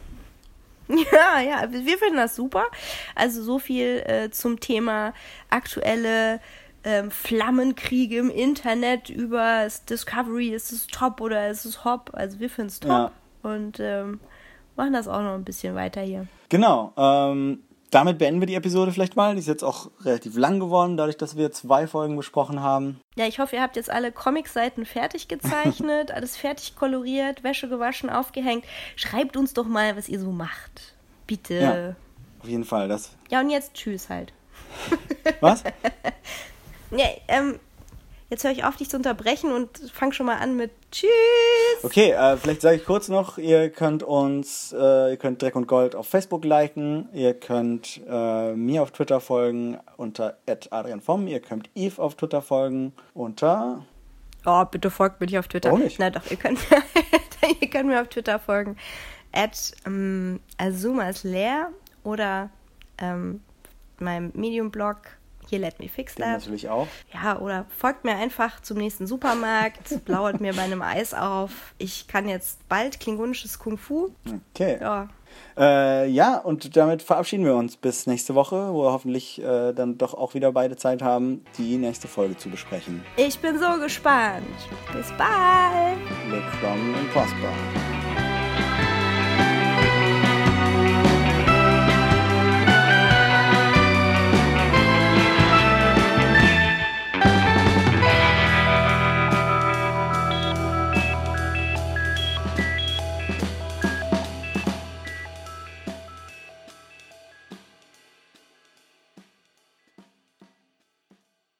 Ja, ja, wir finden das super. Also so viel äh, zum Thema aktuelle ähm, Flammenkriege im Internet über Discovery, ist es top oder ist es hop? Also wir finden es top
ja.
und ähm, machen das auch noch ein bisschen weiter hier.
Genau, ähm, damit beenden wir die Episode vielleicht mal. Die ist jetzt auch relativ lang geworden, dadurch, dass wir zwei Folgen besprochen haben.
Ja, ich hoffe, ihr habt jetzt alle Comic-Seiten fertig gezeichnet, alles fertig koloriert, Wäsche gewaschen, aufgehängt. Schreibt uns doch mal, was ihr so macht. Bitte.
Ja, auf jeden Fall. Das.
Ja, und jetzt tschüss halt.
Was?
Ja, ähm, jetzt höre ich auf, dich zu unterbrechen und fang schon mal an mit Tschüss.
Okay, äh, vielleicht sage ich kurz noch, ihr könnt uns, äh, ihr könnt Dreck und Gold auf Facebook liken, ihr könnt äh, mir auf Twitter folgen unter at adrian vom, ihr könnt Eve auf Twitter folgen unter...
Oh, bitte folgt mir nicht auf Twitter.
Warum nicht?
Na doch, ihr könnt, ihr könnt mir auf Twitter folgen at ähm, Azuma ist leer oder ähm, meinem Medium-Blog hier Let Me Fix That.
Natürlich auch.
Ja, oder folgt mir einfach zum nächsten Supermarkt, blaut mir bei einem Eis auf. Ich kann jetzt bald klingonisches Kung Fu.
Okay.
Ja.
Äh, ja, und damit verabschieden wir uns bis nächste Woche, wo wir hoffentlich äh, dann doch auch wieder beide Zeit haben, die nächste Folge zu besprechen.
Ich bin so gespannt. Bis bald.
Live long and prosper.